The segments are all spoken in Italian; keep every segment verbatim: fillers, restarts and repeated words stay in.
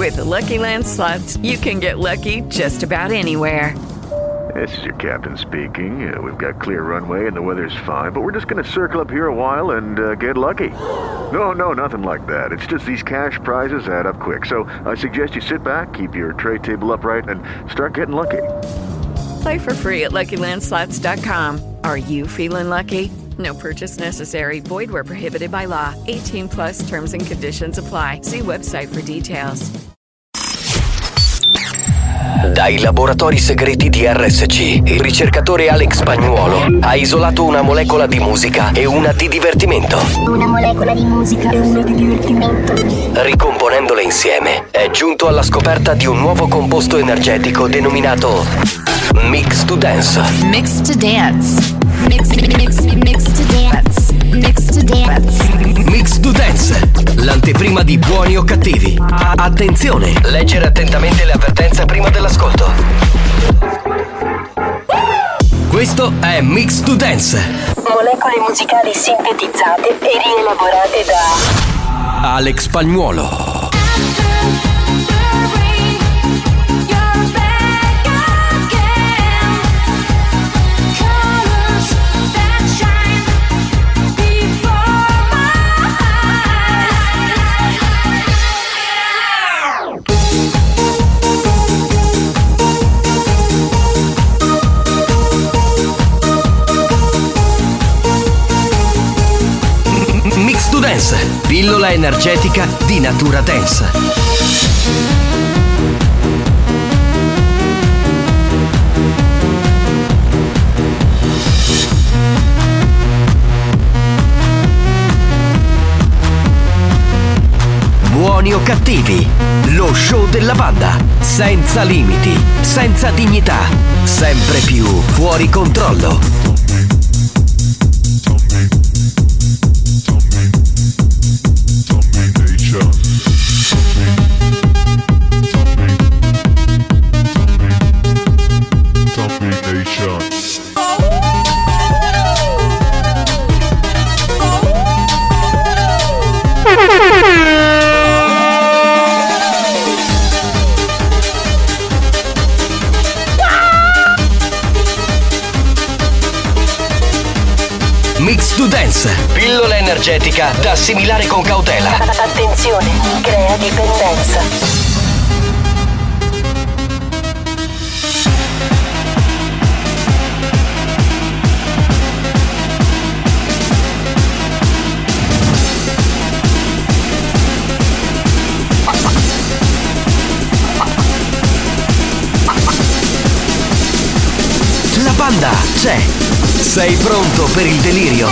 With the Lucky Land Slots, you can get lucky just about anywhere. This is your captain speaking. Uh, we've got clear runway and the weather's fine, but we're just going to circle up here a while and uh, get lucky. No, no, nothing like that. It's just these cash prizes add up quick. So I suggest you sit back, keep your tray table upright, and start getting lucky. Play for free at Lucky Land Slots dot com. Are you feeling lucky? No purchase necessary. Void where prohibited by law. eighteen plus terms and conditions apply. See website for details. Dai laboratori segreti di R S C, il ricercatore Alex Spagnuolo ha isolato una molecola di musica e una di divertimento. Una molecola di musica e una di divertimento. Ricomponendole insieme, è giunto alla scoperta di un nuovo composto energetico denominato Mix to Dance. Mix to Dance. Mix, mix, mix to Dance. Mix to Dance. Mix to Dance, l'anteprima di Buoni o Cattivi. Attenzione, leggere attentamente le avvertenze prima dell'ascolto. Questo è Mix to Dance. Molecole musicali sintetizzate e rielaborate da Alex Spagnuolo. Mix to Dance, pillola energetica di Natura Dance. Buoni o Cattivi, lo show della banda, senza limiti, senza dignità, sempre più fuori controllo. Mix to Dance, pillola energetica da assimilare con cautela. Attenzione, crea dipendenza. La banda c'è. Sei pronto per il delirio?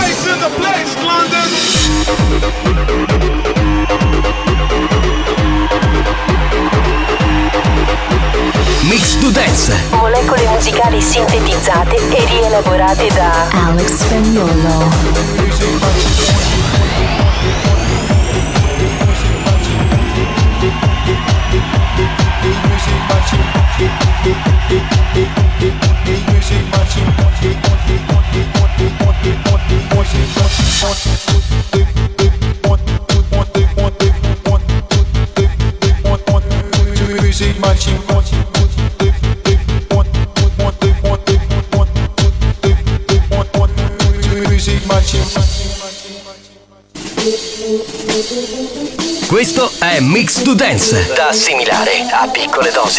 Mix to Dance. Molecole musicali sintetizzate e rielaborate da Alex Spagnuolo. Questo è Mix to Dance, da assimilare a piccole dosi.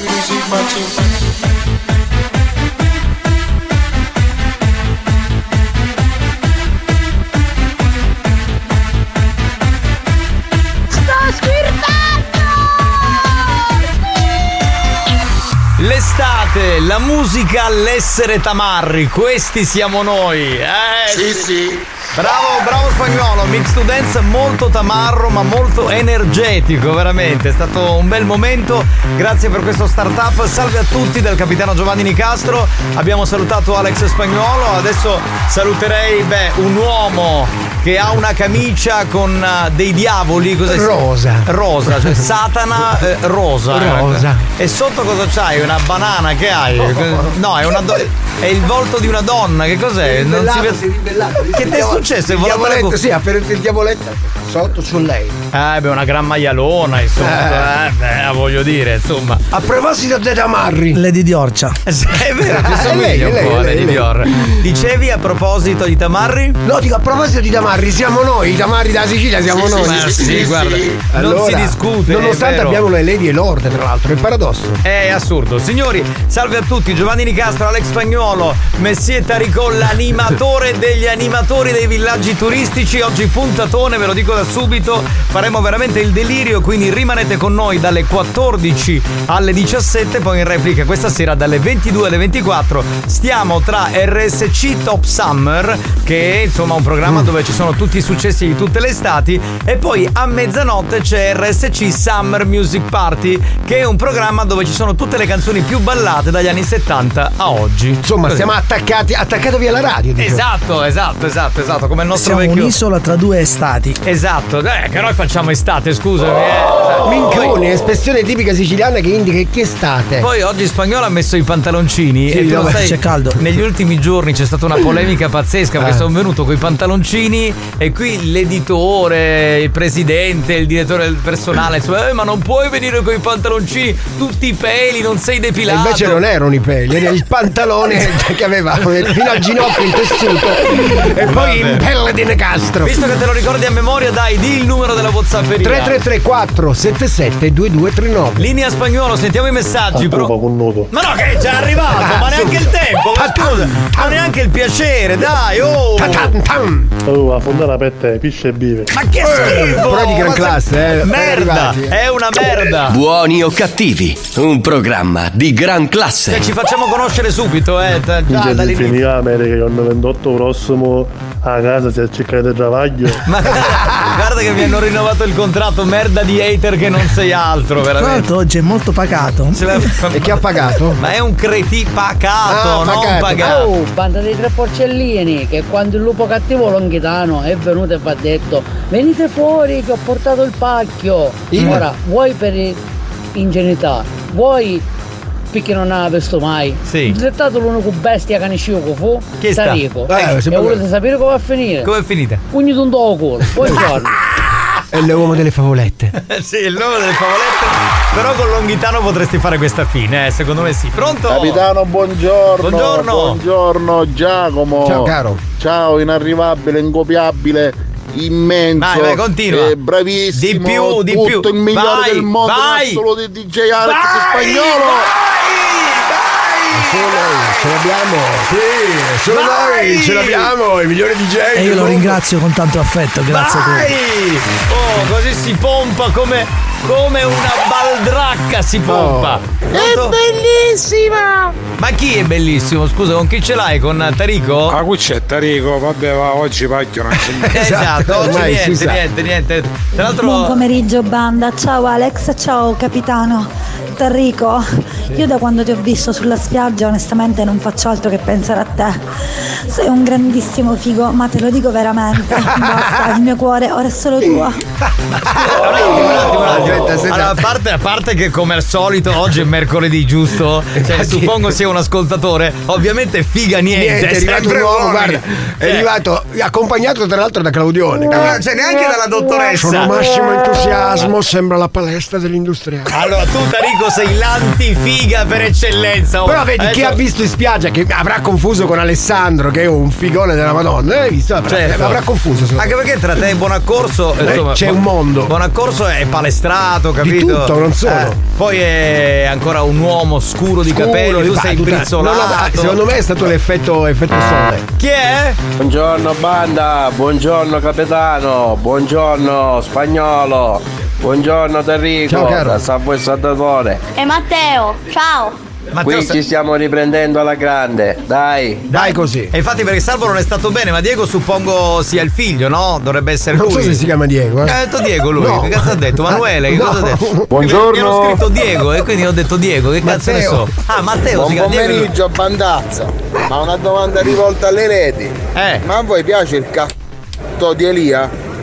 L'estate, la musica all'essere tamarri, questi siamo noi. Eh, sì, sì. Bravo, bravo Spagnuolo, Mix to Dance molto tamarro ma molto energetico, veramente, è stato un bel momento, grazie per questo startup. Salve a tutti dal capitano Giovanni Nicastro, abbiamo salutato Alex Spagnuolo, adesso saluterei, beh, un uomo che ha una camicia con uh, dei diavoli, cos'è? Rosa. Rosa, cioè Satana eh, rosa. Rosa. E sotto cosa c'hai? Una banana che hai? No, è una do- è il volto di una donna, che cos'è? Non si vede. Che ti è successo? successo? È Il volato la diavoletto, cu- sì, ha ferito il diavoletto sotto su lei. Eh, beh, una gran maialona, insomma. Eh, beh, voglio dire, insomma. A proposito dei tamarri. Lady Diorcia. Sì, è vero, ti Ah, somiglia un lei, po' a lei, Lady lei. Dior. Dicevi a proposito di tamarri? No, dico, a proposito di tamarri, siamo noi, i tamarri della Sicilia siamo Sì, noi. sì, sì, sì, guarda, non Allora, si discute. Nonostante è vero. abbiamo le lady e l'orde, tra l'altro, è il paradosso. È assurdo. Signori, salve a tutti. Giovanni Nicastro, Alex Spagnuolo, Messie Taricò, l'animatore degli animatori dei villaggi turistici. Oggi puntatone, ve lo dico da subito. Faremo veramente il delirio, quindi rimanete con noi dalle quattordici alle diciassette, poi in replica questa sera dalle ventidue alle ventiquattro. Stiamo tra R S C Top Summer, che è insomma un programma mm. dove ci sono tutti i successi di tutte le estati, e poi a mezzanotte c'è R S C Summer Music Party, che è un programma dove ci sono tutte le canzoni più ballate dagli anni settanta a oggi. Insomma, Così. Siamo attaccati, attaccatevi alla radio. Diciamo. Esatto, esatto, esatto, esatto, come il nostro Siamo vecchio. un'isola tra due estati. Esatto, eh, che noi facciamo estate, scusami. Eh. Minchione, espressione tipica siciliana che indica che estate. Poi oggi Spagnolo ha messo i pantaloncini, Sì, e tu lo vabbè, sai, c'è caldo. negli ultimi giorni c'è stata una polemica pazzesca perché Eh. sono venuto con i pantaloncini e qui l'editore, il presidente, il direttore del personale insomma, eh, ma non puoi venire con i pantaloncini tutti i peli, non sei E depilato. invece non erano i peli, era il pantalone che aveva fino al ginocchio in tessuto e poi Vabbè. in pelle di Nicastro. Visto che te lo ricordi a memoria, dai, di il numero della WhatsApperia. tre tre tre quattro sette sette due due tre nove. Linea Spagnolo, sentiamo i messaggi. Però... Ma no, che è già arrivato, ma neanche il tempo, ma scusa, ma neanche il piacere, dai, oh! Oh, a fondare aperta pisce e bive. Ma che schifo! Però di gran Ma se- classe, eh. Merda, Arrivati. è una merda. Buoni o cattivi, un programma di gran Che classe. ci facciamo conoscere subito, eh. t- Già Già dall'inizio. finirà America che il ventotto prossimo a casa si è cercato il travaglio. Ma guarda che mi hanno rinnovato il contratto, merda di hater che non sei altro, Tra veramente. l'altro oggi è molto pacato. Ce l'ha- E chi ha pagato? Ma è un creti pacato, Ah, non pacato. pagato. Oh, banda dei tre porcellini, che quando il lupo cattivo longhitano è venuto e va detto venite fuori che ho portato il pacchio. Il- Ora, vuoi per ingenuità, vuoi perché non ha visto mai. Sì. Diventato l'unico bestia che ne sciuco fu Chi sta? Tarico. Eh, e sembra- volete sapere come va a finire? Come è finita? Pugni d'un do culo. Buongiorno. È l'uomo delle favolette. Sì, il nome delle favolette. Però con Longhitano potresti fare questa fine, eh, secondo me sì. Pronto? Capitano, buongiorno. Buongiorno. Buongiorno Giacomo. Ciao caro. Ciao, inarrivabile, incopiabile, immenso. Vai, vai, continua. eh, bravissimo. Di più, di tutto più. il migliore Vai, del mondo, vai. non solo di D J Alex Vai, Spagnolo. Solo noi, ce l'abbiamo. Sì, solo Vai. noi, ce l'abbiamo, i migliori D J. E del io lo mondo. ringrazio con tanto affetto, grazie a Vai! tutti. Oh, così si pompa come, come una baldracca si pompa. Pronto? Bellissima! Ma chi è bellissimo? Scusa, con chi ce l'hai? Con Tarico? Ah, qui c'è Tarico, vabbè, va, oggi pacchio non c'è niente. Esatto, oggi ormai si niente, sa. niente, niente. Tra Buon l'altro. pomeriggio banda, ciao Alex, ciao capitano Tarrico. Io da quando ti ho visto sulla spiaggia onestamente non faccio altro che pensare a te. Sei un grandissimo figo, ma te lo dico veramente. Basta, il mio cuore ora è solo tuo. Un attimo, un attimo, un attimo. Aspetta, aspetta. Allora, a parte, a parte che come al solito oggi è mercoledì, giusto? Cioè, suppongo sia un ascoltatore. Ovviamente figa niente. Niente, è arrivato un sempre uomo, uomini. guarda, è Cioè, arrivato accompagnato tra l'altro da Claudione. no, cioè, neanche dalla dottoressa. Sono massimo entusiasmo, sembra la palestra dell'industriale. Allora, tu Tarico sei l'antifiga per eccellenza. oh. Però vedi, chi Adesso- ha visto in spiaggia che avrà confuso con Alessandro, che è un figone della Madonna, hai visto? Avrà, Certo. avrà confuso. secondo Anche perché tra te e Bonaccorso Eh, insomma, c'è un mondo. Bonaccorso è palestrato, capito? tutto, non solo. poi è ancora un uomo scuro di Scuro, capelli, tu va, sei tutta- brizzolato. no, no, ma secondo me è stato l'effetto effetto sole. Chi è? Buongiorno banda, buongiorno capitano, buongiorno Spagnolo, buongiorno Enrico, Ciao, caro. da San Salvatore. E Matteo, ciao! Matteo, Qui sta- ci stiamo riprendendo alla grande, dai. Dai così. E infatti perché Salvo non è stato bene, ma Diego suppongo sia il figlio, no? Dovrebbe essere Non lui. so se si chiama Diego. Eh, Eh. ha detto Diego lui, No. che cazzo ha detto? Manuele, che No. cosa ha detto? Buongiorno. Mi hanno scritto Diego e quindi ho detto Diego, che cazzo ne Matteo. so? Ah, Matteo si Buon chiama Diego. pomeriggio, bandazza. Ma una domanda rivolta alle reti. Eh. Ma a voi piace il cazzo di Elia?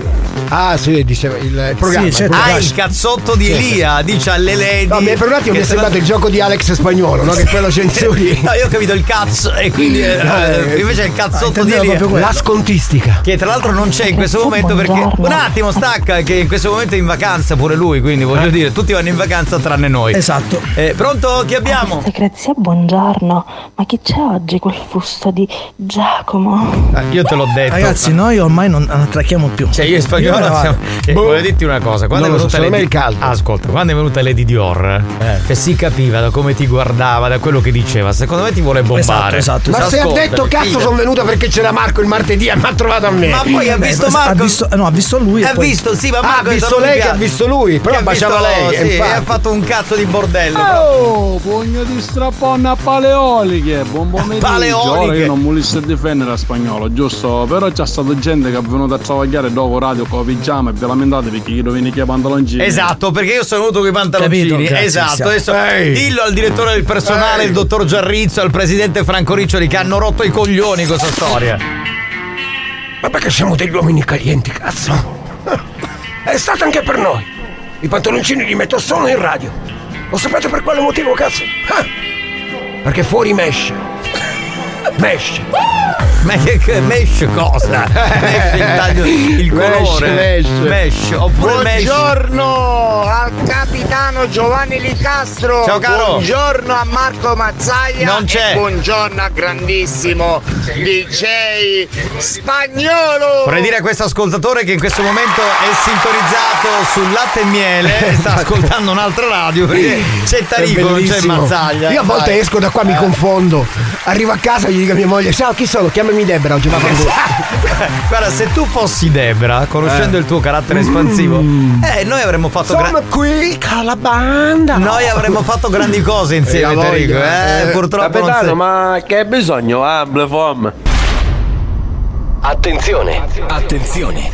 Ah, sì, diceva il, il programma. Sì, certo. Ah, il cazzotto di Elia, dice alle lady. No, per un attimo mi è sembrato il gioco di Alex Spagnolo, no? Che poi lo censuri. No, io ho capito il cazzo e quindi eh, invece è il cazzotto di Elia. La scontistica. Che tra l'altro non c'è in questo momento perché un attimo stacca che in questo momento è in vacanza pure lui, quindi voglio dire, tutti vanno in vacanza tranne noi. Esatto. Eh, pronto? Chi abbiamo? Grazia, buongiorno. Ma chi c'è oggi col fusto di Giacomo? Ah, io te l'ho detto. Ragazzi, noi ormai non attracchiamo più. Cioè io in spagnolo Io siamo... eh, boh. voglio dirti una cosa, quando non è venuta so, Lady... il caldo. Ah, ascolta, quando è venuta Lady Dior, eh. cioè si capiva da come ti guardava, da quello che diceva, secondo me ti vuole bombare. Esatto, esatto. Ma se ha Ascolta, detto cazzo figa. sono venuta perché c'era Marco il martedì e mi ha trovato a me. Ma poi ha Beh, visto ha Marco. visto, no, ha visto lui. e Ha poi- visto, sì, ma Ah, Marco ha visto lei che ha visto lui, però Che ha baciava visto- lei. Sì, infatti. ha fatto un cazzo di bordello. Oh, pugno di strapponna a paleoliche, buon pomeriggio. Paleoliche. Ora io non volessi difendere a spagnolo, giusto? Però c'è stata gente che è venuta a travagliare dopo radio con pigiama e vi lamentate perché io vieni che pantaloncini. Esatto, perché io sono venuto con i pantaloncini. Capito, grazie, esatto, Cristiano. adesso Ehi. dillo al direttore del personale, Ehi. il dottor Giarrizzo, al presidente Franco Riccioli che hanno rotto i coglioni con questa storia. Ma perché siamo degli uomini calienti, cazzo? È stato anche per noi. I pantaloncini li metto solo in radio. Lo sapete per quale motivo, cazzo? Ah! Perché fuori mesh. Mesh. Ma che, che mesh cosa? Mesh il taglio, il colore. Mesh, mesh. Mesh, oppure mesh. Buongiorno al capitano Giovanni Licastro. Ciao, caro. Buongiorno a Marco Mazzaglia. Non c'è. E buongiorno al grandissimo D J Spagnolo. Vorrei dire a questo ascoltatore che in questo momento è sintonizzato sul Latte e Miele e sta ascoltando un'altra radio perché c'è Tarico, non c'è Mazzaglia. Io a volte Vai. esco da qua, mi confondo. Arrivo a casa e gli dico a mia moglie: ciao, chi sono? Chiamami Debra oggi. Va bene. Guarda, se tu fossi Debra, conoscendo Eh. il tuo carattere espansivo, eh, noi avremmo fatto Sono gra- qui con la banda. noi avremmo fatto grandi cose insieme, Eh, la Tarico. voglia. Eh, Eh, purtroppo non Capitano, sei. ma che bisogno ha Amplifom? Attenzione, attenzione.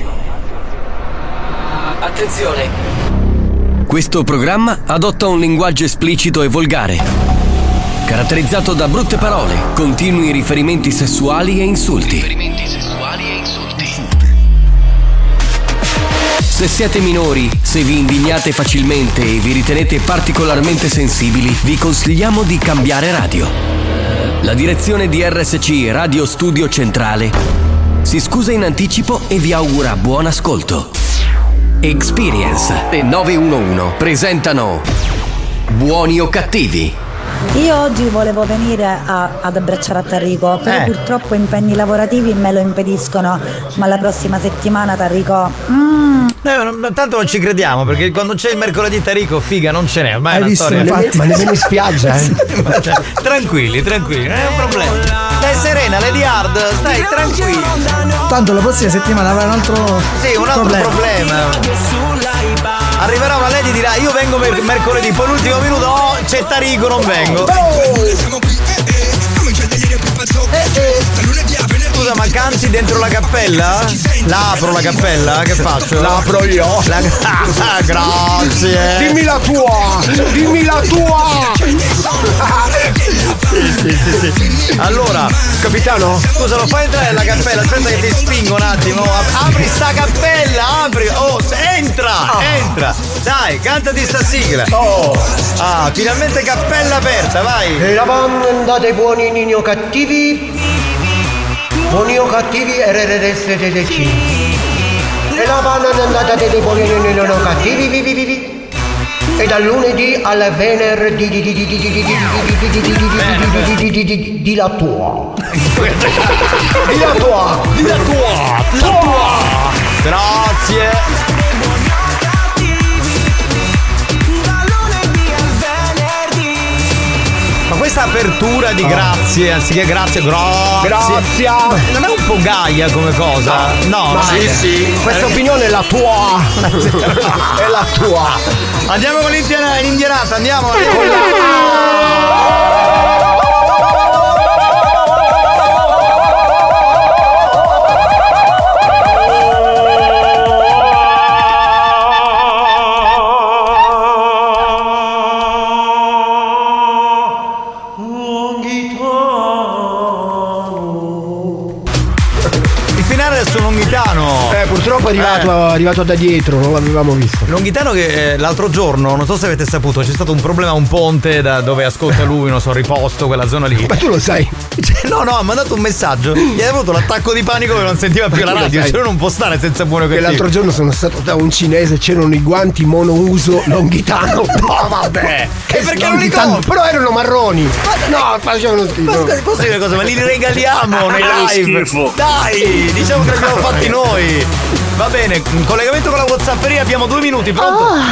Attenzione. Questo programma adotta un linguaggio esplicito e volgare, caratterizzato da brutte parole, continui riferimenti sessuali e insulti. Riferimenti sessuali e insulti. Se siete minori, se vi indignate facilmente e vi ritenete particolarmente sensibili, vi consigliamo di cambiare radio. La direzione di R S C Radio Studio Centrale si scusa in anticipo e vi augura buon ascolto. Experience e nove uno uno presentano Buoni o Cattivi. Io oggi volevo venire a- ad abbracciare a Tarrico, però Eh. purtroppo impegni lavorativi me lo impediscono. Ma la prossima settimana, Tarrico. Mm, Eh, non- tanto non ci crediamo perché quando c'è il mercoledì Tarico, figa, non ce n'è. Ormai è Hai una visto, storia. infatti. Ma nemmeno in spiaggia, eh. Ma cioè, tranquilli, tranquilli, non è un problema. Stai serena, Lady Hard, stai tranquilli. Tanto la prossima settimana avrà un altro Sì, un altro problema. Arriverà una lady e dirà io vengo mer- mercoledì, poi l'ultimo minuto oh, c'è Tarico, non vengo. Scusa, ma canti dentro la cappella? La apro la cappella? Che faccio? La apro io. La... Ah, grazie. Dimmi la tua! Dimmi la tua! Sì, sì, sì, sì. Allora, capitano? Scusa, lo fai entrare nella cappella? Aspetta che ti spingo un attimo. Apri sta cappella, apri. Oh, entra, entra. Dai, cantati sta sigla. Oh. Ah, finalmente cappella aperta, vai. E la banda dei buoni nini o cattivi. Buoni o cattivi R R S D C. E la banda è andata dei buoni nini o cattivi. Vi, vi, vi, vi. E dal lunedì al venerdì di di di di di di di di di di di di la tua. Di la tua. Di la tua. La tua. Grazie. Ma questa apertura di grazie, anziché grazie, grazie. Grazie. Non è un po' gaia come cosa? No, Ma sì, sì. Questa opinione è la tua. È la tua. Andiamo con l'indiana- l'indianata, andiamo. Il finale è su Longhitano. Eh, purtroppo purtroppo è arrivato, Eh. è arrivato da dietro, non l'avevamo visto. Longhitano che eh, l'altro giorno, non so se avete saputo, c'è stato un problema a un ponte da dove ascolta lui, non so, riposto, quella zona lì. Ma tu lo sai? Cioè, no, no, ha mandato un messaggio. Gli è avuto l'attacco di panico che non sentiva più la Tu lo radio. sai. Cioè, lui non può stare senza buono Che cattivo. l'altro giorno sono stato da un cinese, c'erano i guanti monouso Longhitano. No, vabbè. E perché non li Longhitano, compri? però erano marroni. No, facevano Ma schifo. scusa, posso dire una cosa? Ma li regaliamo nei Che live. schifo. Dai, diciamo che li abbiamo fatti noi. Va bene, in collegamento con la WhatsApperia abbiamo due minuti, pronto? Oh,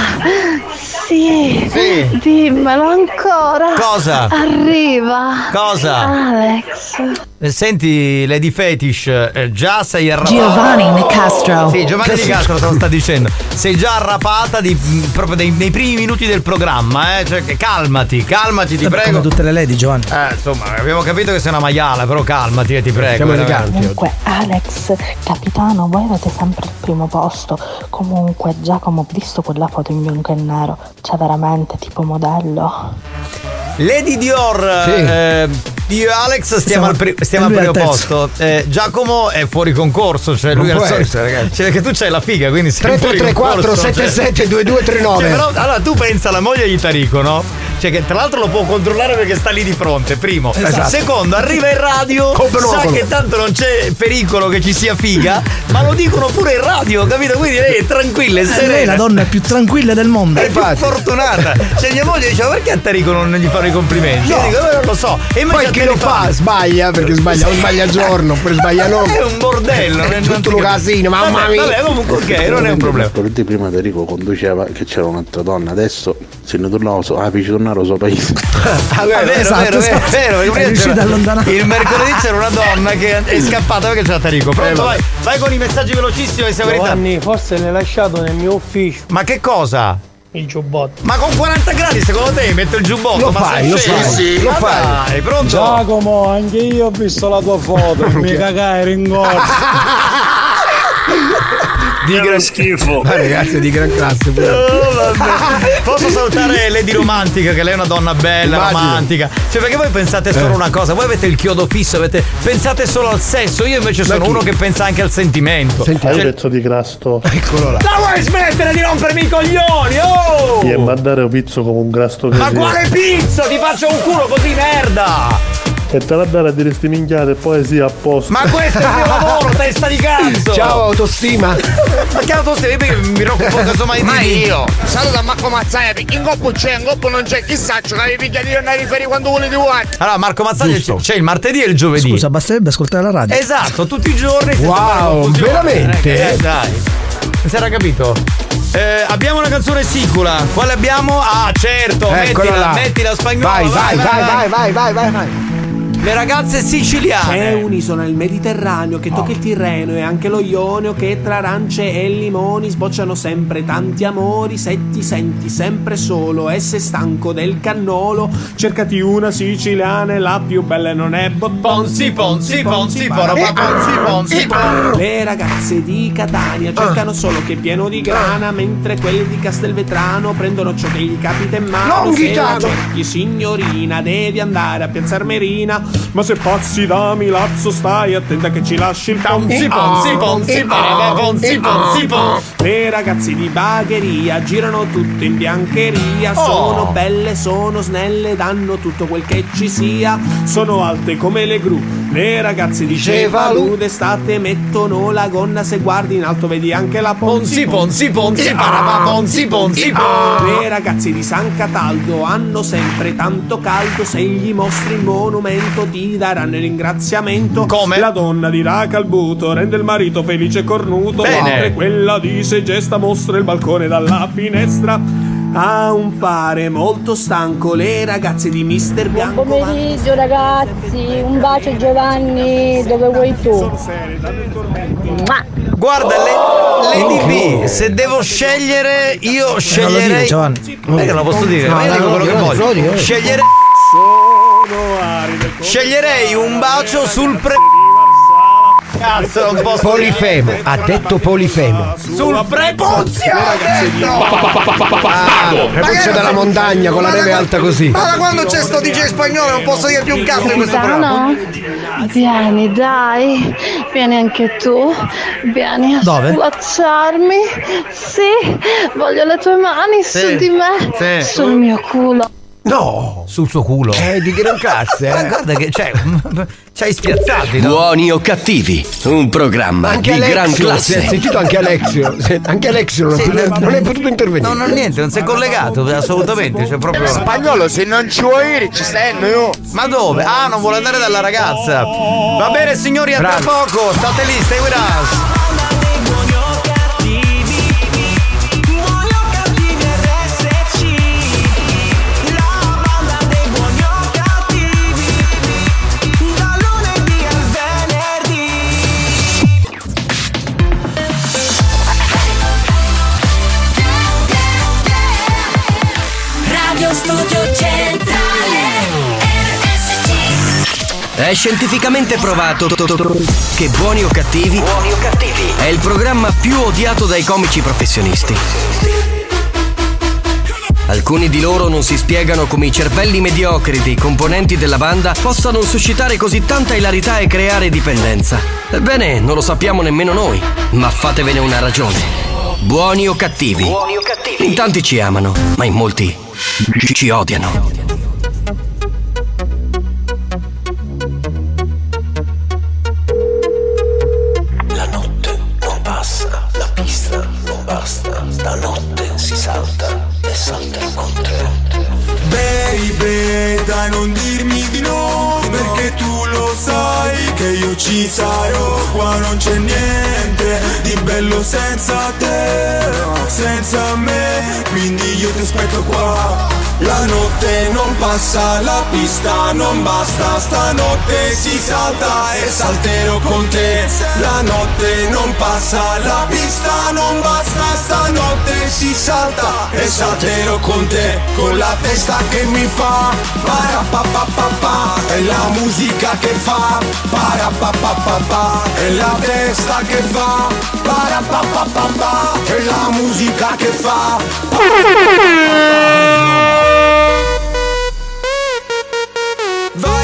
sì, Sì. dimmelo ancora. Cosa? Arriva. Cosa? Alex. Eh, Senti, Lady Fetish, eh, già sei arrapata. Giovanni Nicastro. Sì, Giovanni Nicastro te lo sta dicendo. Sei già arrapata di, mh, proprio dei, nei primi minuti del programma, eh? Cioè, che calmati, calmati, ti prego. Come tutte le lady, Giovanni. Eh, insomma, abbiamo capito che sei una maiala, però calmati, eh, ti prego. Siamo veramente. eleganti oggi. Comunque, Alex, capitano, voi avete sempre il primo posto. Comunque, Giacomo, ho visto quella foto in bianco e nero. C'è veramente tipo modello. Lady Dior, Sì. eh, io e Alex stiamo Stiamo- al, pri- stiamo e al lui primo al terzo. posto. Eh, Giacomo è fuori concorso, cioè Non lui può al solito. essere, ragazzi. Cioè, perché tu c'hai la figa, quindi sei tre tre fuori tre quattro concorso, sette cioè- sette due due tre nove. Cioè, però, allora tu pensa alla moglie di Tarico, no? Cioè che tra l'altro lo può controllare perché sta lì di fronte, primo. Esatto. Secondo, arriva in radio, Con sa binocolo. che tanto non c'è pericolo che ci sia figa, ma lo dicono pure in radio, capito? Quindi lei è tranquilla, è Eh, lei è serena. la donna più tranquilla del mondo. È più fortunata. Cioè mia moglie diceva perché a Tarico non gli fanno i complimenti? No. Io dico, eh, non lo so. E invece Poi a chi te lo li fa? Sbaglia perché sbaglia, o sbaglia giorno, oppure sbaglia nome. È un bordello, È non- tutto non un si casino, capisce. mamma Vabbè, mia. Vabbè, comunque ok, non è un problema. Ricordi prima Tarico conduceva che c'era un'altra donna, adesso se ne tornava so, ah, fece tornare al suo paese. Ah, vero, vero, esatto, vero, vero, esatto. vero, perché È prima riuscito c'era- a allontanare. Il mercoledì c'era una donna che è scappata perché c'era Tarico. Pronto, Eh, vai, vai con i messaggi velocissimi e siamo in ritardo. Giovanni, forse l'hai lasciato nel mio ufficio. Ma che cosa? Il giubbotto. Ma con quaranta gradi secondo te metto il giubbotto? Lo ma fai, sei lo scemo? fai, Sì, lo ma fai. Dai, pronto? Giacomo, anche io ho visto la tua foto. Mi cagai ringorso. Di gran schifo. Ma ragazzi, è di gran classe pure. Oh, vabbè. Posso salutare Lady Romantica, che lei è una donna bella, Immagino. romantica. Cioè, perché voi pensate solo Eh. una cosa, voi avete il chiodo fisso, avete, pensate solo al sesso. Io invece sono chi? uno che pensa anche al sentimento. Senti, Hai Cioè, pezzo di crasto. eccolo là. la vuoi smettere di rompermi i coglioni? Oh! E mandare un pizzo come un grasto Ma così. quale pizzo? Ti faccio un culo così, merda! E te la dare a dire sti minchiate e poi sì a posto. Ma questo è il mio lavoro, testa di cazzo! Ciao autostima. Ma che autostima? Io perché mi preoccupo casomai di. Ma io saluto a Marco Mazzaia perché in coppo c'è, in coppo non c'è, chissà, ce l'avevi pigliato io andare fuori quando volete vuoi. Allora, Marco Mazzaglia Giusto. c'è il martedì e il giovedì. Scusa, basterebbe ascoltare la radio. Esatto, tutti i giorni. senza Wow, fare confusione. veramente? Eh, dai. Non si era capito? Eh, abbiamo una canzone sicula. Quale abbiamo? Ah, certo, Eccola mettila, là. mettila spagnola. Vai, vai, vai, vai, vai, vai, vai, vai. Le ragazze siciliane. È un'isola nel Mediterraneo che tocca il Tirreno e anche lo Ionio, che tra arance e limoni sbocciano sempre tanti amori. Se ti senti sempre solo e sei stanco del cannolo, cercati una siciliana, la più bella non è Ponzi, ponzi, ponzi, poropa, ponzi, ponzi, ponzi. Le ragazze di Catania cercano solo che è pieno di grana, mentre quelle di Castelvetrano prendono ciò che gli capita in mano. Se la cerchi signorina devi andare a Piazza Armerina, ma se passi da Milazzo stai attenta che ci lasci il Ponzi, ponzi, ponzi, poropa, ponzi, ponzi, ponzi. Le ragazze di Bagheria girano tutte in biancheria, Oh. sono belle, sono snelle, danno tutto quel che ci sia, sono alte come le gru. Le ragazze di Cefalù d'estate mettono la gonna, se guardi in alto vedi anche la Ponzi, ponzi, ponzi, parapa, ponzi, ponzi, ponzi. Le ragazze di San Cataldo hanno sempre tanto caldo, se gli mostri il monumento ti daranno il ringraziamento. Come? La donna dirà Calbuto rende il marito felice e cornuto, Bene. mentre quella di Segesta mostra il balcone dalla finestra. Ha un fare molto stanco. Le ragazze di Mister Bianco Buon pomeriggio ragazzi, un bacio Giovanni, dove vuoi tu? Ma. Guarda, le, Lady B, se devo scegliere, io Non lo dire, sceglierei. Giovanni. Non è che non lo posso dire, No, ma io no, dico no, quello che no, voglio. no, no, no. Sceglierei. Sceglierei un bacio sul pre. Cazzo, non posso. Polifemo, ha detto polifemo. Sul prepuzio! Ah, prepuzio della montagna con la neve alta così. Ma da quando c'è sto D J spagnolo non posso dire più un cazzo in questo programma. Vieni, dai, vieni anche tu, vieni a Dove? schiacciarmi. Sì, voglio le tue mani Sì. su di me, Sì. sul mio culo. No! Sul suo culo. Eh, di gran cazzo, eh. Guarda che cioè, ci hai spiazzati, no? Buoni o cattivi, un programma Anche di gran Alexio, classe. si è sentito anche Alexio. Se- Anche Alexio non, Sì, non, non è potuto intervenire. No, no, niente, non si è collegato assolutamente. Cioè proprio. Spagnolo, se non ci vuoi ir, ci stanno io. Ma dove? Ah, non vuole andare dalla ragazza. Va bene, signori, a tra Bravi. poco. State lì, stay with us. Radio Studio Centrale R S C. È scientificamente provato che Buoni o cattivi è il programma più odiato dai comici professionisti. Alcuni di loro non si spiegano come i cervelli mediocri dei componenti della banda possano suscitare così tanta ilarità e creare dipendenza. Ebbene, non lo sappiamo nemmeno noi, ma fatevene una ragione. Buoni o cattivi? In tanti ci amano, ma in molti ci, ci odiano. La notte non passa, la pista non basta, stanotte si salta e salterò con te. Baby, dai non dirmi di no, perché tu lo sai che io ci sarò. Qua non c'è niente di bello senza te, senza me, quindi io ti aspetto qua. La notte non passa, la pista non basta, stanotte si salta e salterò con te. La notte non passa, la pista non basta, stanotte si salta e salterò con te. Con la testa che mi fa parapapapapa, è la musica che fa parapapapapa, è la testa che fa parapapapapa, è la musica che fa vai.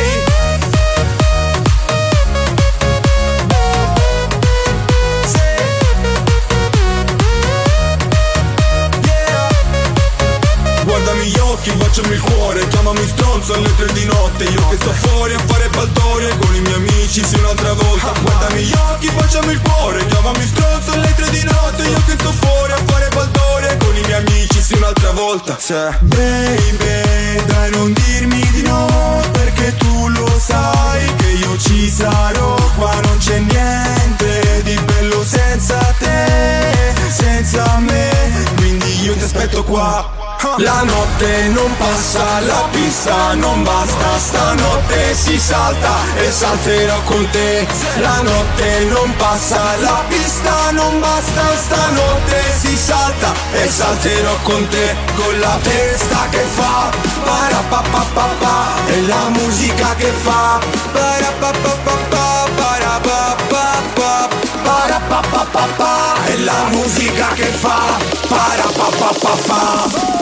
Guardami gli occhi, baciami il cuore, chiamami stronzo alle tre di notte. Io che sto fuori a fare baldoria con i miei amici, sì un'altra volta. Guardami gli occhi, baciami il cuore, chiamami stronzo alle tre di notte. Io che sto fuori a fare baldoria con i miei amici, sì un'altra volta. Baby, dai non dirmi di no, perché tu lo sai che io ci sarò. Qua non c'è niente di bello senza te, senza me, quindi io ti aspetto qua. La notte non passa, la pista non basta, stanotte si salta e salterò con te. La notte non passa, la pista non basta, stanotte si salta e salterò con te. Con la testa che fa parapapapapa, e la musica che fa parapapapapa, parapapapapa, parapapapapa, e la musica che fa parapapapapa.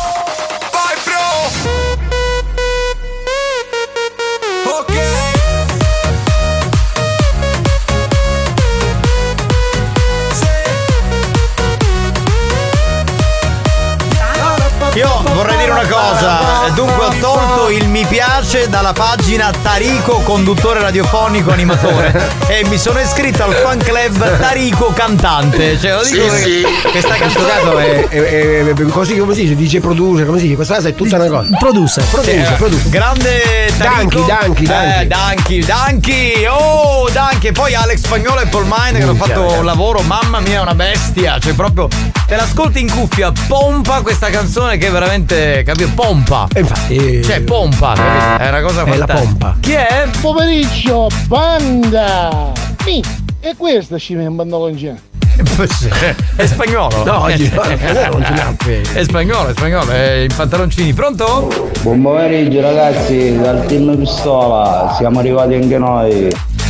Io vorrei dire una cosa, dunque ho tolto il mi piace dalla pagina Tarico conduttore radiofonico animatore e mi sono iscritto al fan club Tarico cantante. Cioè, lo dico Sì, che, sì. che sta In questo cantando caso è, è, è, è così come si dice, dice producer, come si dice, questa cosa è tutta una cosa. Producer, producer, Sì, producer. Grande Tarico. Danchi, Danchi, Danchi. Eh, Danchi, Danchi. Oh, Danchi. E poi Alex Spagnolo e Paul Mine che hanno Minchia, fatto ragazzi. un lavoro, mamma mia, una bestia. Cioè, proprio te l'ascolti in cuffia, pompa questa canzone che è veramente, capito? Pompa. E infatti. Cioè, pompa, capito? È una cosa È la fantastica. pompa. Chi è? Pomeriggio, banda! Mi, e questa ci mi bandoloncina. È spagnolo? No, oggi no, non ce l'ha. È spagnolo, è spagnolo, è in pantaloncini. Pronto? Buon pomeriggio ragazzi, dal team Pistola, siamo arrivati anche noi.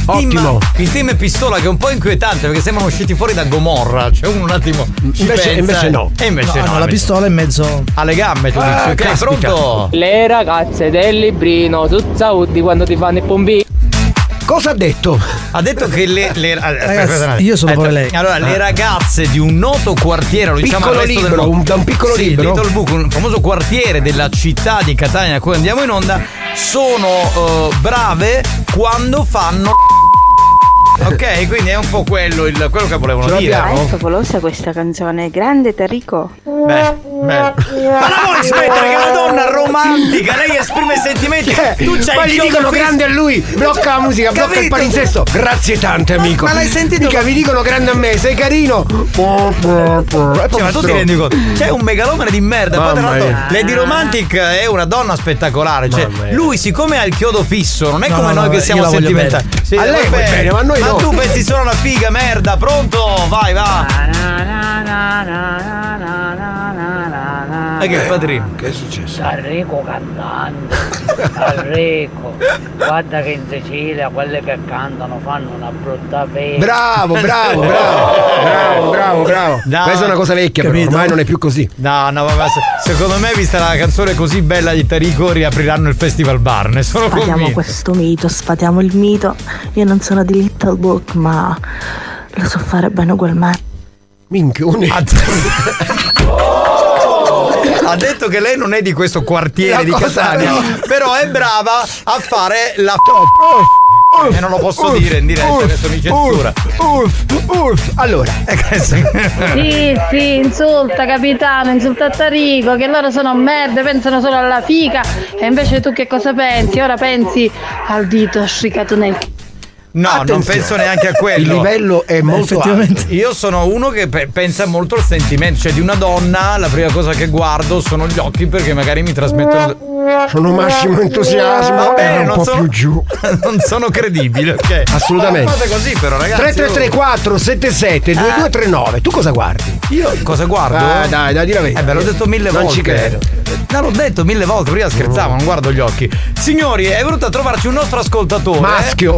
Ottimo. il team pistola che è un po' inquietante perché sembrano usciti fuori da Gomorra. Cioè uno un attimo ci invece, pensa, invece no. E invece no, no. no la pistola è in mezzo alle gambe, tu ah, dici. Ok, pronto? Le ragazze del librino, tu saudi quando ti fanno i pompi. Cosa ha detto? Ha detto che le, le ragazzi, io sono come lei. Allora, ah. le ragazze di un noto quartiere, lo diciamo piccolo libro, del un, da un piccolo sì, libro, Little Book, un famoso quartiere della città di Catania a cui andiamo in onda, sono uh, brave quando fanno. Ok, quindi è un po' quello il, quello che volevano dire. Ma è favolosa questa canzone, grande Terrico. Beh, beh. Ma la vuoi smettere che è una donna romantica, lei esprime sentimenti. Che? Tu c'hai poi gli dicono fis- grande a lui, blocca la musica, Capito? blocca il palinsesto. Grazie tante, amico. Ma, ma l'hai sentito? Mica mi dicono grande a me, sei carino. Cioè, ma tu ti rendi conto? C'è un megalomane di merda. Poi tra l'altro Lady Romantic è una donna spettacolare. Cioè, lui siccome ha il chiodo fisso, non è no, come no, noi no, che siamo sentimentali. Sì, a lei va bene, ma a noi ma no. tu pensi solo alla figa, merda, pronto? Vai, va. E che padrino? Che è successo? Enrico cantante. Enrico. Guarda che in Sicilia quelle che cantano fanno una brutta fede. Bravo, bravo, bravo. Bravo, bravo, bravo. No, questa è una cosa vecchia, però ormai non è più così. No, no, vabbè, secondo me, vista la canzone così bella di Tarico, riapriranno il Festival Bar, ne sono convinto. Sfatiamo questo mito, sfatiamo il mito. Io non sono di Little Book, ma lo so fare bene ugualmente. Minchione. Ha detto che lei non è di questo quartiere la di Catania, no. però è brava a fare la e non lo posso uff, dire in diretta, uff, adesso mi censura. Uff, uff. Allora, sì, sì, insulta capitano, insulta Tarico, che loro sono merde, pensano solo alla fica. E invece tu che cosa pensi? Ora pensi al dito stricato nel. No, attenzione. Non penso neanche a quello. Il livello è molto alto. Io sono uno che pe- pensa molto al sentimento. Cioè, di una donna, la prima cosa che guardo sono gli occhi, perché magari mi trasmettono. Sono massimo entusiasmo. Va bene, un non po' sono, più giù. Non sono credibile, ok? Assolutamente. Fate così, però, ragazzi. tre tre tre quattro sette sette due due tre nove. Tu cosa guardi? Io cosa guardo? Ah, dai, dai, di la verità. Eh beh, l'ho detto mille non volte. Non ci credo. No, l'ho detto mille volte, prima scherzavo, non guardo gli occhi. Signori, è venuto a trovarci un nostro ascoltatore. Maschio.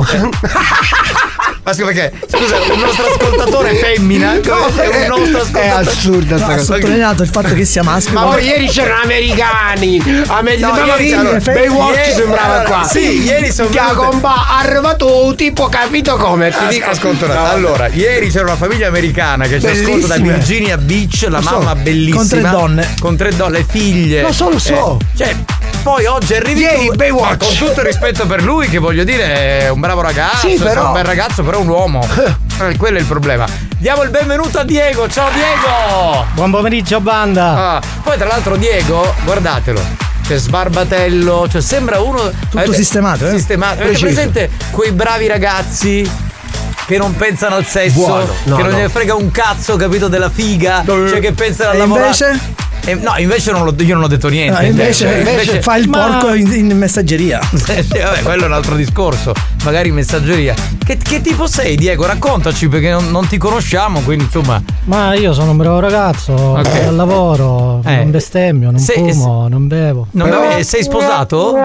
Maschio perché? Scusa, il nostro ascoltatore è femmina. No, è un nostro ascoltatore. È assurda sta no, cosa. Ha sottolineato il fatto che sia maschio. Ma poi ieri c'erano americani. Amer- no, ieri allora, Baywatch sembrava allora, qua. Sì, ieri sono che comba arrivato tipo, capito come? Ti ah, dico, ascolta, no. Allora, ieri c'era una famiglia americana che ci ascolta da Virginia Beach, la mamma so, bellissima. Con tre donne. Con tre donne, figlie. Lo so, lo so. Eh, cioè, poi oggi arrivi ieri tu, Baywatch. Con tutto il rispetto per lui, che voglio dire, è un bravo ragazzo, sì, però. è un bel ragazzo, però è un uomo. Eh, quello è il problema. Diamo il benvenuto a Diego. Ciao Diego. Buon pomeriggio banda. Ah, poi tra l'altro Diego, guardatelo, c'è sbarbatello, cioè sembra uno tutto avete, sistemato, eh? Sistemato. Avete presente quei bravi ragazzi che non pensano al sesso, Buono. No, che non no. gliene frega un cazzo, capito, della figa, cioè che pensano al lavoro. Invece? Eh, no, invece non lo, io non ho detto niente. No, invece, invece, invece fa il ma... porco in, in messaggeria. Vabbè, quello è un altro discorso. Magari in messaggeria. Che, che tipo sei, Diego? Raccontaci, perché non, non ti conosciamo, quindi insomma. Ma io sono un bravo ragazzo, okay. Al lavoro, eh. non bestemmio, non sei, fumo, se... non bevo. Non Però... bevi, sei sposato?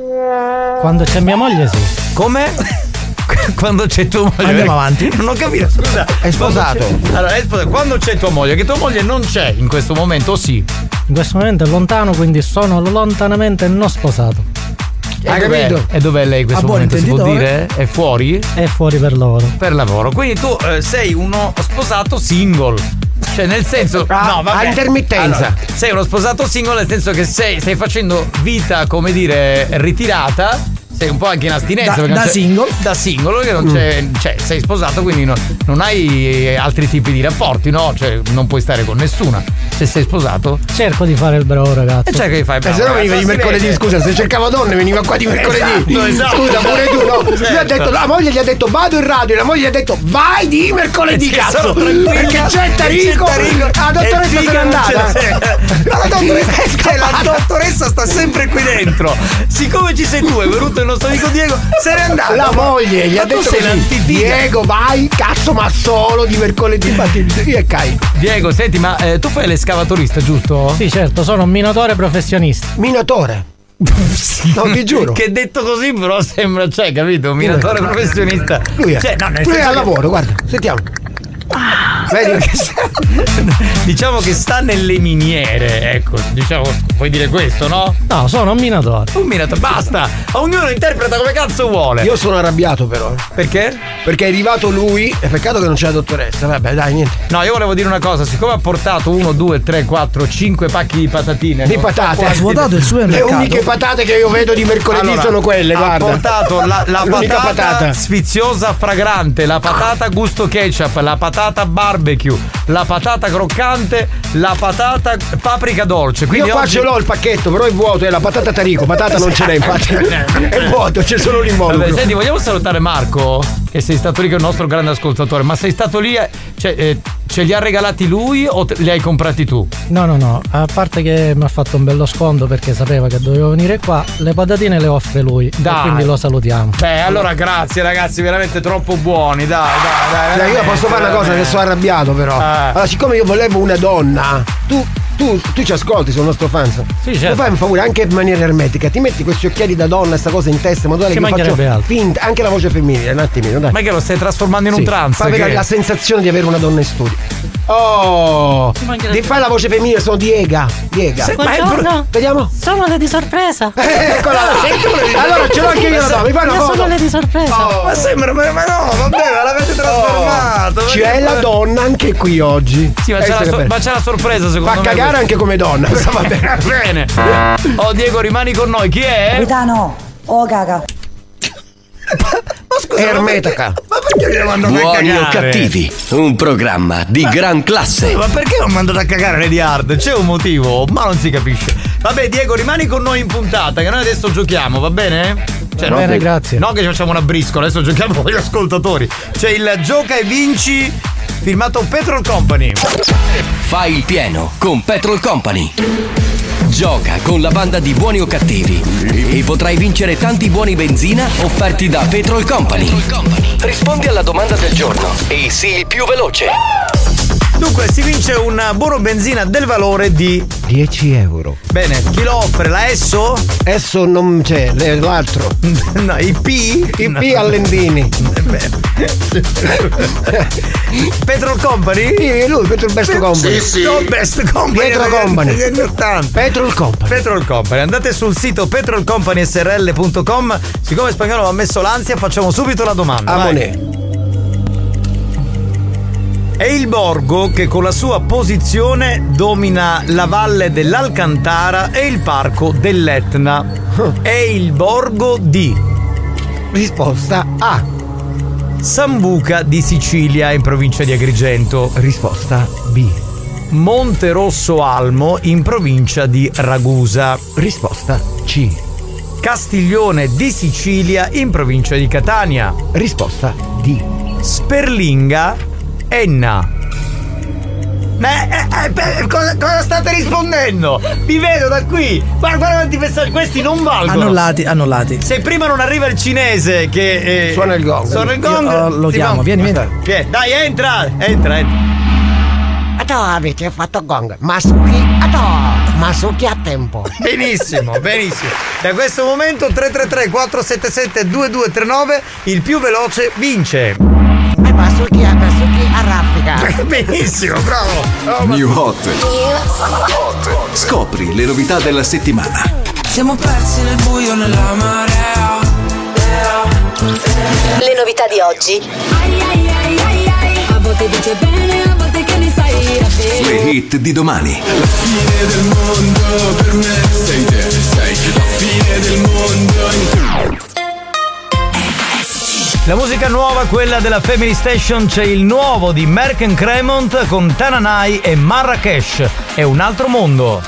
Quando c'è mia moglie sì. Come? Quando c'è tua moglie. Andiamo avanti. Non ho capito, scusa. È sposato. Allora, è sposato. Quando c'è tua moglie, che tua moglie non c'è in questo momento, o sì? In questo momento è lontano, quindi sono lontanamente non sposato. Hai capito? E dov'è lei in questo ah, momento? Si può dire? È fuori? È fuori per lavoro. Per lavoro. Quindi tu eh, sei uno sposato single. Cioè nel senso ah, no, vabbè. A intermittenza. Allora, sei uno sposato single nel senso che sei, stai facendo vita, come dire, ritirata. Sei un po' anche in astinenza. Da, da c'è, single. Da single, che non c'è. Mm. Cioè, sei sposato, quindi non, non hai altri tipi di rapporti, no? Cioè, non puoi stare con nessuna. Se sei sposato. Cerco di fare il bravo ragazzo. E cerca di fare il bravo. Eh, se no veniva di mercoledì, vede. Scusa, se cercava donne veniva qua di mercoledì. Esatto, esatto. Scusa, pure tu, no? Certo. Lui ha detto, la moglie gli ha detto vado in radio, e la moglie gli ha detto vai di mercoledì, cazzo! Perché c'è Tarico, la dottoressa se n'è andata. La dottoressa, la dottoressa sta sempre qui dentro. Siccome ci sei tu, è venuto il nostro amico Diego, se n'è andato. La moglie gli ha detto così, Diego vai, cazzo, ma solo di mercoledì. E cai. Diego, senti, ma eh, tu fai l'escavatorista, giusto? Sì, certo, sono un minatore professionista. Minatore? No, ti giuro. Che detto così però sembra, cioè, capito? Un minatore professionista. Lui è, cioè, no, nel lui è al senso che- lavoro, guarda, sentiamo. Vedi che Diciamo che sta nelle miniere, ecco, diciamo, puoi dire questo, no? No, sono un minatore. Un minatore, basta! Ognuno interpreta come cazzo vuole. Io sono arrabbiato però. Perché? Perché è arrivato lui, è peccato che non c'è la dottoressa, vabbè dai, niente. No, io volevo dire una cosa, siccome ha portato uno, due, tre, quattro, cinque pacchi di patatine. Di patate. Ha svuotato il Le supermercato. uniche patate che io vedo di mercoledì Allora, sono quelle, ha guarda. portato la, la L'unica patata, patata. sfiziosa fragrante, la patata gusto ketchup, la patata barbecue, la patata croccante, la patata paprika dolce. Quindi io qua oggi... ce l'ho il pacchetto, però è vuoto, è la patata tarico, patata non ce l'è infatti. È vuoto, c'è solo l'involucro. Vabbè, senti, vogliamo salutare Marco, che sei stato lì, che è il nostro grande ascoltatore, ma sei stato lì, eh, cioè, eh, ce li ha regalati lui o te- li hai comprati tu? No, no, no, a parte che mi ha fatto un bello sconto perché sapeva che dovevo venire qua, le patatine le offre lui. Dai. E quindi lo salutiamo. Beh, allora grazie ragazzi, veramente troppo buoni, dai, dai, dai. Dai, io veramente, posso fare una cosa che veramente. sono arrabbiato però. Eh. Allora, siccome io volevo una donna, tu, tu, tu ci ascolti, sei un nostro fan. Sì, Lo certo. fai un favore anche in maniera ermetica, ti metti questi occhiali da donna, sta cosa in testa, in modo tale Ci che io mancherebbe faccio altro. finta, anche la voce femminile, un attimino, dai. Ma che lo stai trasformando in un Sì, trance? fa vedere che- la sensazione di avere una donna in studio. Oh, di fare la voce femminile, sono Diega. Diega. Se- Ma è Buongiorno. bru- Vediamo. Sono le di sorpresa. Eccola là. Allora ce l'ho anche io la donna, mi fai una Io foto. sono le di sorpresa. Ma sembra, ma, ma no, vabbè, ma l'avete trasformato. C'è la donna anche qui oggi. Sì, ma Hai c'è, la visto che so- bello? ma c'è la sorpresa secondo Fa me. cagare anche come donna, però va bene. Bene. Oh Diego, rimani con noi. Chi è? Capitano, oh caga. Ma scusa, Ermetica. Ma perché mi mandano a Buoni cagare? o cattivi, un programma di gran classe. Ma perché ho mandato a cagare Lady Hard? C'è un motivo, ma non si capisce. Vabbè, Diego, rimani con noi in puntata, che noi adesso giochiamo, va bene? Cioè, Va no, bene, che- grazie. No, che ci facciamo una briscola, adesso giochiamo con gli ascoltatori. C'è il Gioca e Vinci, firmato Petrol Company. Fai il pieno con Petrol Company. Gioca con la banda di Buoni o Cattivi e potrai vincere tanti buoni benzina offerti da Petrol Company. Rispondi alla domanda del giorno e sii il più veloce. Dunque, si vince un buono benzina del valore di dieci euro. Bene, chi lo offre? La Esso? Esso non c'è, l'altro. No, i P? I P a Lendini. Petrol Company? Sì, lui, Petrol Best Company. Sì, sì. No, Best Company. Pietro Company. Negli anni ottanta. Petrol Company. Petrol Company. Andate sul sito petrol company s r l punto com. Siccome Spagnolo mi ha messo l'ansia, facciamo subito la domanda. A Vai. monè. È il borgo che con la sua posizione domina la valle dell'Alcantara e il parco dell'Etna. È il borgo di Risposta A. Sambuca di Sicilia in provincia di Agrigento. Risposta B. Monte Rosso Almo in provincia di Ragusa. Risposta C. Castiglione di Sicilia in provincia di Catania. Risposta D. Sperlinga, Enna. Eh, eh, eh, beh, cosa, cosa state rispondendo? Vi vedo da qui. Guarda, guarda quanti messaggi. Questi non valgono. Annullati, annullati. Se prima non arriva il cinese che eh, Suona il gong. Suona il gong. Io, oh, lo si chiamo, va- vieni, vieni. Vieni, dai, entra, entra, entra. Ato, avete fatto gong. Masuki, ato. Masuki a tempo. Benissimo, benissimo. Da questo momento tre tre tre quattro sette sette due due tre nove, il più veloce vince. Eh, Masuki, Masuki a raffica. Benissimo, bravo. Oh, ma- New Hot. Scopri le novità della settimana. Siamo persi nel buio, nella marea. Le novità di oggi. A volte dice bene, a volte che ne sai. Le hit di domani. La fine del mondo per me sei te, sai che la fine del mondo. La musica nuova, quella della Family Station, c'è il nuovo di Merck and Cremont con Tananai e Marrakesh. È un altro mondo.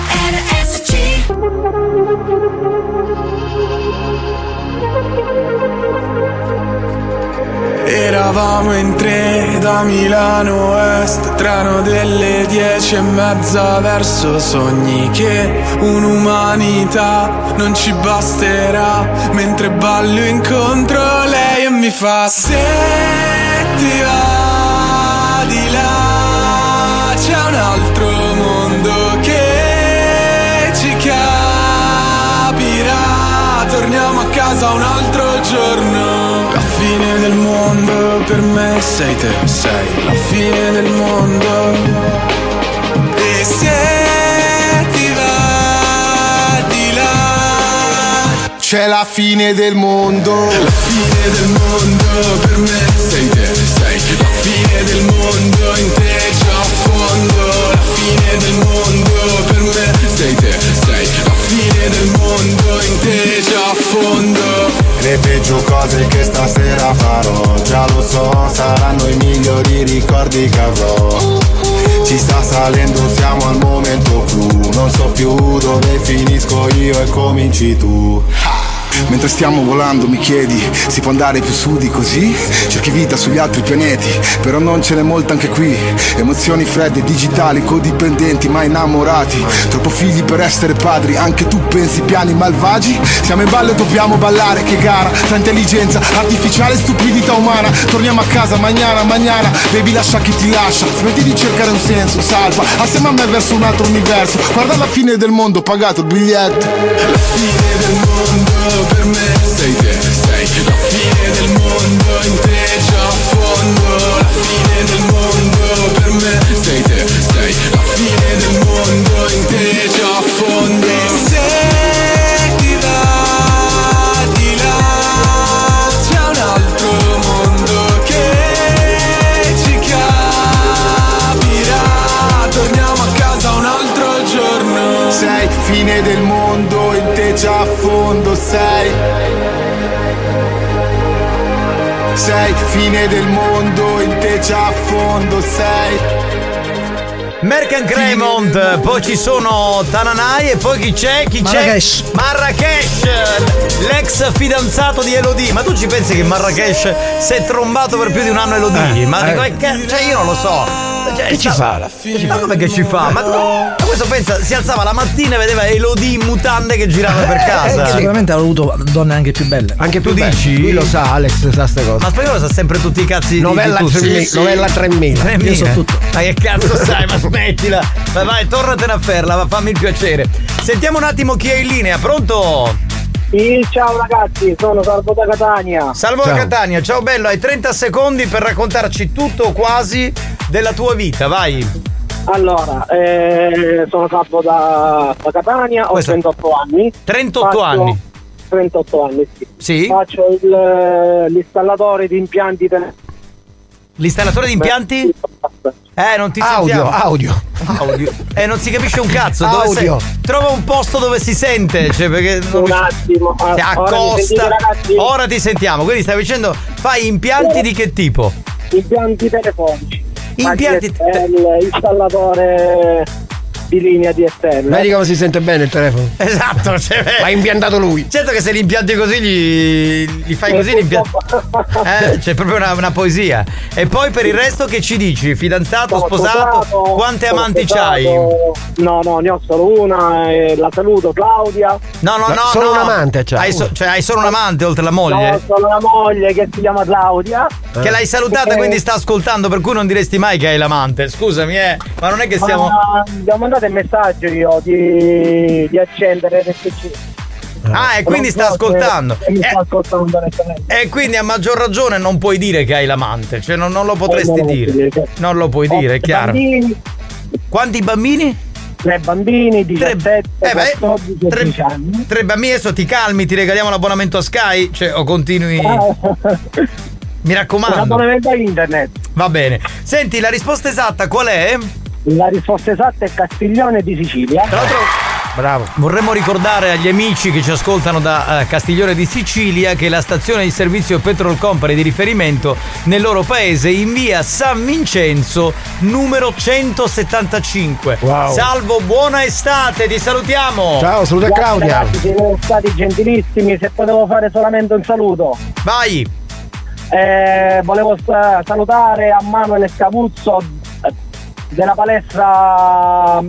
Eravamo in tre da Milano Est, treno delle dieci e mezza verso sogni che un'umanità non ci basterà. Mentre ballo incontro lei e mi fa: se ti va di là c'è un altro mondo che ci capirà. casa un altro giorno. La fine del mondo per me sei te, sei la fine del mondo. E se ti va di là c'è la fine del mondo. La fine del mondo per me sei te, sei la fine del mondo, in te c'è affondo. La fine del mondo per me sei te, sei la fine del mondo, in te c'è affondo. Le peggio cose che stasera farò, già lo so, saranno i migliori ricordi che avrò. Ci sta salendo, siamo al momento clou, non so più dove finisco io e cominci tu. Mentre stiamo volando mi chiedi, si può andare più su di così? Cerchi vita sugli altri pianeti, però non ce n'è molta anche qui. Emozioni fredde, digitali, codipendenti, ma innamorati. Troppo figli per essere padri, anche tu pensi piani malvagi? Siamo in ballo e dobbiamo ballare, che gara tra intelligenza artificiale e stupidità umana. Torniamo a casa, mañana, mañana, baby lascia chi ti lascia. Smetti di cercare un senso, salva, assieme a me verso un altro universo. Guarda la fine del mondo, pagato il biglietto. La fine del mondo per me sei te, sei la fine del mondo, in te c'è affondo. La fine del mondo per me sei te, sei la fine del mondo, in te c'è affondo. E se ti va di là c'è un altro mondo che ci capirà. Torniamo a casa un altro giorno. Sei fine del mondo, in te c'è affondo. Sei Sei fine del mondo, in te c'è affondo. Sei Merck and Cremont, poi ci sono Tananai e poi chi c'è? Chi Marrakesh. c'è? Marrakesh, l'ex fidanzato di Elodie. Ma tu ci pensi che Marrakesh si è trombato per più di un anno Elodie? Eh, ma eh. che, cioè io non lo so. Cioè, Che ci fa? alla fine? Ma come che ci fa? Ma, ma questo pensa, si alzava la mattina e vedeva Elodie in mutande che girava per casa. Eh, sicuramente ha avuto donne anche più belle. Anche Tu più bello. dici? Lui lo sa, Alex sa ste cose. Ma Spagnolo sa sempre tutti i cazzi di Novella di tutti. tremila, Sì, sì. novella tremila. tremila. Io so tutto. Ma che cazzo sai? Ma smettila. Vai, vai, tornatene a ferla, ma fammi il piacere. Sentiamo un attimo chi è in linea, pronto? Sì, ciao ragazzi, sono Salvo da Catania. Salvo da Catania, ciao bello, hai trenta secondi per raccontarci tutto o quasi della tua vita, vai. Allora, eh, sono Salvo da, da Catania, ho Questo- trentotto anni. trentotto anni. trentotto anni, sì. Sì? Faccio il, l'installatore di impianti tele- L'installatore di impianti? Eh, non ti Audio, sentiamo. audio. Audio. Eh, non si capisce un cazzo. Dove Audio. sei? Trova un posto dove si sente. Cioè, perché non Un attimo, si ora mi accosta. sentite, ragazzi? Ora ti sentiamo. Quindi stai dicendo, fai impianti di che tipo? impianti telefonici. Impianti A D S L, installatore di linea D S L. Vedi come si sente bene il telefono? Esatto, cioè, l'ha impiantato lui. Certo che se li impianti così gli, gli fai così li impianti. Eh, c'è proprio una, una poesia. E poi per il resto che ci dici? Fidanzato, Sono sposato? sposato, Quante sono amanti sposato. c'hai? No, no, ne ho solo una, e la saluto, Claudia. No, no, no, Solo no. un amante c'ha. Hai, so- cioè, hai solo un amante oltre la moglie? No, sono una moglie che si chiama Claudia. Che l'hai salutata, Eh, quindi sta ascoltando, per cui non diresti mai che hai l'amante. Scusami, eh, ma non è che stiamo. Ma gli ho mandato il messaggio io di, di accendere R S C. Ah, e quindi Non sta so se- ascoltando. se mi Eh, sta ascoltando onestamente. E quindi a maggior ragione non puoi dire che hai l'amante, cioè non, non lo potresti Eh, non lo dire. posso dire. Non lo puoi dire, è Ho chiaro. bambini, Quanti bambini? tre bambini, diciassette, Eh beh, quattordici e tre, quindici anni. tre bambini, adesso ti calmi, ti regaliamo l'abbonamento a Sky? Cioè, o continui. Mi Un raccomando. abbonamento a internet. Va bene. Senti, la risposta esatta qual è? La risposta esatta è Castiglione di Sicilia. Tra l'altro, bravo. Vorremmo ricordare agli amici che ci ascoltano da eh, Castiglione di Sicilia che la stazione di servizio Petrol Company di riferimento nel loro paese in via San Vincenzo numero centosettantacinque. Wow. Salvo, buona estate, ti salutiamo. Ciao, saluta Grazie, Claudia. ragazzi, siete stati gentilissimi. Se potevo fare solamente un saluto. Vai. Eh, volevo sa- salutare a Manuel Scavuzzo eh, della palestra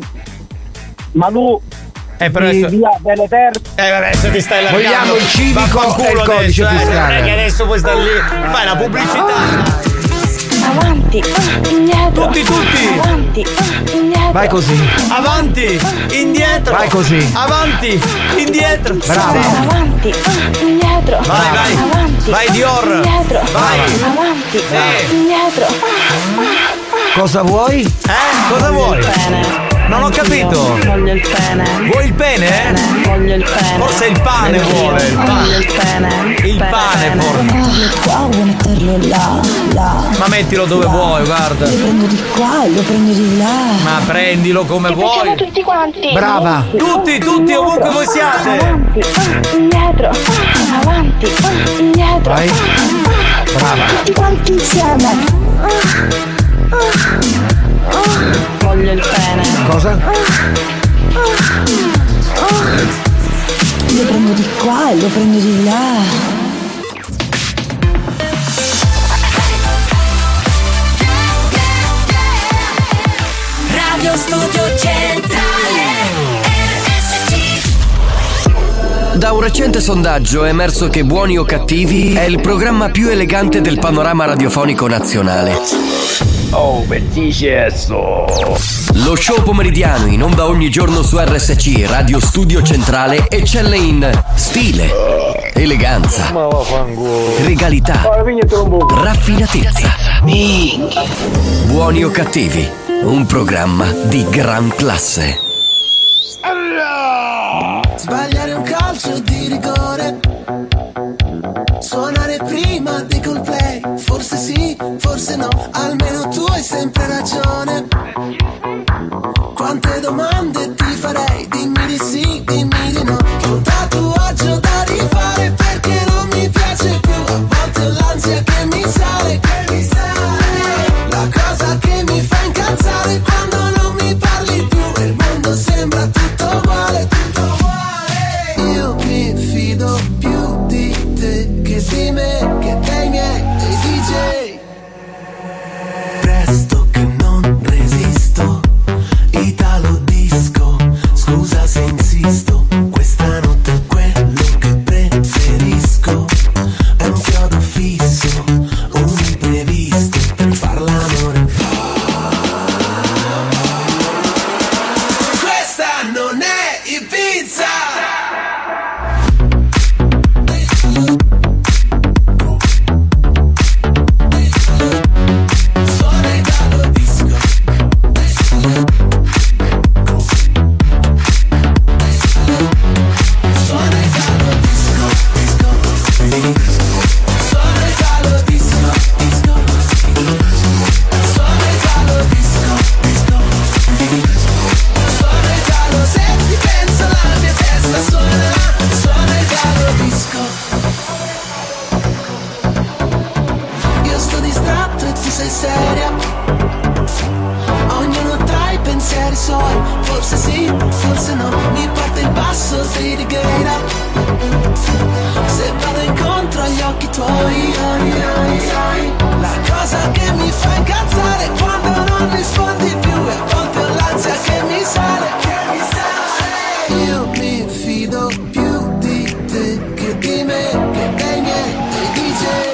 Malù Eh, però di adesso- via Belle Terre. Eh vabbè, adesso ti stai allargando. Vogliamo il civico Vaffanculo e il codice adesso, eh, fiscale. Non è che adesso puoi stare lì, fai la pubblicità. Avanti, uh, indietro. Tutti, tutti. Avanti, uh, indietro. Vai così. Avanti, indietro. Vai così. Avanti, indietro. Brava. Avanti, uh, indietro. Vai, vai. Avanti. Vai Dior. Indietro. Vai. Avanti, Eh. indietro. Cosa vuoi? Eh? Cosa vuoi? Non ho capito. Voglio il pene. Vuoi il pene? Voglio il pene. Forse il pane vuole. Il Voglio pane. il pene. Il pane forse. Metterlo qua, vuoi metterlo là, là. Ma mettilo dove là. vuoi, guarda. Lo prendo di qua, lo prendo di là. Ma prendilo come vuoi. Tutti quanti. Brava. Tutti, tutti, ovunque voi siate. Avanti, uh, indietro. Avanti, uh, indietro. Vai. Brava. Tutti quanti insieme. Voglio il pene. Cosa? Lo prendo di qua e lo prendo di là. Radio Studio Centrale R S C. Da un recente sondaggio è emerso che Buoni o Cattivi è il programma più elegante del panorama radiofonico nazionale. Oh, bellissimo! Lo show pomeridiano in onda ogni giorno su R S C Radio Studio Centrale eccelle in stile, eleganza, regalità, raffinatezza. Buoni o Cattivi, un programma di gran classe. Sbagliare un calcio di rigore, suonare prima dei Coldplay, forse sì, forse no, almeno tu hai sempre ragione. Quante domande ti farei, dimmi di sì, dimmi di no. Che un tatuaggio da rifare perché non mi piace più, a volte ho l'ansia che mi sale, che mi sale. La cosa che mi fa incazzare quando non mi parli più e il mondo sembra tutto uguale, tutto uguale. Io mi fido più di te che di me, che dei miei, dei D J. Presto che non resisto, Italo disco, scusa se insisto, questa notte è quello che preferisco, è un chiodo fisso, un imprevisto per far l'amore. Questa non è Ibiza. Io sto distratto e tu sei seria, ognuno tra i pensieri suoi, forse sì, forse no, mi parte il basso di righiera, se vado incontro agli occhi tuoi. La cosa che mi fa incazzare è quando non rispondi più e a volte ho l'ansia che mi sale, che mi sale. Io mi fido più di te che di me, che dei miei, dei D J.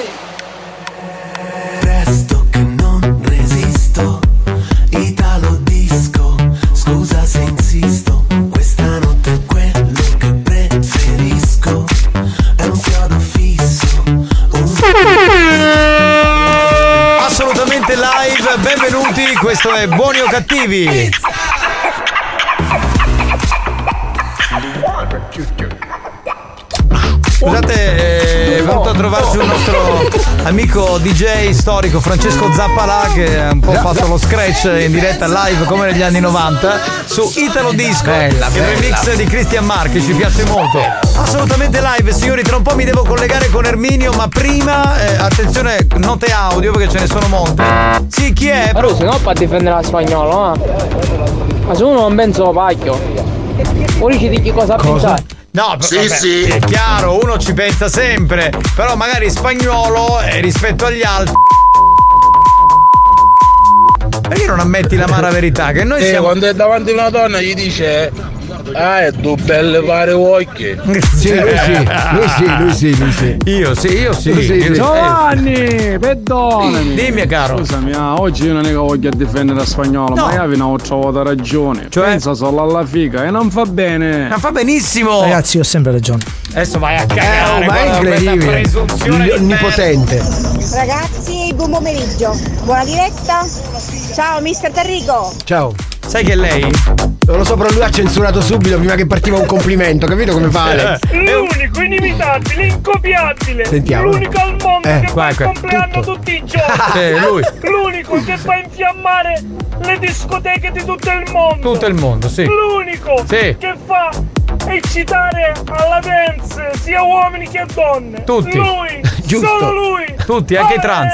Presto che non resisto, Italo disco, scusa se insisto, questa notte è quello che preferisco, è un chiodo fisso, un... Assolutamente live, benvenuti, questo è Buoni o Cattivi. Scusate, è venuto a trovarci un nostro amico D J storico Francesco Zappalà che ha un po' fatto lo scratch in diretta live come negli anni novanta su Italo Disco, Bella, il bella. remix di Christian Marchi, ci piace molto. Assolutamente live, signori, tra un po' mi devo collegare con Erminio, ma prima eh, attenzione, note audio perché ce ne sono molte. Sì, chi è? Ma se no per difendere la spagnolo, eh? Ma se uno non pensa pacchio, ora ci dici cosa, cosa? pensare. No, Sì, vabbè, sì. è chiaro, uno ci pensa sempre, però magari spagnolo eh, rispetto agli altri. Perché non ammetti l'amara verità? Che noi Eh, siamo. quando è davanti a una donna gli dice Ah, è due belle pare occhi. Sì, lui sì, lui sì, lui sì, lui sì. Io sì, io sì. Lui sì, io sì. sì. Giovanni, perdonami. Dimmi, caro. Scusami, ah, oggi io non è che voglio difendere a spagnolo, No. ma io avevo ho trovato ragione. Cioè? Pensa solo alla figa e non fa bene. Ma fa benissimo. Ragazzi, ho sempre ragione. Adesso vai a Eh, cagare. oh, ma è guarda questa incredibile. presunzione di Onnipotente. Ragazzi, buon pomeriggio. Buona diretta. Ciao mister Terrico. Ciao. Sai che lei? Non lo so, però lui ha censurato subito prima che partiva un complimento, capito come fa Alex? L'unico, inimitabile, incopiabile. Sentiamo. L'unico al mondo Eh, che qua, fa il qua. compleanno tutti i giorni. Sì, lui. L'unico che fa infiammare le discoteche di tutto il mondo. Tutto il mondo, sì. L'unico Sì. che fa eccitare alla dance sia uomini che donne. Tutti. Lui. Giusto. Solo lui. Tutti, anche i trans.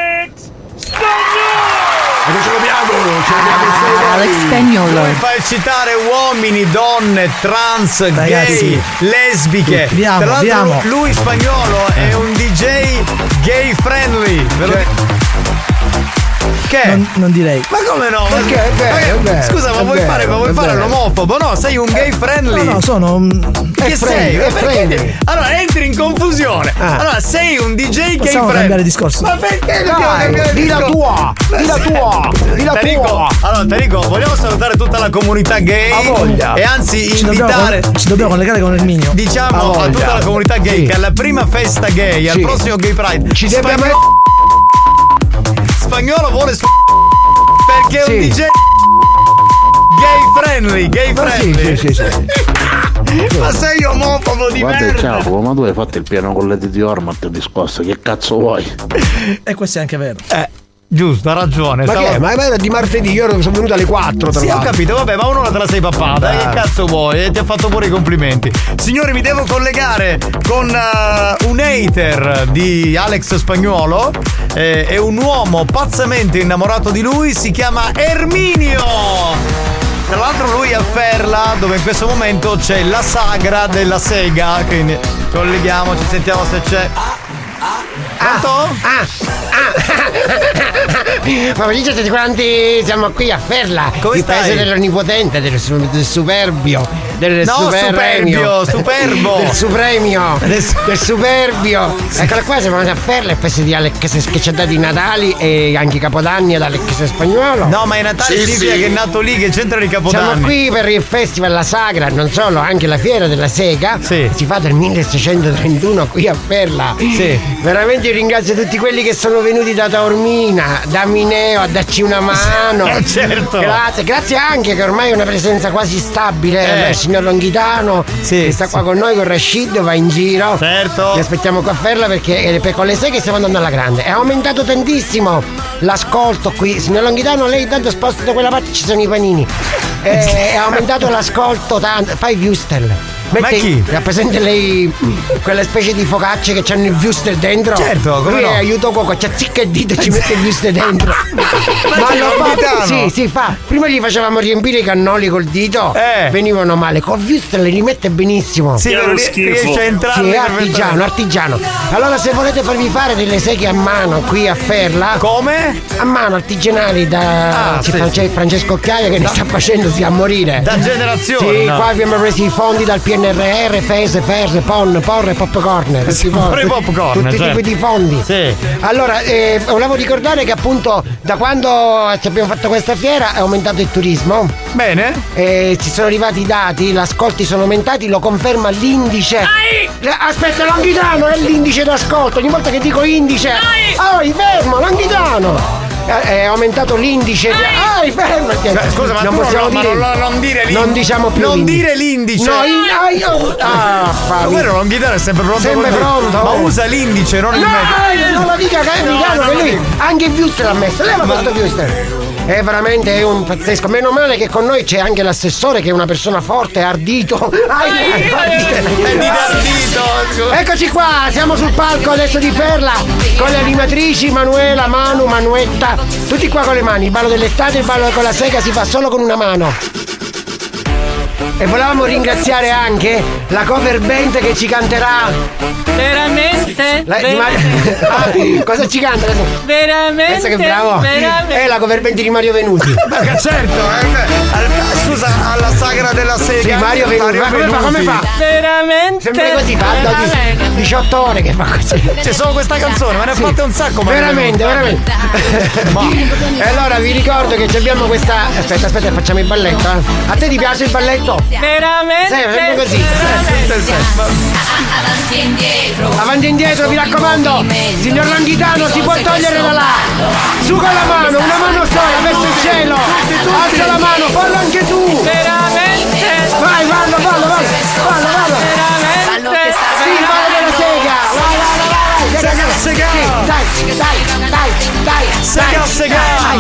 E ce l'abbiamo, ce l'abbiamo Alex Spagnolo. Lui fa eccitare uomini, donne, trans, Ragazzi, gay, lesbiche. viamo, Tra l'altro viamo. lui spagnolo è un D J gay friendly. Ve lo- Cioè, Che? Non, non direi. Ma come no? Ma Perché? È vero, ma che- è vero, Scusa, ma è vuoi vero, fare, ma vuoi è fare vero. l'omofobo? No, sei un gay friendly. No, no, sono un. Che È sei? friendly, Ma è perché- friendly. Allora entri in confusione. Ah. Allora sei un D J gay Possiamo friendly. cambiare discorso. Ma perché dobbiamo Dai, cambiare di la discorso? tua, di la tua, di la Tarico, tua. allora Tarico, vogliamo salutare tutta la comunità gay A voglia. e anzi Ci dobbiamo, invitare con- ci dobbiamo collegare con Erminio. A diciamo a voglia. tutta la comunità gay Sì. che alla prima festa gay, al Sì. prossimo Gay Pride, Ci deve Spagnolo, Spagnolo vuole su perché è un Sì. D J gay friendly, gay Ma sì, friendly. sì, sì, sì. Ma sei omofobo di Guarda, merda. ciao, ma tu hai fatto il piano con le di Ormat discosso, che cazzo vuoi? E questo è anche vero. Eh, giusto, ha ragione. Ma stavo- che è? Ma era di martedì, io sono venuto alle quattro tra Sì, ho l'altro. capito, vabbè, ma un'ora te la sei pappata. eh, Che cazzo vuoi? E ti ha fatto pure i complimenti. Signori, mi devo collegare con uh, un hater di Alex Spagnolo. Eh, è un uomo pazzamente innamorato di lui, si chiama Erminio. Tra l'altro lui è a Ferla, dove in questo momento c'è la sagra della sega. Quindi colleghiamo, ci sentiamo se c'è. Pronto? Ah, pomeriggio a tutti quanti, siamo qui a Ferla, Come il stai? paese dell'onnipotente, del, su- del superbio, del No, superemio, superbio, superbo. del supremio, Del su- del superbio. Eccola qua, siamo andati a Ferla, il paese di Alex che ci ha dato i Natali e anche i Capodanni ad Alex Spagnolo. No, ma i Natali Sì, significa sì. che è nato lì, che c'entra i Capodanni. Siamo qui per il festival La Sagra, non solo, anche la fiera della sega. Sì. Si fa del milleseicentotrentuno qui a Ferla. Sì. Veramente ringrazio tutti quelli che sono venuti da Taormina, da Mineo a darci una mano. Eh, certo. Grazie, grazie anche che ormai è una presenza quasi stabile. Eh. Il signor Longhitano Sì, che sta sì. qua con noi con Rashid, va in giro. Certo. Li aspettiamo qua a Ferla perché eh, per- con le seghe stiamo andando alla grande. È aumentato tantissimo l'ascolto qui. Signor Longhitano, lei tanto sposta da quella parte, ci sono i panini. Eh, è aumentato l'ascolto tanto. Fai Viewstel. Ma chi? Rappresenta lei quelle specie di focacce che hanno il Viewstel dentro? Certo, come Lui no? è aiuto cuoco, c'ha zicca il dito e ci mette il Viewstel dentro. Ma c'è lo Longhitano? fa, sì, si fa. Prima gli facevamo riempire i cannoli col dito, Eh. venivano male. Col Viewstel li rimette benissimo. Sì, però rie- riesce a entrare. Sì, è artigiano, artigiano. Allora se volete farvi fare delle seghe a mano qui a Ferla. Come? A mano, artigianali da Ah, c'è sì, Fran- c'è Francesco Occhiaia che ne sta facendo sì, a morire. Da generazioni, Sì, no? qua abbiamo preso i fondi dal P N R R, FESE, FERSE, PON, POR e Popcorn. Sì, pure i popcorn, Tutti i certo. tipi di fondi. Sì. Allora, eh, volevo ricordare che appunto da quando ci abbiamo fatto questa fiera è aumentato il turismo. Bene. Eh, ci sono arrivati i dati, gli ascolti sono aumentati, lo conferma l'indice. Eh, Aspetta, Longhitano, è l'indice d'ascolto. Ogni volta che dico indice. Oh, fermo, Longhitano! È è aumentato l'indice. di- Ah, fermati! Beh, scusa, ma non tu possiamo non- ma dire. non- non dire l'indice. Non diciamo più. Non l'indice. dire l'indice. No, in, ai, oh, ah, Ma Fabi. quello Longhitano è sempre pronto. Sempre con- pronto. Ma usa l'indice, non il No, metodo. eh, non la dica che è No, Milano, no, che no, lui no. anche il Viewster l'ha messo. Lei l'ha Ma- fatto Viewster. È veramente è un pazzesco. Meno male che con noi c'è anche l'assessore che è una persona forte, ardito. Ai, ai, È di ardito. Eccoci qua, siamo sul palco adesso di Ferla con le animatrici Manuela, Manu, Manuetta, tutti qua con le mani. Il ballo dell'estate, il ballo con la sega si fa solo con una mano. E volevamo ringraziare anche la cover band che ci canterà. Veramente? La, di Mario... ah, cosa ci canta? Veramente? Pensa che bravo. Veramente? È la cover band di Mario Venuti. Ma certo, eh, scusa, alla sagra della sega. Sì, Mario Venuti. Ma come fa? Come fa? Veramente? Sempre così, fa da diciotto ore che fa così. C'è solo questa canzone, ma ne ha fatte un sacco. Veramente, veramente. E allora vi ricordo che abbiamo questa. Aspetta, aspetta, facciamo il balletto. Eh. A te ti piace il balletto? Veramente? Sì, sempre così. Veramente. Avanti e indietro. Avanti e indietro, mi raccomando. Signor Langhitano, si può togliere da là. Su con la mano, una mano sola, verso il cielo. Alza la mano, fallo anche tu. Veramente? Vai, fallo, fallo, fallo. Fallo, fallo. Veramente? Sì, fallo della sega. Vai, vai, vai, vai. Sega, sega. Dai, dai, dai, dai. Sega, sega.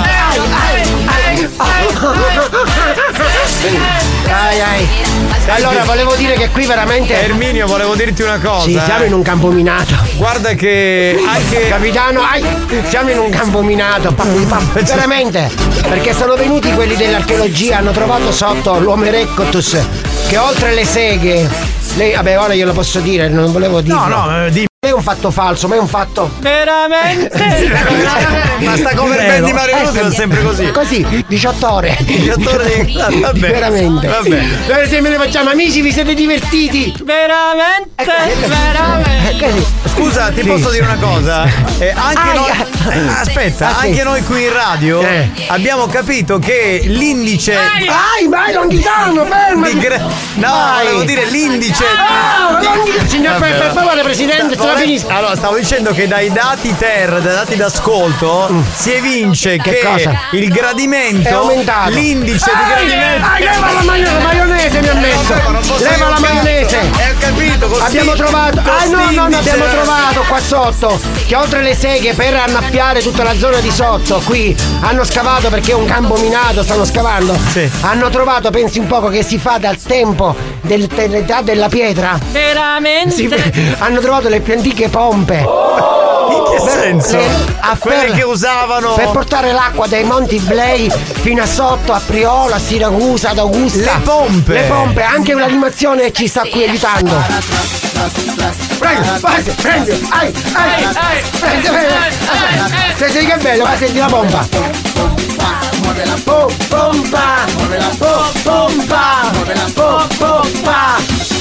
Ai, ai. Allora volevo dire che qui veramente Erminio, volevo dirti una cosa. Sì, siamo in un campo minato. Guarda che anche Capitano, ai, siamo in un campo minato. Veramente. Perché sono venuti quelli dell'archeologia, hanno trovato sotto l'Homo erectus che oltre le seghe. Lei, vabbè, ora glielo posso dire, non volevo dirlo. No, no, di è un fatto falso, ma è un fatto. Veramente? Ma sta cover band di Mario Venuti è sempre così. Così, diciotto ore. diciotto ore di... ah, vabbè. Veramente. Vabbè. Se me ne facciamo amici, vi siete divertiti. Veramente? Veramente? Scusa, ti Sì. posso dire una cosa? Eh, anche noi... eh, aspetta, Ah, sì. anche noi qui in radio Eh. abbiamo capito che l'indice... Vai, vai, Longhitano, fermati. di gra- No, Vai. volevo dire l'indice... Ah, Longhitano. Signor, per, per favore, Presidente, se la finisca. Allora, stavo dicendo che dai dati ter, dai dati d'ascolto, si evince che, cosa? il gradimento, È aumentato. l'indice di gradimento. Ah, leva la, ma- la maionese mi ha messo. vabbè, non posso Leva dire la un maionese. cazzo. Eh, ho capito, così. Abbiamo trovato. Ah no, no, no, abbiamo trovato qua sotto che oltre le seghe per annaffiare tutta la zona di sotto, qui hanno scavato perché è un campo minato, stanno scavando. Sì. Hanno trovato, pensi un poco che si fa dal tempo del- dell'età della pietra. Veramente? Si- hanno trovato le più antiche pompe. In che senso? Le- a Quelle ferro- che usavano per portare l'acqua dai Monti Blei fino a sotto a Priola, a Siracusa, ad Augusta. Le pompe. Le pompe, anche l'animazione ci sta qui aiutando. Prendi, vai, prendi, ai, ai, ai, prendi, prendi. Se sei che bello, vai, senti la pompa. Po, pompa, po, pompa, po, pompa.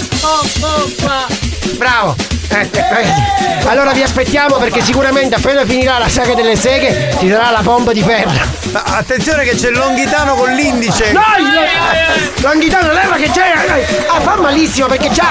Bravo. Eh, eh, allora vi aspettiamo perché sicuramente appena finirà la saga delle seghe ci sarà la pompa di ferro. Ma attenzione che c'è il Longhitano con l'indice. Dai! Longhitano, leva che c'è! Ah, fa malissimo perché c'ha.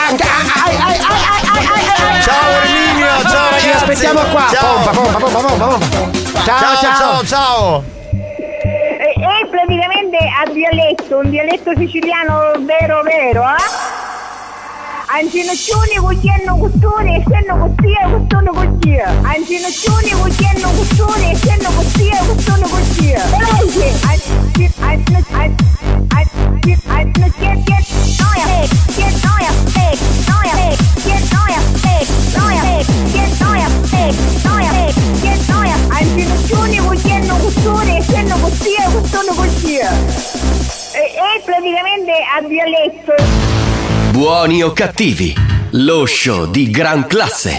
Ciao Erminio, ciao ragazzi. Ci aspettiamo qua. Ciao. Pompa, pompa, pompa, pompa, pompa. Ciao, Ciao, ciao. ciao, ciao. È praticamente a dialetto, un dialetto siciliano vero vero, eh? Ancinoccioni cucchiano custone, essendo costia, custone costia. Ancinoccioni cucchiano custone, essendo costia, custone costia. Veloce! Anci, anci, anci, anci, anci, che, che, noia, che, che, noia, che, noia, che, che, noia, che, noia, che, che, noia, che, noia, che, che, noia. Ancinoccioni cucchiano custone, essendo costia, custone costia. È praticamente a dialetto. Buoni o cattivi, lo show di gran classe.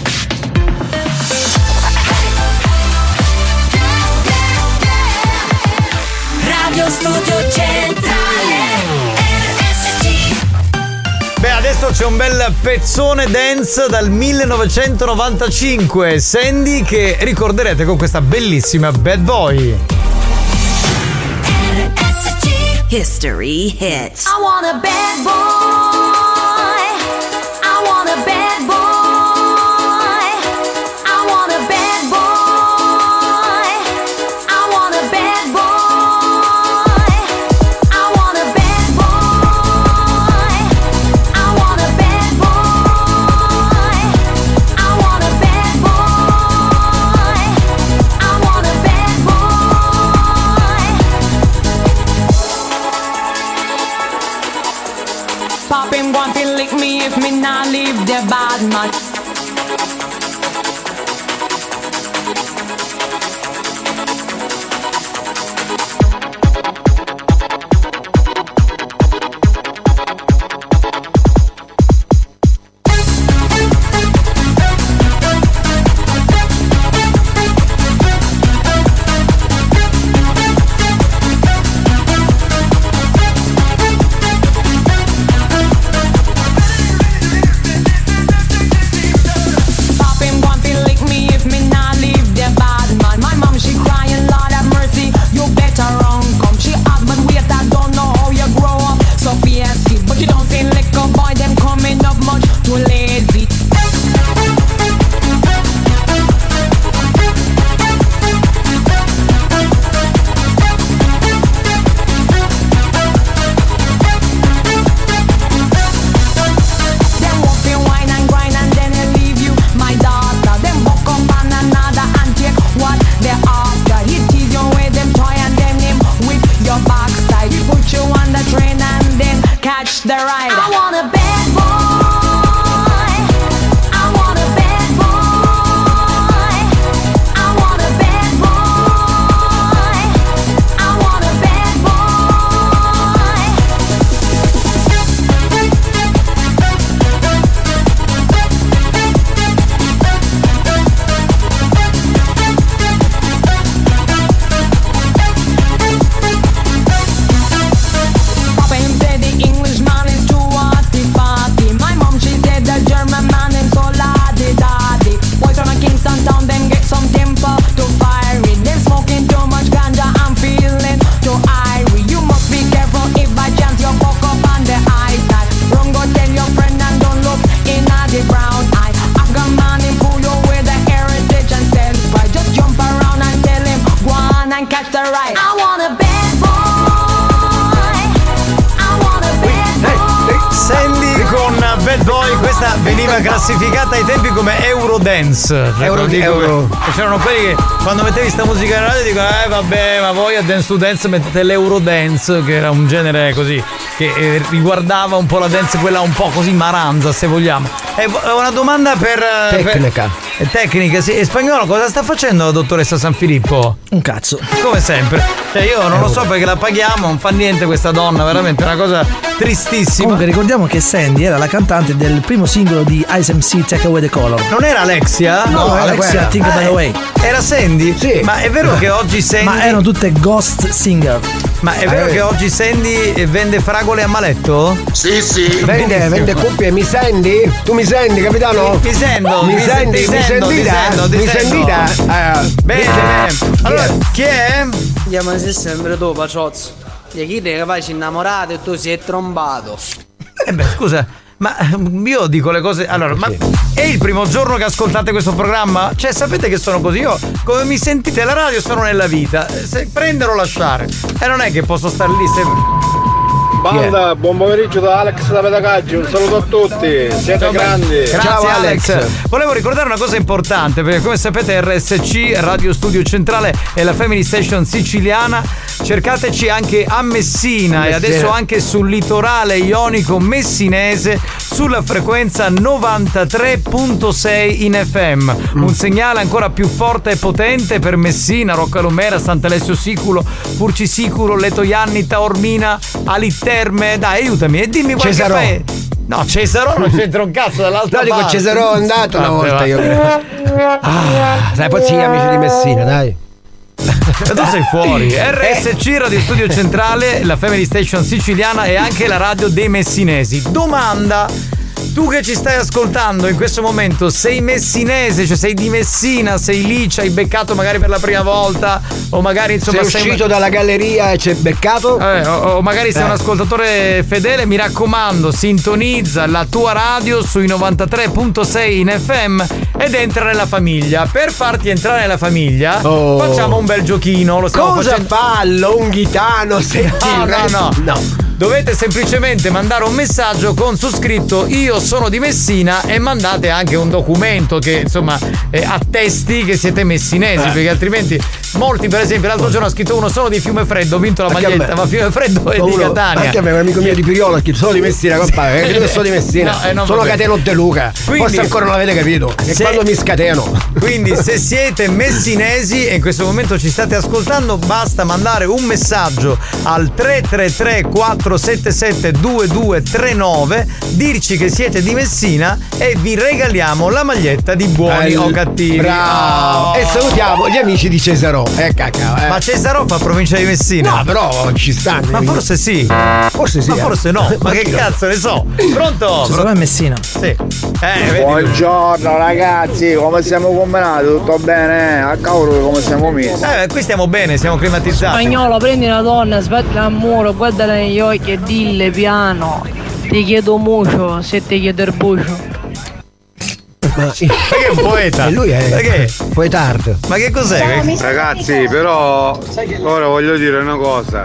Radio Studio Centrale R S C. Beh, adesso c'è un bel pezzone dance dal millenovecentonovantacinque. Sandy, che ricorderete con questa bellissima Bad Boy. History hits. I want a bad boy. I want a bad boy. I want a bad boy. I want a bad boy. I want a bad boy. I want a bad boy. I want a bad boy. I want a bad boy. Popping one feel lick me if me not leave the bad much. veniva classificata ai tempi come Eurodance. Cioè, Euro, dico, Euro. c'erano quelli che quando mettevi sta musica in radio dicono eh vabbè, ma voi a Dance to Dance mettete l'Eurodance, che era un genere così che eh, riguardava un po' la dance, quella un po' così maranza, se vogliamo. È una domanda per tecnica. Per, tecnica, sì. E Spagnolo cosa sta facendo la dottoressa Sanfilippo? Un cazzo. Come sempre. Cioè io non lo so perché la paghiamo, non fa niente questa donna, veramente una cosa tristissima. Comunque ricordiamo che Sandy era la cantante del primo singolo di Ice M C, Take Away the Color. Non era Alexia? No, No, Alexia, Think ah, By The Way. Era Sandy? Sì. Ma è vero che oggi Sandy... Ma erano tutte ghost singer. Ma è vero Eh. che oggi Sandy vende fragole a maletto? Sì, sì. Vende, vende cuffie, mi senti? Tu mi senti, capitano? Mi sento, Mi mi senti? sento, Mi ti sento, sentite? ti sento, ti Mi sento. sentite? Eh, Bene, bene. Allora, chi è? Yeah, ma sei sempre tu, Paciozzo. Gli chiedi che vai innamorato e tu sei trombato. Eh beh, scusa, ma io dico le cose. Allora, ma è il primo giorno che ascoltate questo programma? Cioè, sapete che sono così? Io, come mi sentite alla radio, sono nella vita. Se prendere o lasciare. E non è che posso stare lì sempre. Banda, buon pomeriggio da Alex da Pedagaggi, un saluto a tutti, siete Ciao, grandi. Grazie Ciao, Alex. Alex. Volevo ricordare una cosa importante, perché come sapete R S C, Radio Studio Centrale, è la Family Station siciliana. Cercateci anche a Messina e adesso anche sul litorale ionico messinese sulla frequenza novantatré virgola sei in F M. Mm. Un segnale ancora più forte e potente per Messina, Roccalumera, Sant'Alessio Siculo, Furcisicuro, Letoianni, Taormina, Alitterme. Dai, aiutami e dimmi qualche Cesarò. paese. No, Cesarò non c'entra un cazzo dall'altra No, dico parte. Cesarò è andato una Vabbè, volta, va. io credo. Ah, dai, poi sì, amici di Messina, dai. Ma tu sei fuori. R S C Radio Studio Centrale, la Family Station siciliana e anche la radio dei messinesi. Domanda: tu che ci stai ascoltando in questo momento, sei messinese, cioè sei di Messina, sei lì, ci hai beccato magari per la prima volta, o magari insomma sei uscito dalla galleria e ci hai beccato? Eh, o, o magari sei Eh. un ascoltatore fedele, mi raccomando, sintonizza la tua radio sui novantatré virgola sei in F M ed entra nella famiglia. Per farti entrare nella famiglia Oh. facciamo un bel giochino. Lo stiamo Cosa facendo. fa Longhitano? Senti No, il no, resto? no. Dovete semplicemente mandare un messaggio con su scritto io sono di Messina e mandate anche un documento che insomma eh, attesti che siete messinesi, Eh. perché altrimenti molti, per esempio l'altro giorno ha scritto uno sono di Fiumefreddo, ho vinto la Anche a maglietta, me. ma Fiumefreddo è di Uno- Catania. Anche a me, un amico mio di Piriola, che sono di Messina, compadre. Che io sono di Messina. No, eh, non sono va bene. Cateno De Luca. Quindi- Forse ancora non l'avete capito. E Se- quando mi scateno. Quindi se siete messinesi e in questo momento ci state ascoltando, basta mandare un messaggio al tre tre tre quattro sette sette due due tre nove, dirci che siete di Messina e vi regaliamo la maglietta di buoni Bello. o cattivi. Bravo. Oh. E salutiamo gli amici di Cesarò. Eh, cacca. Eh. Ma Cesarò fa provincia di Messina? No, però ci stanno. Ma forse sì. Forse sì. Ma eh. forse no. Ma che cazzo ne so? Pronto? Ci sarà a Messina. Sì. Eh, vedi. Buongiorno ragazzi, come siamo combinati? Tutto bene? A cavolo come siamo messi? Eh, qui stiamo bene, siamo climatizzati. Spagnolo, prendi una donna, sbatti l'amore, guardala negli occhi e dille piano. Ti chiedo mucho se ti chiedo il bucio. Ma Perché è un poeta? E lui è Perché? poetardo. Ma che cos'è? Ragazzi, però ora voglio dire una cosa.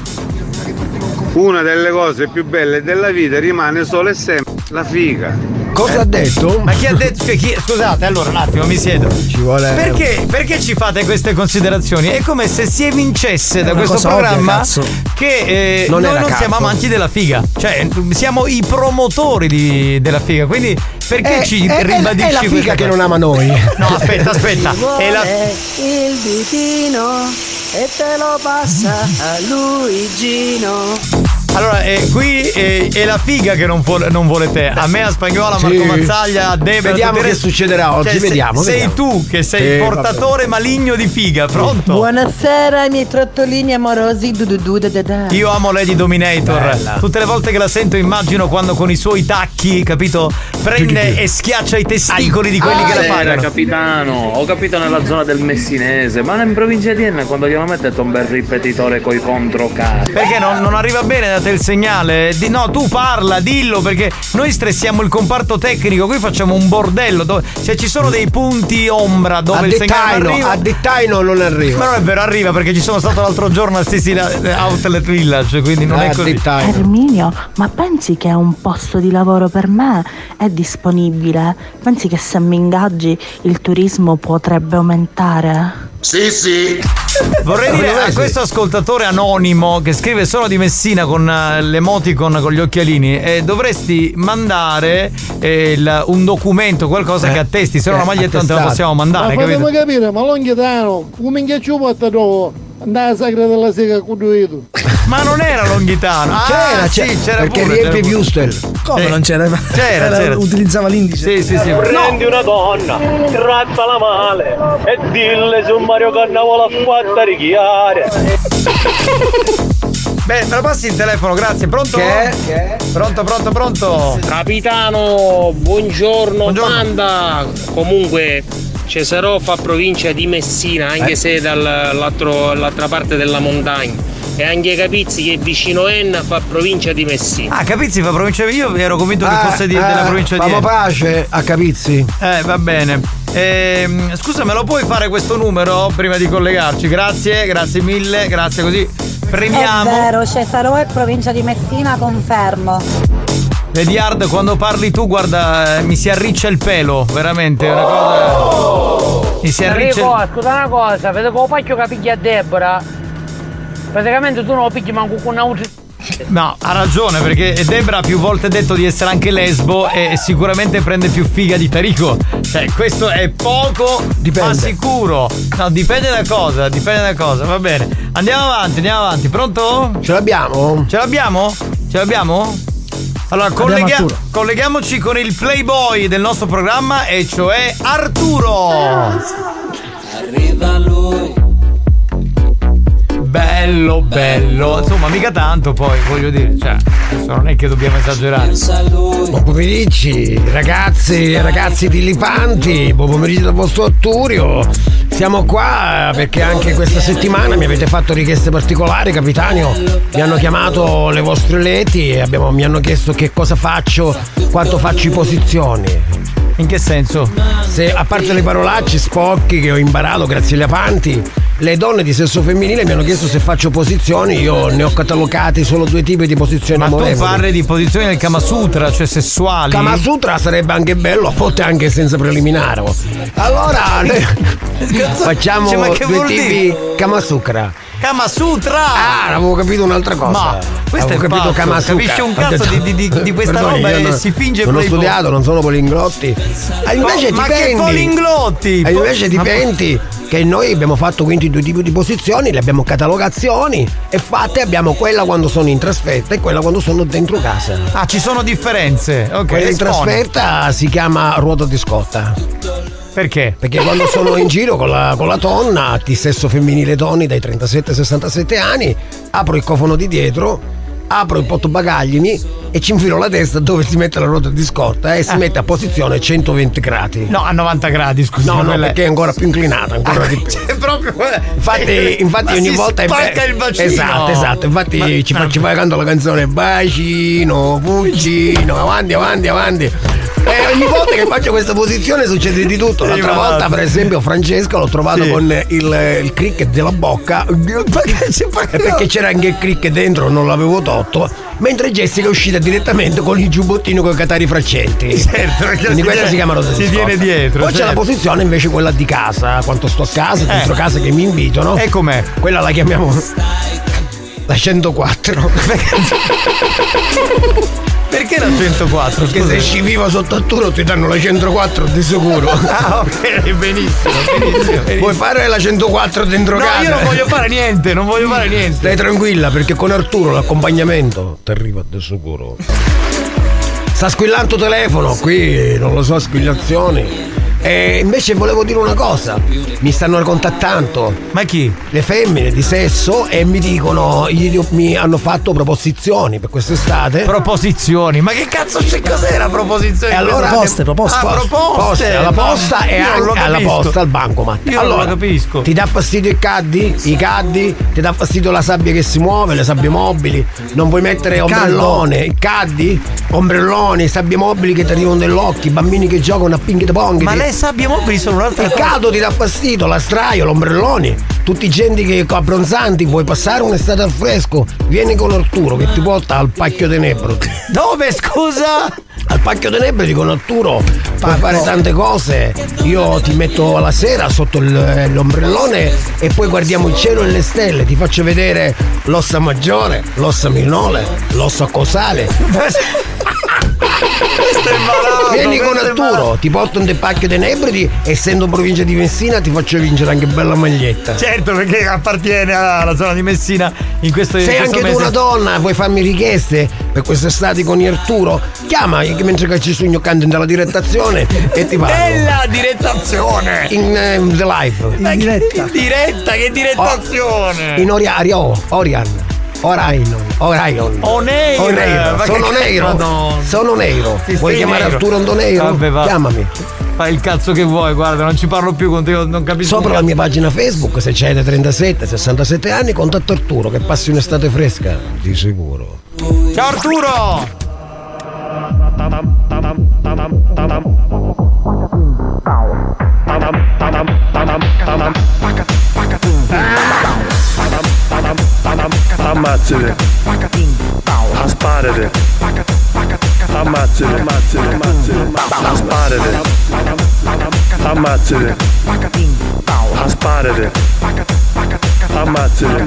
Una delle cose più belle della vita rimane solo e sempre la figa. Cosa ha detto? Ma chi ha detto? Cioè, chi, scusate, allora un attimo, mi siedo. Ci vuole. Perché, perché ci fate queste considerazioni? È come se si evincesse da una questo cosa ovvia, programma cazzo. che eh, Non noi era non cazzo. siamo amanti della figa. Cioè, siamo i promotori di- della figa. Quindi perché È, ci è- è- ribadisci è la questa figa che cosa? non ama noi. No, aspetta, aspetta. È la... il ditino e te lo passa a Luigino. Allora, eh, qui eh, è la figa che non, vuole, non vuole te. A me, a Spagnola, a Marco Sì. Mazzaglia, a Debra. Vediamo a tutti che i- succederà oggi, Cioè, se- vediamo, Sei vediamo. tu che sei Sì, il portatore maligno di figa, pronto? Buonasera ai miei trottolini amorosi. Du du du da da da. Io amo Lady Dominator. Bella. Tutte le volte che la sento immagino quando con i suoi tacchi, capito, prende e schiaccia i testicoli di quelli che la Era pagano. capitano, ho capito nella zona del Messinese, ma in provincia di Enna quando glielo mettete un bel ripetitore coi controcari. Perché non, non arriva bene da te c'è il segnale? Di, no, tu parla, dillo, perché noi stressiamo il comparto tecnico, qui facciamo un bordello dove, se ci sono dei punti ombra dove a il segnale non arriva. A Dettaino non arriva. Ma non è vero, arriva, perché ci sono stato l'altro giorno al Sicilia Outlet Village, quindi non a è così. Dettaino. Erminio, ma pensi che un posto di lavoro per me è disponibile? Pensi che se mi ingaggi il turismo potrebbe aumentare? Sì, sì. Vorrei dire a questo ascoltatore anonimo che scrive solo di Messina con l'emoticon con gli occhialini, eh, dovresti mandare eh, il, un documento, qualcosa eh, che attesti, se no eh, la maglietta attestato. Non te la possiamo mandare. Ma fatemi capire, ma Longhitano, come che ci può trovo? Andava a Sagra della Sega con lui. Ma non era Longhitano. Ah, c'era, sì, c'era, c'era perché pure, riempie Wustel. Come eh. non c'era? C'era, era, c'era. Utilizzava l'indice. Sì, sì, sì. Prendi no. una donna, trattala male e dille su Mario Cannavolo a fatta richiare. Beh, me la passi il telefono, grazie. Pronto? Che? Che? Pronto, pronto, pronto. Capitano, buongiorno, buongiorno. banda. Comunque Cesarò fa provincia di Messina, anche eh? se dall'altra parte della montagna. E anche Capizzi, che è vicino Enna, fa provincia di Messina. Ah, Capizzi fa provincia di... Io ero convinto ah, che fosse di, ah, della provincia di Enna. Ma pace a Capizzi. Eh, va bene. Eh, scusa, me lo puoi fare questo numero prima di collegarci? Grazie, grazie mille, grazie, così premiamo. È vero, Cesarò è provincia di Messina, confermo. Vedi Hard, quando parli tu, guarda, mi si arriccia il pelo, veramente, è una cosa... Mi si arriccia Enrico, il... scusa una cosa, vedo che lo pacchio che piglia Deborah. Praticamente tu non lo pigli manco con un. No, ha ragione, perché Debra ha più volte detto di essere anche lesbo e sicuramente prende più figa di Tarico. Cioè, questo è poco, dipende. Ma sicuro. No, dipende da cosa, dipende da cosa, va bene. Andiamo avanti, andiamo avanti. Pronto? Ce l'abbiamo? Ce l'abbiamo? Ce l'abbiamo? Allora, colleghi- colleghiamoci con il playboy del nostro programma, e cioè Arturo. Arriva lui. Bello, bello. Insomma, mica tanto, poi, voglio dire. Cioè, non è che dobbiamo esagerare. Buon pomeriggio, ragazzi, ragazzi tilipanti. Buon pomeriggio dal vostro Arturio. Siamo qua perché anche questa settimana mi avete fatto richieste particolari, capitanio. Mi hanno chiamato le vostre leti e abbiamo, mi hanno chiesto che cosa faccio, quanto faccio i posizioni. In che senso? Se, a parte le parolacce spocchi che ho imparato grazie agli apanti, le donne di sesso femminile mi hanno chiesto se faccio posizioni. Io ne ho catalogati solo due tipi di posizioni amorevoli. Ma tu parli di posizioni del Kama Sutra, cioè sessuali? Kama Sutra sarebbe anche bello, a volte anche senza preliminare. Allora facciamo cioè, due tipi dire? Kama Sutra. Kama Sutra! Ah, avevo capito un'altra cosa. Ma questo avevo è capito pazzo. Kama Sutra. Capisci un cazzo di, di, di, di questa Perdoni, roba e non, si finge non ho playboy. studiato, non sono polinglotti. Ah, invece no, ti ma penti. che polinglotti? Ah, invece ti penti che noi abbiamo fatto quindi due tipi di posizioni, le abbiamo catalogazioni e fatte, abbiamo quella quando sono in trasferta e quella quando sono dentro casa. Ah, ci sono differenze. Ok. Quella in trasferta si chiama ruota di scotta. Perché? Perché quando sono in giro con la, con la tonna, di sesso femminile Tony dai trentasette ai sessantasette anni, apro il cofano di dietro, apro il portabagaglini e ci infilo la testa dove si mette la ruota di scorta e si ah. mette a posizione centoventi gradi. No, a novanta gradi, scusa. No, no, perché è ancora più inclinata, ancora ah, di più. Cioè, proprio Infatti, infatti ogni volta è spacca il bacino. Esatto, esatto. Infatti ma, ci faccio fare canto la canzone bacino, fuggino, avanti, avanti, avanti. E ogni volta che faccio questa posizione succede di tutto. L'altra sì, volta, per esempio, Francesca l'ho trovato sì. con il, il cricket della bocca. Perché c'era anche il cricket dentro, non l'avevo tolto. Mentre Jessica è uscita direttamente con il giubbottino con i catari fraccenti. Certo, quindi questa tiene, si chiama rosa di si tiene dietro. Poi certo. c'è la posizione invece quella di casa, quando sto a casa, dentro eh. casa che mi invitano. E com'è? Quella la chiamiamo la centoquattro. Perché la centoquattro? Perché se esci viva sotto Arturo ti danno la centoquattro di sicuro. Ah, ok, benissimo, benissimo, benissimo. Vuoi fare la centoquattro dentro no, casa? No, io non voglio fare niente, non voglio fare niente. Stai tranquilla, perché con Arturo l'accompagnamento ti arriva di sicuro. Sta squillando telefono, qui non lo so, squillazioni. E invece volevo dire una cosa, mi stanno contattando. Ma chi? Le femmine di sesso e mi dicono, gli- mi hanno fatto proposizioni per quest'estate. Proposizioni? Ma che cazzo c'è, cos'era proposizioni? E allora Proposte, proposte. Ah, proposte. Poste, alla posta e Io non lo anche alla capisco. posta, al bancomat. Io allora, non lo capisco. Ti dà fastidio i caddi? I caddi? Ti dà fastidio la sabbia che si muove, le sabbie mobili? Non vuoi mettere ombrellone? I caddi? Ombrelloni, sabbie mobili che ti arrivano dell'occhio, i bambini che giocano a ping pong. Ma ti- le sabbie mobili sono un'altra Il cosa. caldo ti dà fastidio, la straio, l'ombrelloni. Tutti gente che abbronzanti, vuoi passare un'estate al fresco? Vieni con Arturo che ti porta al Pacchio de Nebro. Dove, scusa? Al Pacchio de Nebro dicono Arturo, puoi fare tante cose. Io ti metto la sera sotto il- l'ombrellone e poi guardiamo il cielo e le stelle. Ti faccio vedere l'ossa maggiore, l'ossa minore, l'ossa cosale. Questo è malato. Vieni con questo è malato. Arturo, ti porto un Pacchio de Nebridi, essendo provincia di Messina ti faccio vincere anche bella maglietta. Certo, perché appartiene alla zona di Messina in questo in Sei questo anche mese. tu una donna, vuoi farmi richieste per quest'estate con Arturo? Chiama mentre che ci sogno canto nella direttazione e ti parlo. Bella direttazione! In eh, the live. In diretta. In diretta, che direttazione! In Oriario, Orion. Orion. Orion. Oneiro. Oneiro. Ma Sono che- nero. Madonna. Sono nero. Sì, Vuoi sei chiamare nero. Arturo Ondoneiro? Vabbè, va. Chiamami. Fai il cazzo che vuoi, guarda, non ci parlo più con te, io non capisco. Sopra un la cazzo. mia pagina Facebook, se c'hai trentasette sessantasette anni, contatto Arturo che passi un'estate fresca. Di sicuro. Ciao Arturo! Ammazzate. Sparate. Ammazzate. Ammazzate. Ammazzate. Sparate. Ammazzate. Sparate. Ammazzate.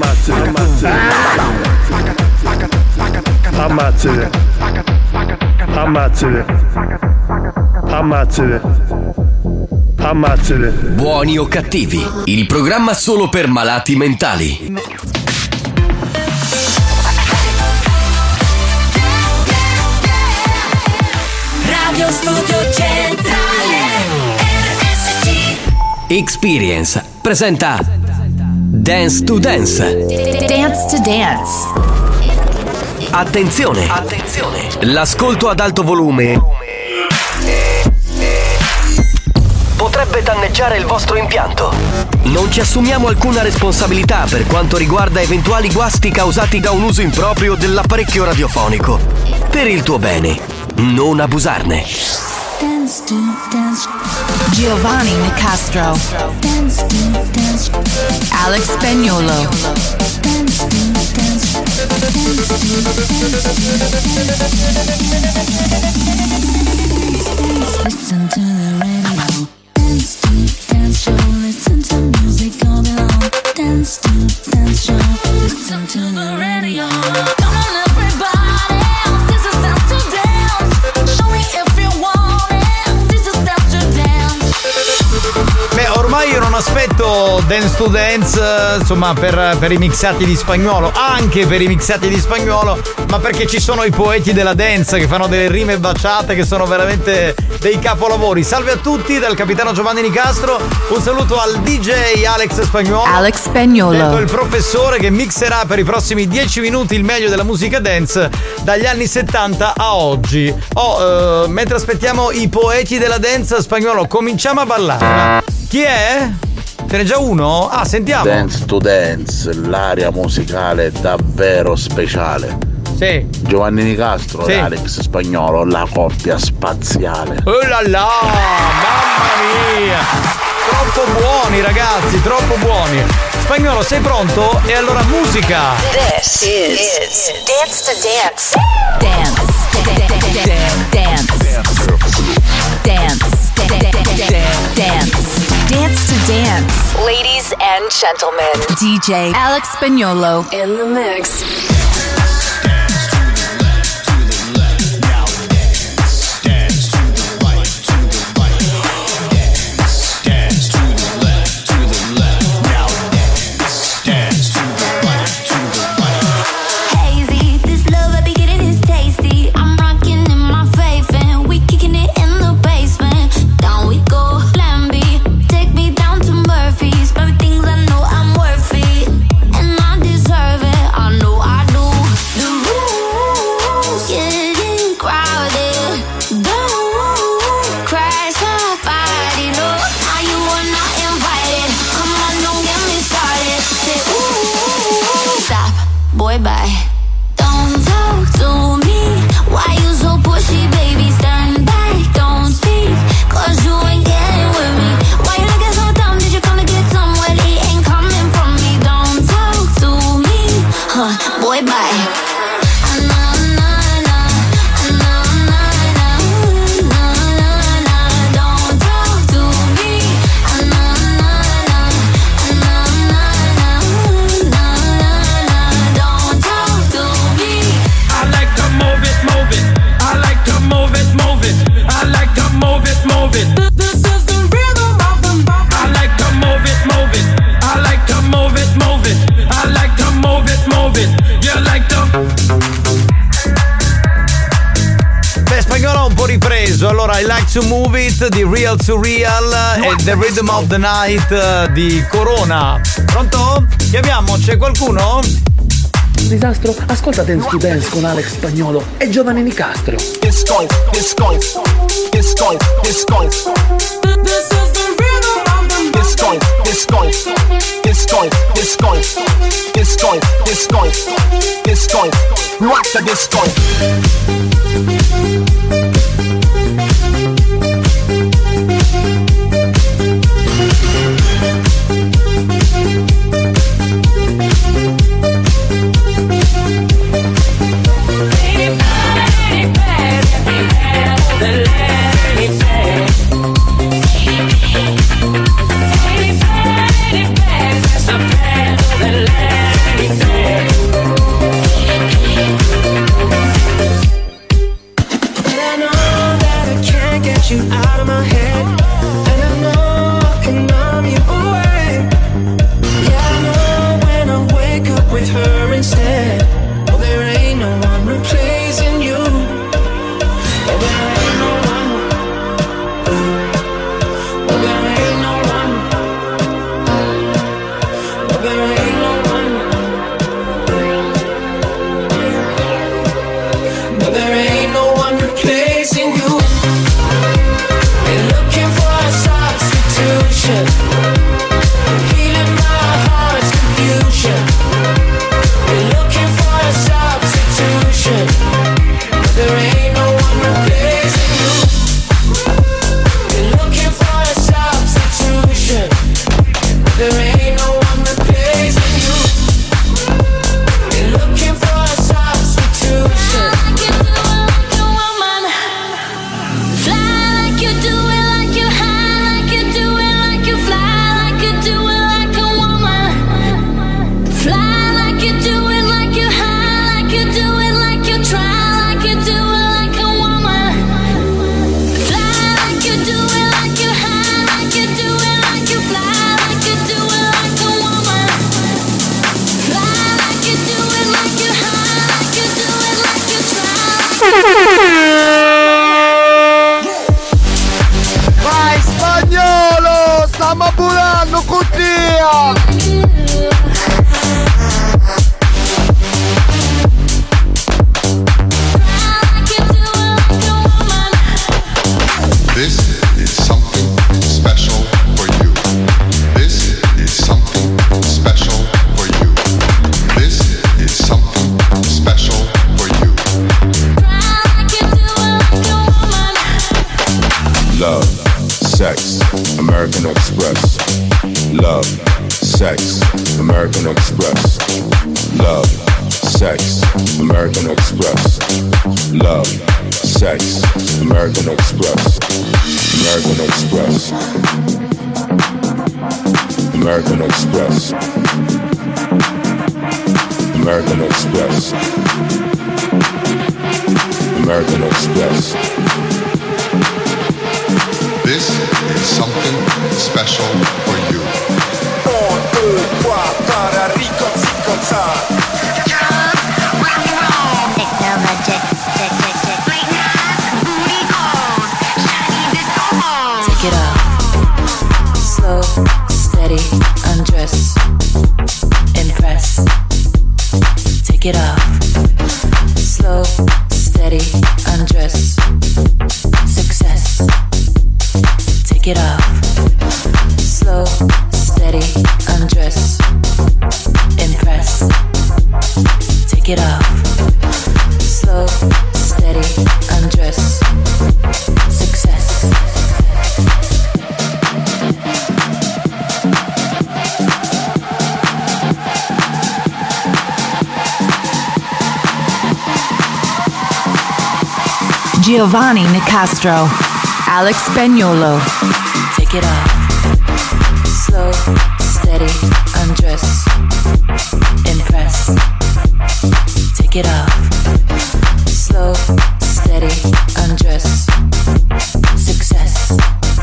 Ammazzate. Ammazzate. Ammazzate. Ammazzate. Buoni o cattivi, il programma solo per malati mentali. Radio Studio Centrale R S C. Experience presenta Dance to Dance. Dance to Dance. Attenzione, attenzione. L'ascolto ad alto volume potrebbe danneggiare il vostro impianto. Non ci assumiamo alcuna responsabilità per quanto riguarda eventuali guasti causati da un uso improprio dell'apparecchio radiofonico. Per il tuo bene, non abusarne. Dance to Dance. Giovanni Nicastro. Dance to Dance. Alex Spagnolo. Dance to Dance. Listen to the radio. Dance to Dance show. Listen to music all day long. Dance to Dance show. Listen to the radio. Come on everybody, this is Dance to Dance. Show me if you want it. This is Dance to Dance. Beh, ormai io non aspetto Dance to Dance, eh, insomma, per, per i mixati di Spagnolo, anche per i mixati di Spagnolo, ma perché ci sono i poeti della dance che fanno delle rime baciate che sono veramente dei capolavori. Salve a tutti dal capitano Giovanni Nicastro, un saluto al D J Alex Spagnolo. Alex Spagnolo. Detto il professore che mixerà per i prossimi dieci minuti il meglio della musica dance dagli anni settanta a oggi. Oh, eh, mentre aspettiamo i poeti della dance, Spagnolo, cominciamo a ballare. Chi è? Ce n'è già uno? Ah, sentiamo. Dance to Dance, l'area musicale è davvero speciale. Sì. Giovanni Nicastro Sì. e Alex Spagnolo, la coppia spaziale. Oh là là, mamma mia! Troppo buoni ragazzi, troppo buoni. Spagnolo, sei pronto? E allora musica! This is Dance to Dance. Dance. Dance. Dance. Dance. Dance to Dance. Ladies and gentlemen, D J Alex Spagnolo in the mix. Hazy, this love I be getting is tasty. I'm rocking in my faith and we kicking it in the basement. Down we go. it. This is the rhythm of the night. I like to move it, move it. I like to move it, move it. I like to move it, move it. You like to. Beh, Spagnolo ha un po' ripreso. Allora, I Like to Move It di Real to Real e The Rhythm of the Night di Corona. Pronto? Chiamiamo, c'è qualcuno? Disastro, ascolta Dance to Dance con Alex Spagnolo e Giovanni Nicastro. Disco, disco, disco, disco. This is the rhythm of the night. Disco, disco, disco, disco, disco, disco, disco. Rock the disco. You out of my head, and I know I can numb you away. Yeah, I know when I wake up with her instead. Oh, there ain't no one replacing you. Oh, there ain't no one. Oh, there ain't no one. Oh, there ain't no one. Oh, there ain't no one replacing you. Healing my heart's confusion. We're looking for a substitution. But there ain't no one replacing you. We're looking for a substitution. But there ain't no one replacing you. We're looking for a substitution. Like you do it like a woman. Fly like you do it like you high, like you do it. You fly like you do it like a woman. Fly like you do it like you high, like you do it like you try, like you do it like a woman. Fly like you do it like you high, like you do it like you fly, like you do it like a woman. Fly like you do it like you high, like you do it like you try. Vai Spagnolo, stiamo appurando così! This is something special for you. This is something special for you. This is something special for you. Love, sex, American Express. Love, sex, American Express. Love, sex, American Express. Love, sex, American Express. American Express. American Express. American Express. American Express. This is something special for you. Un, deux, trois, para ricozzi Take it off. Slow, steady, undress. Impress. Take it off. Slow, steady, undress. Success. Take it off. Slow, steady, undress. Impress. Take it off. Slow, steady, undress. Success. Giovanni Nicastro, Alex Spagnolo. Take it off. Slow, steady, undress. Impress. Take it off. Slow, steady, undress. Success.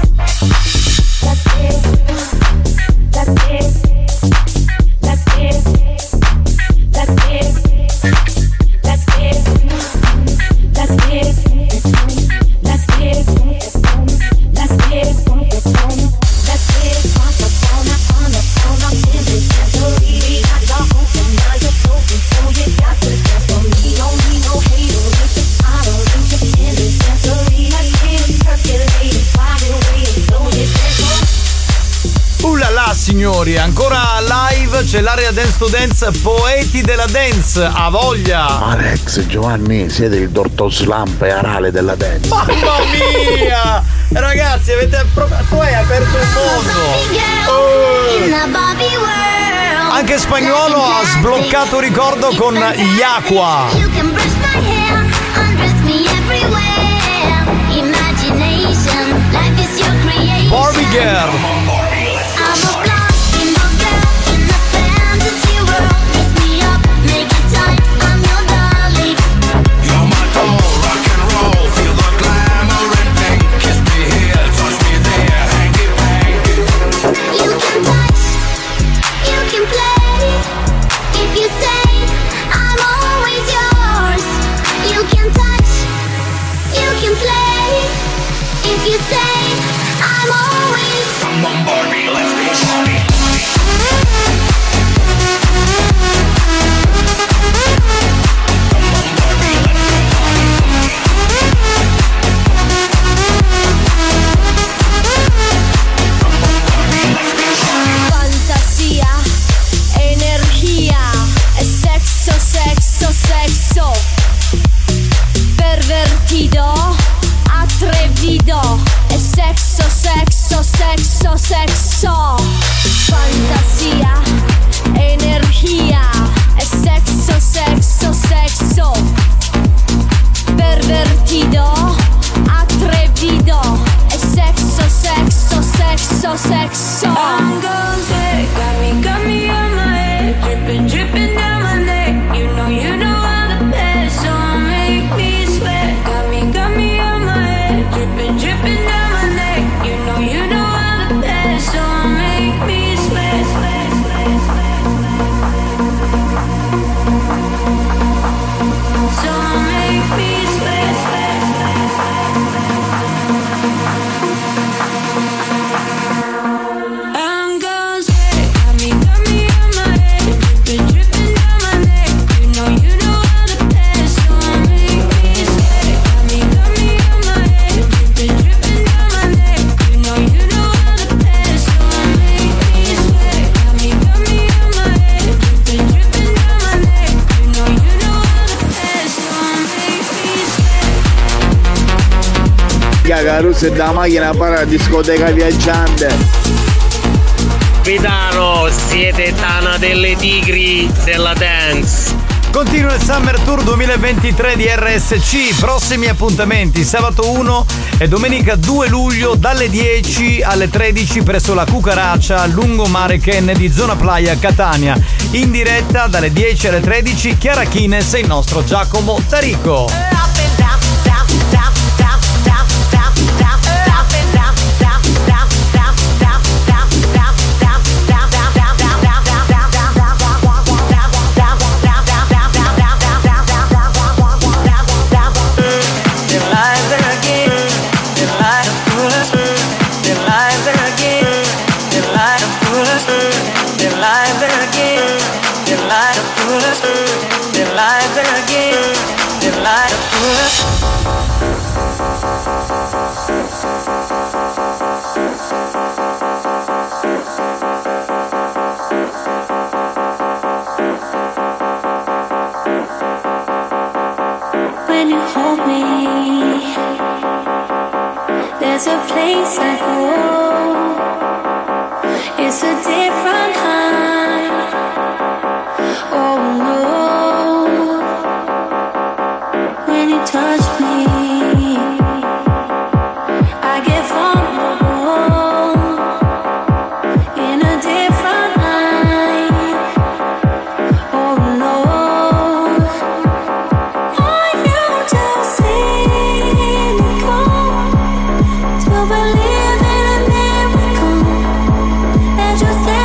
signori. Ancora live c'è l'area Dance to Dance, poeti della dance, a voglia. Alex, Giovanni, siete il dottor Slump e Arale della dance. Mamma mia! Ragazzi, avete proprio. Tu hai aperto un mondo. Oh. Anche Spagnolo ha sbloccato un ricordo con gli Aqua. Barbie Girl. You say I'm always. Come on, Barbie, let's go party. Fantasia, energia, e sexo, sexo, sexo. Pervertido. Atrevido, e sexo, sexo, sexo, sexo. Fantasia, energia, e sexo, sexo, sexo. Pervertido, atrevido, e sexo, sexo, sexo, sexo. I'm gonna say, got me, got me on my head, dripping, dripping down my neck. You know, you know how to play, so make me sweat. Got me, got me on my head. Dripping, dripping down my neck. You know, you know how to play, so make me sweat, sweat, sweat, sweat. So make me sweat, sweat, sweat, sweat. I'm gonna say, got me, got me on my head. Dripping, dripping down my neck. You know, you know how to play, so make me sweat. Got me, got me on my head. Dripping, dripping down my neck. You know, you know how to play, so make me sweat. Got me, got me on my head. Dripping, dripping down my neck. You know, you know how to play, so make me sweat. Ya Caruso da macchina para discoteca viaggiante. Capitano, siete Tana delle Tigri della dance. Continua il Summer Tour duemilaventitré di R S C. Prossimi appuntamenti: sabato uno e domenica due luglio dalle dieci alle tredici presso la Cucaraccia, lungomare Kennedy, zona Playa, Catania. In diretta dalle dieci alle tredici Chiara Chines e il nostro Giacomo Tarico. When you hold me, there's a place I go. It's a different high. Oh no. When you touch me, I get vulnerable in a different light. Oh no. Are you just cynical to believe in a miracle that just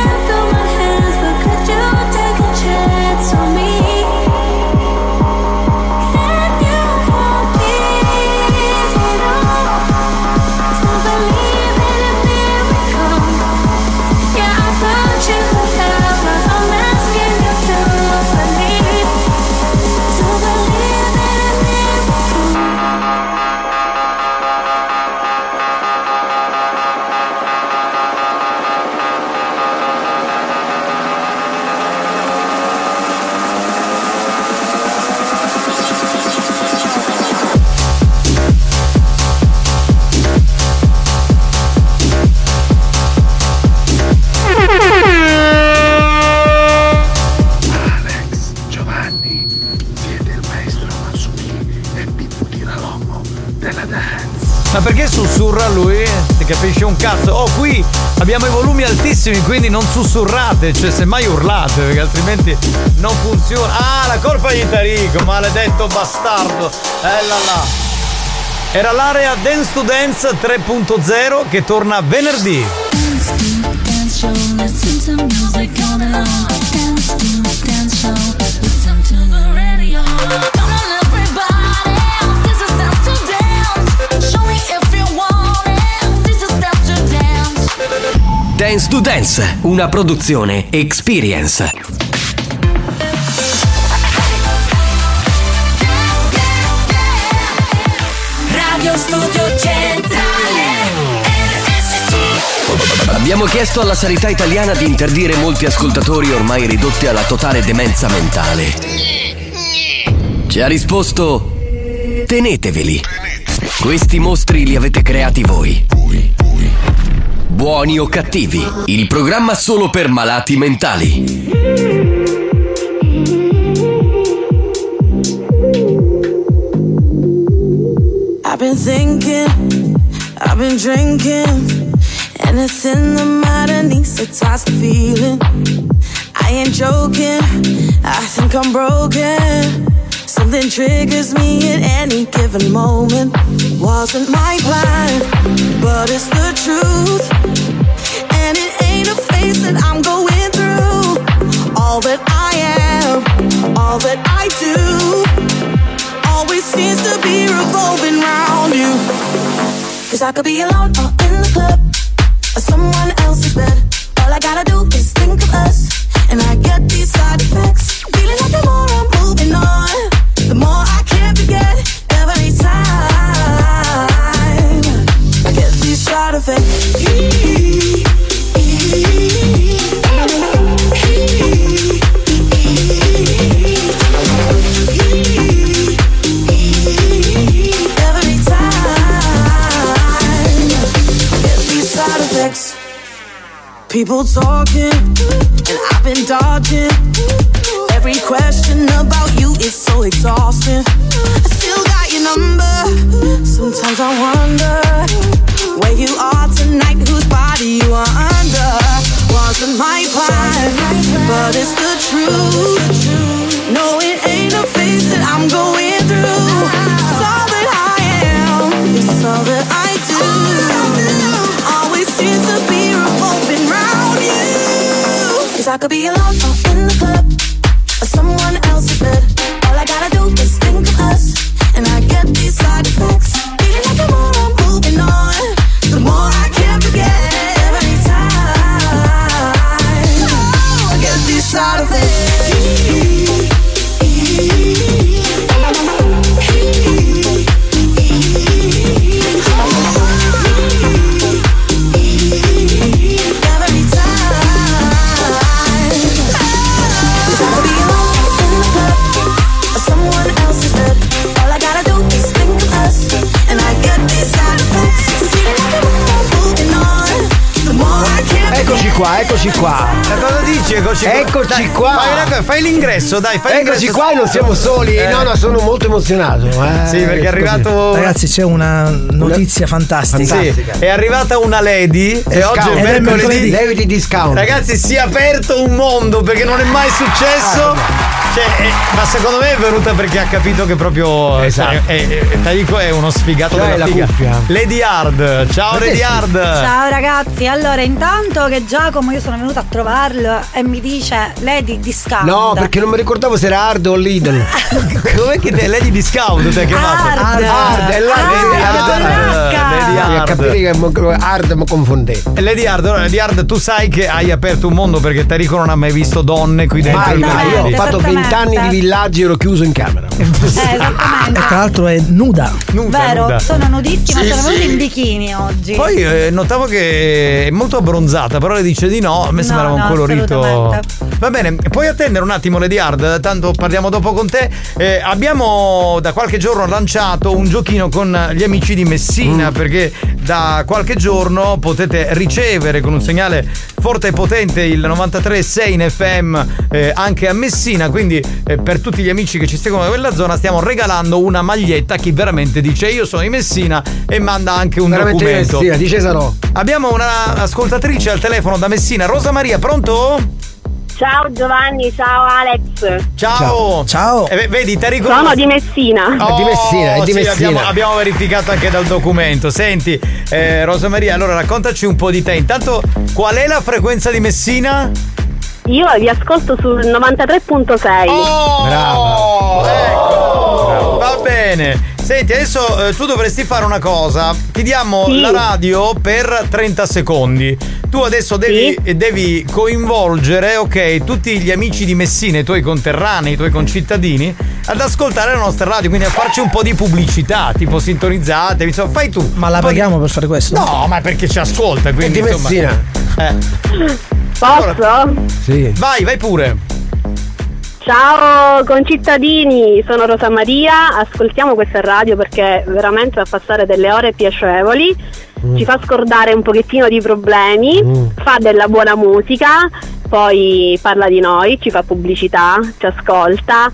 sussurra lui, ti capisce un cazzo. Oh, qui abbiamo i volumi altissimi, quindi non sussurrate, cioè semmai urlate, perché altrimenti non funziona. Ah, la colpa di Tarico, maledetto bastardo. Eh là là. Era l'area Dance to Dance tre punto zero che torna venerdì. Dance show, listen to music all day long. Dance to dance show, listen to the radio. Come on everybody, this is dance to dance. Show me if you want it, this is dance to dance. Dance to Dance, una produzione Experience. Radio Studio Centrale R S C. Abbiamo chiesto alla sanità italiana di interdire molti ascoltatori ormai ridotti alla totale demenza mentale. Ci ha risposto: teneteveli. Questi mostri li avete creati voi. Buoni o cattivi, il programma solo per malati mentali. I've been thinking, I've been drinking, anything that matter needs to touch the feeling. I ain't joking, I think I'm broken. Something triggers me at any given moment. Wasn't my plan, but it's the truth. And it ain't a phase that I'm going through. All that I am, all that I do, always seems to be revolving around you. Cause I could be alone or in the club, or someone else's bed. All I gotta do is think of us, and I get these side effects. Feeling like the more I'm moving on, the more I can't forget. Every time I get these side effects. People talking, and I've been dodging. Every question about you is so exhausting. I still got your number. Sometimes I wonder where you are tonight, whose body you are under. Wasn't my plan, but it's the truth. No, it ain't a phase that I'm going through. It's all that I am, it's all that I do. Always seems to be revolving round you. Cause I could be alone or in the club, or someone else's bed. All I gotta do is think of us, and I get these side effects. Feeling like the more I'm moving on, the more I can't forget. Every time I get these side effects. Eccoci qua, eccoci qua. Ma cosa dici? Eccoci qua. Eccoci Dai, qua. Fai, una- fai l'ingresso, dai, fai Eccoci l'ingresso. qua e non siamo soli. Eh. No, no, sono molto emozionato. eh. Sì, perché è arrivato. Ragazzi, c'è una notizia fantastica. Sì, è arrivata una lady e oggi Discount. è Ed è mercoledì. mercoledì. Lady discount. Ragazzi, si è aperto un mondo perché non è mai successo. Cioè, eh, ma secondo me è venuta perché ha capito che proprio Esatto. eh, eh, eh, Tarico è uno sfigato Cioè, della la figa. cuffia. Lady Hard, ciao Perché Lady sì? Hard. Ciao ragazzi, allora intanto che Giacomo io sono venuta a trovarlo e mi dice Lady Discount. No, perché non mi ricordavo se era Hard o Lidl. Com'è che te Lady Discount ti ha chiamato? Hard. Hard, è là Lady Hard, Hard. Lady Sì, a Hard. capire che mo- Hard mi confondete. Lady Hard, allora, Lady Hard, tu sai che hai aperto un mondo perché Tarico non ha mai visto donne qui dentro. Mai, il mai. Io ho venerdì. fatto vent'anni di villaggio e ero chiuso in camera. Eh, esattamente. E tra l'altro è nuda. Nuda, Vero, nuda. sono nudissima, Sì, sono venuta sì. in bikini oggi. Poi eh, notavo che è molto abbronzata, però le dice di no, a me No, sembrava un no, colorito. assolutamente. Va bene, puoi attendere un attimo Lady Hard, tanto parliamo dopo con te. Eh, abbiamo da qualche giorno lanciato un giochino con gli amici di Messina, Mm. perché da qualche giorno potete ricevere con un segnale forte e potente il novantatré virgola sei in F M eh, anche a Messina, quindi quindi eh, per tutti gli amici che ci seguono da quella zona stiamo regalando una maglietta a chi veramente dice io sono di Messina e manda anche un veramente documento. Messina, di Cesaro. Abbiamo una ascoltatrice al telefono da Messina. Rosa Maria, pronto? Ciao Giovanni, ciao Alex. Ciao. Ciao. Eh, vedi, ti riconosco. Sono di Messina. Oh, È di Messina, è di sì, Messina. Abbiamo, abbiamo verificato anche dal documento. Senti, eh, Rosa Maria, allora raccontaci un po' di te. Intanto, qual è la frequenza di Messina? Io vi ascolto sul novantatré virgola sei. Oh, brava. Ecco. Va bene. Senti, adesso eh, tu dovresti fare una cosa. Ti diamo Sì. la radio per trenta secondi. Tu adesso devi, Sì. devi coinvolgere, ok, tutti gli amici di Messina, i tuoi conterranei, i tuoi concittadini, ad ascoltare la nostra radio, quindi a farci un po' di pubblicità, tipo sintonizzate, insomma, fai tu. Ma la paghiamo per fare questo? No, ma perché ci ascolta, quindi Di insomma. Messina. Eh. Posso? Sì. Vai, vai pure. Ciao concittadini, sono Rosa Maria, ascoltiamo questa radio perché veramente fa passare delle ore piacevoli, mm. ci fa scordare un pochettino di problemi, mm. fa della buona musica, poi parla di noi, ci fa pubblicità, ci ascolta,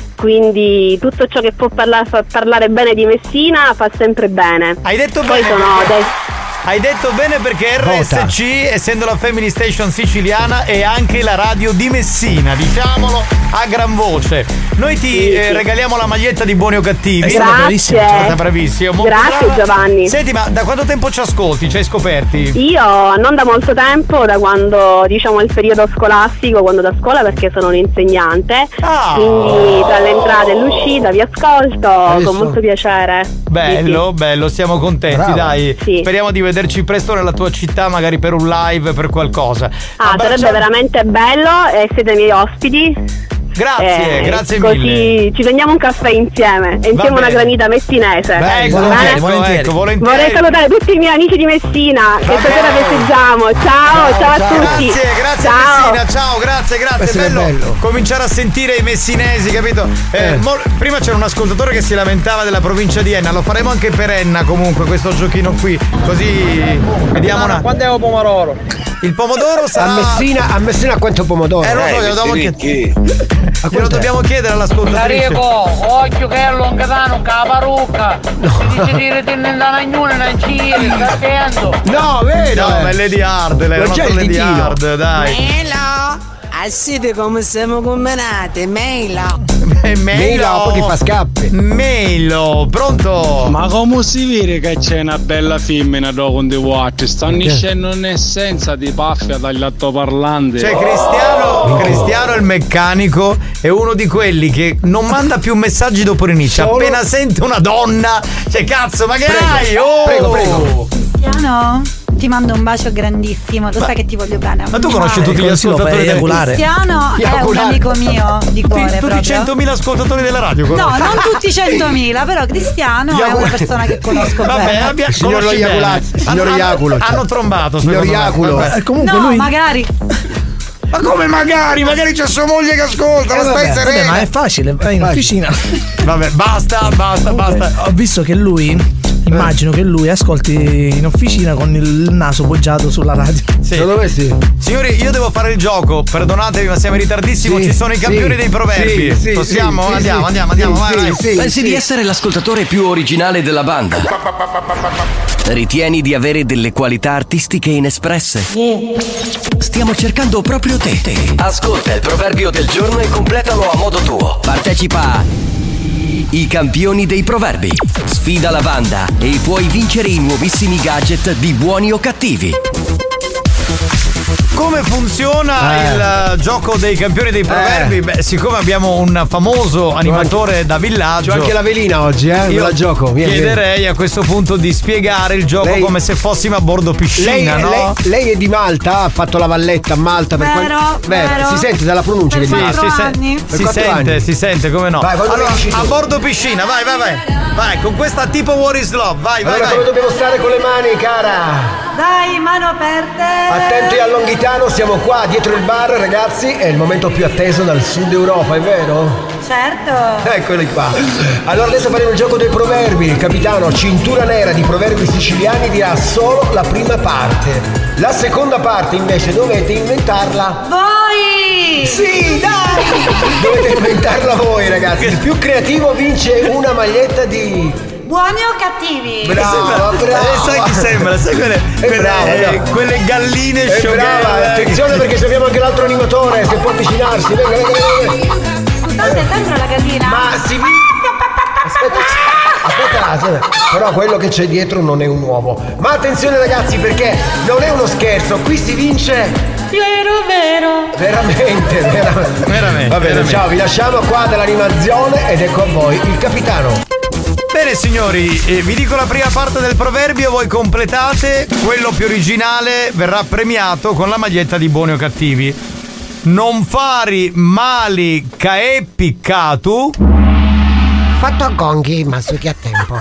quindi tutto ciò che può parla- fa parlare bene di Messina fa sempre bene. Hai detto poi bene. sono dei... Hai detto bene perché R S C, essendo la Family Station siciliana, è anche la radio di Messina, diciamolo a gran voce. Noi ti Sì, eh, sì. regaliamo la maglietta di Buoni o Cattivi. Grazie. Sei bravissima, sei stata bravissima. molto Grazie, brava. Giovanni. Senti, ma da quanto tempo ci ascolti? Ci hai scoperti? Io non da molto tempo, da quando diciamo il periodo scolastico, quando da scuola perché sono un insegnante, Ah. quindi tra l'entrata e l'uscita vi ascolto Hai visto? con molto piacere. Bello, bello, siamo contenti, Brava. dai. Sì. Speriamo di vederci presto nella tua città, magari per un live, per qualcosa. Ah, Abbraccia- sarebbe veramente bello e siete miei ospiti. Grazie, Eh, grazie così mille. ci prendiamo un caffè insieme e insieme una bene. granita messinese. Beh, Va volentieri, bene? volentieri. Ecco, volentieri. Vorrei salutare tutti i miei amici di Messina che stasera festeggiamo. Ciao, ciao, a tutti. Grazie, grazie ciao. Messina, ciao, grazie, grazie. Questo è Bello, bello. cominciare a sentire i messinesi, capito? Eh, Eh. mo- prima c'era un ascoltatore che si lamentava della provincia di Enna, lo faremo anche per Enna comunque questo giochino qui, così vediamo una. Quando è un pomodoro? Il pomodoro sarà. A Messina, a Messina quanto pomodoro? Eh, lo so, glielo dobbiamo chiedere. Glielo dobbiamo chiedere all'ascoltatrice. Enrico, occhio che è lontano, che la parrucca. Si dice dire te ne da nagnone, non ci sta attento. No, vero? No, ma è Lady Hard, lei è Non la c'è nostra il Lady ditino. Hard, dai. Melo, assite come siamo combinate, Melo. Eh, Melo, poi ti fa scappi. Melo, pronto? Ma come si vede che c'è una bella femmina dopo con dei watch? Stanno scendendo un'essenza di paffia dagli altoparlanti. Cioè Cristiano, Cristiano il meccanico è uno di quelli che non manda più messaggi dopo l'inizio. Solo- Appena sente una donna, cioè cazzo, ma che hai? Oh! Prego, prego. Cristiano, ti mando un bacio grandissimo, lo sai che ti voglio bene. Ma tu conosci tutti gli Così lo fai ascoltatori del eiaculare. Cristiano è un Eiaculare. amico mio di cuore Tutti, tutti proprio. i centomila ascoltatori della radio No, conosci? non tutti centomila, però Cristiano è una persona che conosco Vabbè, bene. abbia, Signor conosci Iaculato, bene. signor Hanno- Iaculo, cioè. Hanno trombato, Signor secondo me. Iaculo. Vabbè. Eh, comunque No, lui. magari. Ma come magari? Magari c'è sua moglie che ascolta, Eh, ma stai vabbè, vabbè, serena. ma è facile, vai in officina. Vabbè, basta, basta, basta. Ho visto che lui. Immagino che lui ascolti in officina con il naso poggiato sulla radio. Sì. Secondo me sì. Signori, io devo fare il gioco, perdonatemi ma siamo in ritardissimo, Sì, ci sono i campioni sì, dei proverbi. sì, sì, Possiamo? sì, andiamo, sì, andiamo, sì, andiamo, vai, sì, vai. sì. Pensi di essere l'ascoltatore più originale della banda? Ritieni di avere delle qualità artistiche inespresse? Stiamo cercando proprio te. Ascolta il proverbio del giorno e completalo a modo tuo. Partecipa a I campioni dei proverbi. Sfida la banda e puoi vincere i nuovissimi gadget di Buoni o Cattivi. Come funziona Eh. il uh, gioco dei campioni dei proverbi? Eh. Beh, siccome abbiamo un famoso animatore da villaggio, C'ho anche la velina oggi, eh? Me io la gioco. Vieni, chiederei a questo punto di spiegare il gioco Lei- come se fossimo a bordo piscina, Lei, no? lei, lei è di Malta, ha fatto la valletta a Malta per Vero, quanto- vero. Si sente dalla pronuncia che è di Sì, Malta. si, se- anni. Per si quattro sente, anni. si sente, come no? Vai, quando allora, mi dici tu. a bordo piscina, vai, vai, vai. Vai, con questa tipo What is Love, vai, vai, Allora vai. come dobbiamo stare con le mani, cara? Dai, mano aperte. Attenti a Longhitano, siamo qua dietro il bar, ragazzi. È il momento più atteso dal sud Europa, è vero? Certo. Eccoli qua. Allora adesso faremo il gioco dei proverbi. Il capitano cintura nera di proverbi siciliani dirà solo la prima parte. La seconda parte invece dovete inventarla Voi. Sì! Sì, dai! Dovete inventarla voi, ragazzi. Il più creativo vince una maglietta di... Buoni o cattivi? Brava, brava. Eh, sai chi sembra? Sai quelle, quelle, brava, eh, no. quelle galline Eh, showgirl. brava, attenzione perché se abbiamo anche l'altro animatore, se può avvicinarsi. Venga, venga, venga. Scusate, sembra la gallina? Ma si... Aspetta, aspetta, aspetta. Però quello che c'è dietro non è un uovo. Ma attenzione ragazzi, perché non è uno scherzo, qui si vince... Vero, vero. Veramente, veramente. Veramente. Va bene, veramente. ciao, vi lasciamo qua dall'animazione ed ecco a voi il capitano. Bene signori, eh, vi dico la prima parte del proverbio, voi completate, quello più originale verrà premiato con la maglietta di Buoni o Cattivi. Non fari mali ca è piccato. Fatto a gonghi, ma su che a tempo.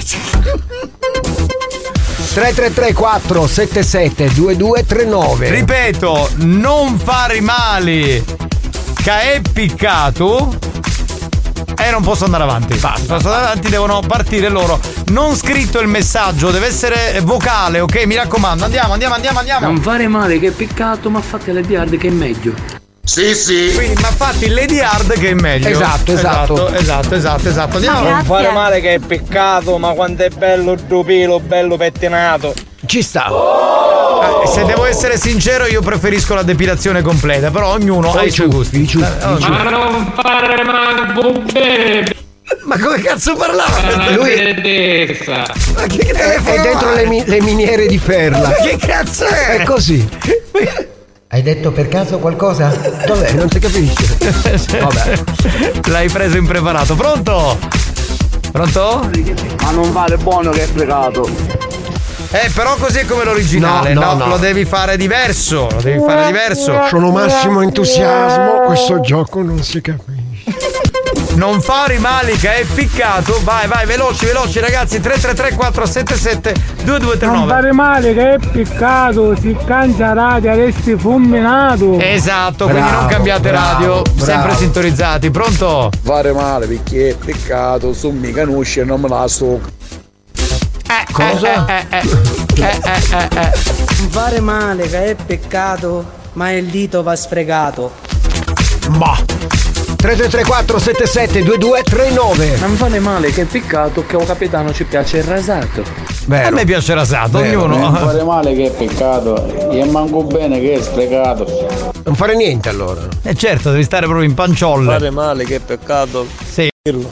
tre tre tre quattro sette sette due due tre nove. Ripeto, non fare mali ca è piccato. E non posso andare avanti. Basta. Posso andare avanti, devono partire loro. Non scritto il messaggio, deve essere vocale, ok? Mi raccomando, andiamo, andiamo, andiamo, andiamo. Non fare male che è peccato, ma fate le biarde che è meglio. Sì, sì. Quindi, ma fatti Lady Hard che è meglio. Esatto, esatto. Esatto, esatto, esatto, esatto. Andiamo. Non fare male che è peccato, ma quanto è bello il tuo pelo, bello pettinato. Ci sta. Eh, se devo essere sincero, io preferisco la depilazione completa, però ognuno ha i suoi gusti. Ma non fare male bene. Ma come cazzo parlava? Lui Tedesca. Ma che è, è dentro le, mi- le miniere di Ferla. Ma che cazzo è? È così. Hai detto per caso qualcosa? Dov'è? Non si capisce. Vabbè. L'hai preso impreparato. Pronto? Pronto? Ma non vale buono che è fregato. Eh, però così è come l'originale. No, no, no, no. lo devi fare diverso. Lo devi fare diverso. Sono massimo entusiasmo, questo gioco non si capisce. Non fare i mali che è piccato. Vai, vai, veloci, veloci ragazzi. tre tre tre quattro sette sette due due tre Non nove. fare male che è peccato, si cambia radio, resti fulminato. Esatto, quindi Bravo, non cambiate bravo, radio, bravo. sempre sintonizzati. Pronto? Fare male perché è peccato, su mi canusce e non me la so. Eh, cosa? Eh, eh, eh, eh, eh, eh. Non fare male che è peccato, ma il dito va sfregato. Ma tre tre tre quattro sette sette due due tre nove. Non fare male che è peccato, che o capitano ci piace il rasato. Vero. A me piace rasato, Vero. ognuno. Non fare male che è peccato, e manco bene che è sprecato. Non fare niente allora. Eh certo, devi stare proprio in panciolle. Fare male che è peccato. Sì.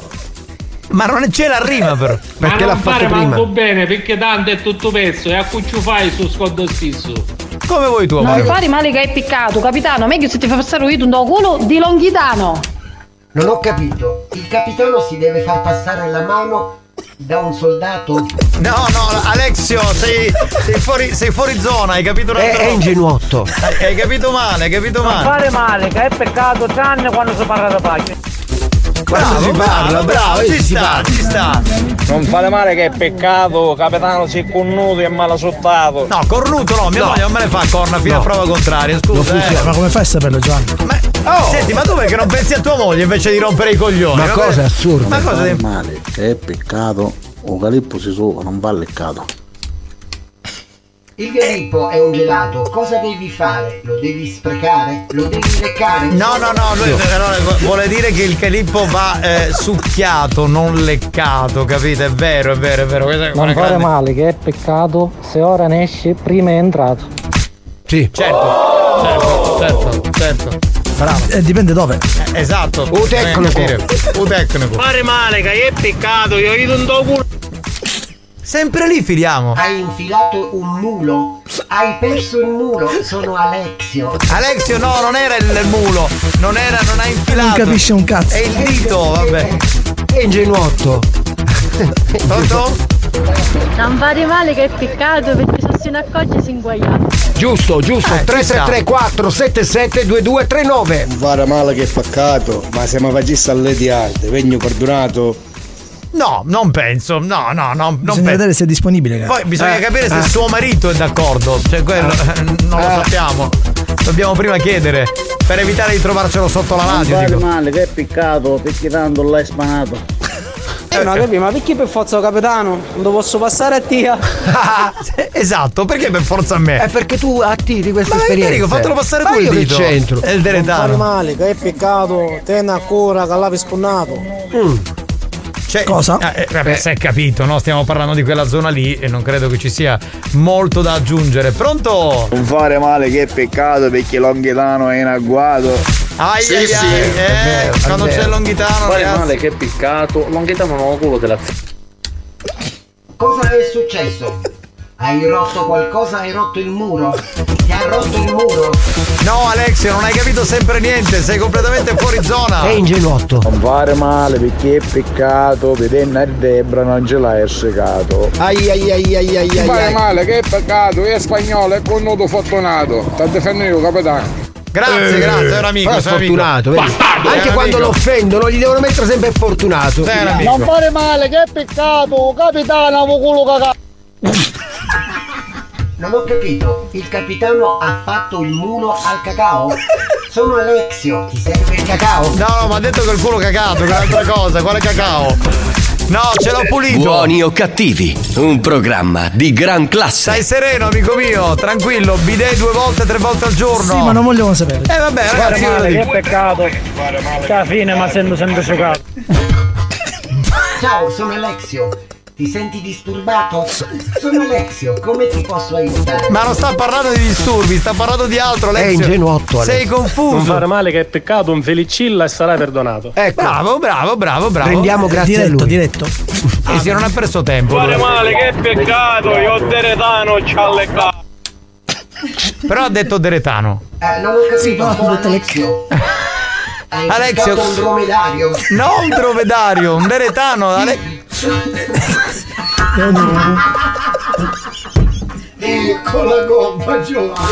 Ma non c'è la rima però. Perché Ma l'ha non fatto fare prima. manco bene, perché tanto è tutto pezzo e a cui ci fai su sconto stesso. Come vuoi tu, Non Mario? fare male che è peccato, capitano. Meglio se ti fa passare un dito culo di Longhitano. Non ho capito. Il capitano si deve far passare la mano da un soldato? No, no, Alexio, sei, sei, fuori, sei fuori zona, hai capito un È, altro- è ingenuotto. Hai, hai capito male, hai capito Non male. fare male che è peccato, tranne quando si parla da pace. Quando si parla, bravo, ci si sta, parla. ci sta. Non fare male che è peccato, capitano si è connuto e malasottato. No, cornuto no, mia No. moglie non me ne fa corna fino No. a prova contraria, Lo scusa. funziona, eh. ma come fai a saperlo, Giovanni? Oh. Senti, ma dov'è che non pensi a tua moglie invece di rompere i coglioni? Ma Va cosa bene? assurda. Ma cosa Fare devi... male che è peccato, o calippo si sova, non va leccato. Il galippo è un gelato, cosa devi fare? Lo devi sprecare? Lo devi leccare? No, no, no, lui allora, vuole dire che il calippo va eh, succhiato, non leccato, capite? È vero, è vero, è vero. Questa è Non una fare grande- male che è peccato, se ora ne esce prima è entrato. Sì. Certo, certo, certo, certo. Bravo. Eh, dipende dove. Eh, esatto. Un tecnico. Un tecnico. Fare male che è peccato, io gli do un do culo. Sempre lì filiamo. Hai infilato un mulo? Hai perso il mulo? Sono Alexio. Alexio no, non era il mulo, non era, non ha infilato. Non capisce un cazzo. È il dito, vabbè. È ingenuotto. Pronto? Non fare male che è peccato perché se si ne accorge si inguaia. Giusto, giusto. Eh, tre ci tre sta. tre quattro sette sette due due tre nove. Non fare male che è peccato, ma se mi facessi alle di arte, vengo perdonato. No, non penso. No, no, no, non Bisogna penso. vedere se è disponibile. Poi bisogna Eh, capire se eh. suo marito è d'accordo. Cioè, quello eh, non lo Eh. sappiamo. Dobbiamo prima chiedere. Per evitare di trovarcelo sotto la Non radio. fare Dico. male che è peccato, perché tanto l'hai spanato. Eh, No, capì, ma perché per forza capitano? Non lo posso passare a tia? Esatto, perché per forza a me? È perché tu attiri questa Ma esperienza. Enrico, fatelo passare Ma tu il io che dito. c'entro? È il deretano. Non fare male, che è peccato, tieni ancora che l'avevi spunnato. Mm. Cioè, Cosa? Eh, vabbè, si è capito, no? Stiamo parlando di quella zona lì e non credo che ci sia molto da aggiungere. Pronto? Non fare male che è peccato perché Longhitano è in agguato. Ai Sì, ai sì, ai, è eh, vero, è quando vero. c'è Longhitano, Fare ragazzi. male che è peccato, Longhitano non ho culo della f***. Cosa è successo? Hai rotto qualcosa? Hai rotto il muro? Ti ha rotto il muro? No, Alexio, non hai capito sempre niente, sei completamente fuori zona. È ingenuotto. Non fare male perché è peccato, vedendo il Debra non ce l'hai assecato. Ai ai ai ai ai Non ai, fare ai. male che è peccato, è spagnolo, è connuto fortunato. Sta difendendo io, capitano. Grazie, Eh, grazie, è un amico, però è sei un amico. fortunato, vedi? Bastardo! Anche Sei un quando amico. lo offendono gli devono mettere sempre fortunato. Sei un amico. Non fare male che è peccato, capitano, avevo culo cagato. Non ho capito, il capitano ha fatto il mulo al cacao? Sono Alexio, ti serve il cacao? No, no, ma ha detto che il culo cagato, che è un'altra cosa, quale cacao? No, ce l'ho pulito. Buoni o cattivi, un programma di gran classe. Stai sereno, amico mio, tranquillo, bidet due volte, tre volte al giorno. Sì, ma non vogliamo sapere. Eh vabbè, Fare ragazzi, io lo male che dico. è peccato, che alla fine mi sento sempre scioccato. Ciao, sono Alexio. Ti senti disturbato? Sono Alexio, come ti posso aiutare? Ma non sta parlando di disturbi, sta parlando di altro, È Alexio. ingenuotto, Alexio. Sei confuso. Non fare male che è peccato, un felicilla e sarai perdonato. Ecco, Bravo, bravo, bravo, bravo. prendiamo grazie a Diretto, lui. diretto. Eh sì, non ha perso tempo. Fare male che è peccato, io Deretano c'ha le ca... Però ha detto Deretano. Eh, non ho capito, sono Alexio. Hai Alexio, cercato un dromedario. no, un dromedario, un deretano. Ale- Ecco la gomma, Giovanni.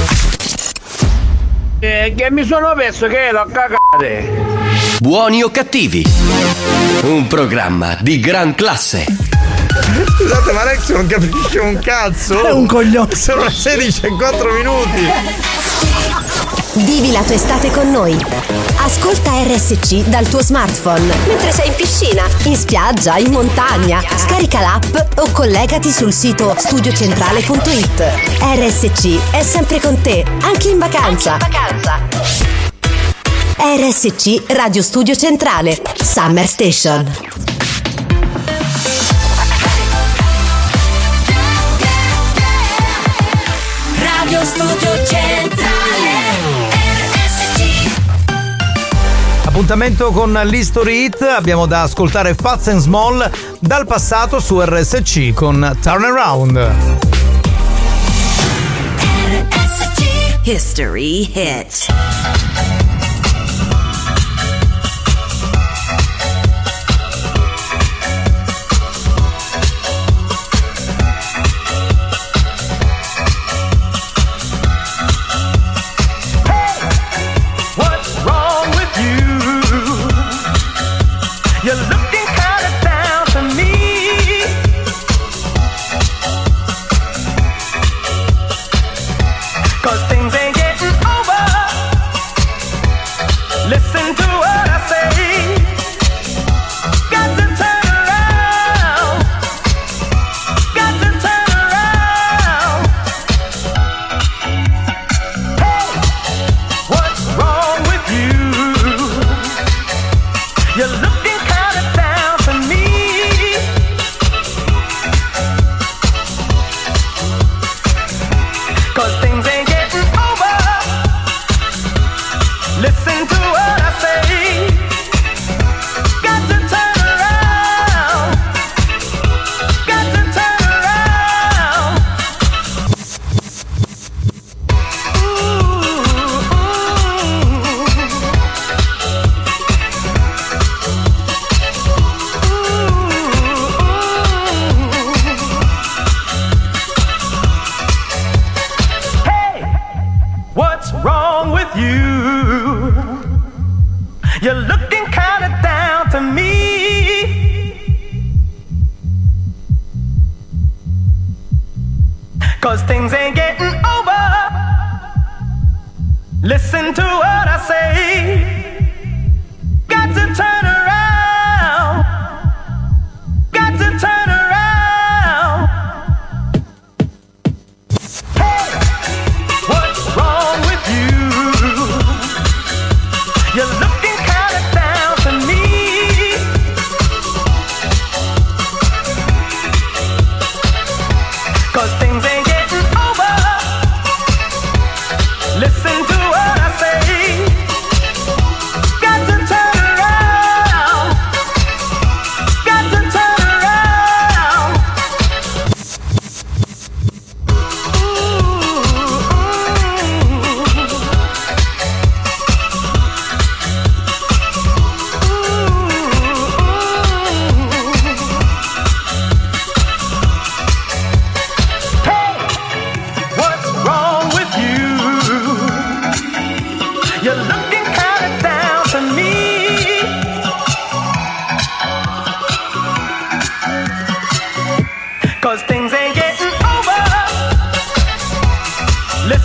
Eh, che mi sono perso che l'ho cagate. Buoni o cattivi, un programma di gran classe. Scusate, ma Alexio non capisce un cazzo. È un coglione. Sono le sedici e quattro minuti. Vivi la tua estate con noi. Ascolta R S C dal tuo smartphone mentre sei in piscina, in spiaggia, in montagna. Scarica l'app o collegati sul sito studio centrale punto it. R S C è sempre con te, anche in vacanza. R S C Radio Studio Centrale Summer Station. Radio Studio Centrale R S C. Appuntamento con l'History Hit. Abbiamo da ascoltare Fats and Small dal passato su R S C con Turnaround. R S C. History Hit. What's wrong with you? You're looking kinda down to me. Cause things ain't getting over. Listen to what I say. Got to turn around. Got to turn around. Hey, what's wrong with you? You're looking kinda down to me. Cause things ain't getting over. Listen to what I say. Got to turn around. Got to turn around. Hey, what's wrong with you? You're looking kinda down to me. Cause things ain't getting over. Listen to what I say. Got to turn around.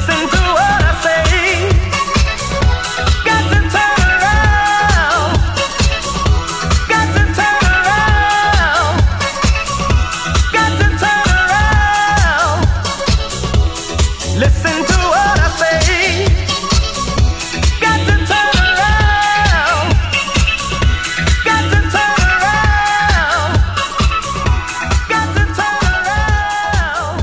Listen to what I say. Got to turn around. Got to turn around. Got to turn around. Listen to what I say. Got to turn around. Got to turn around. Got to turn around.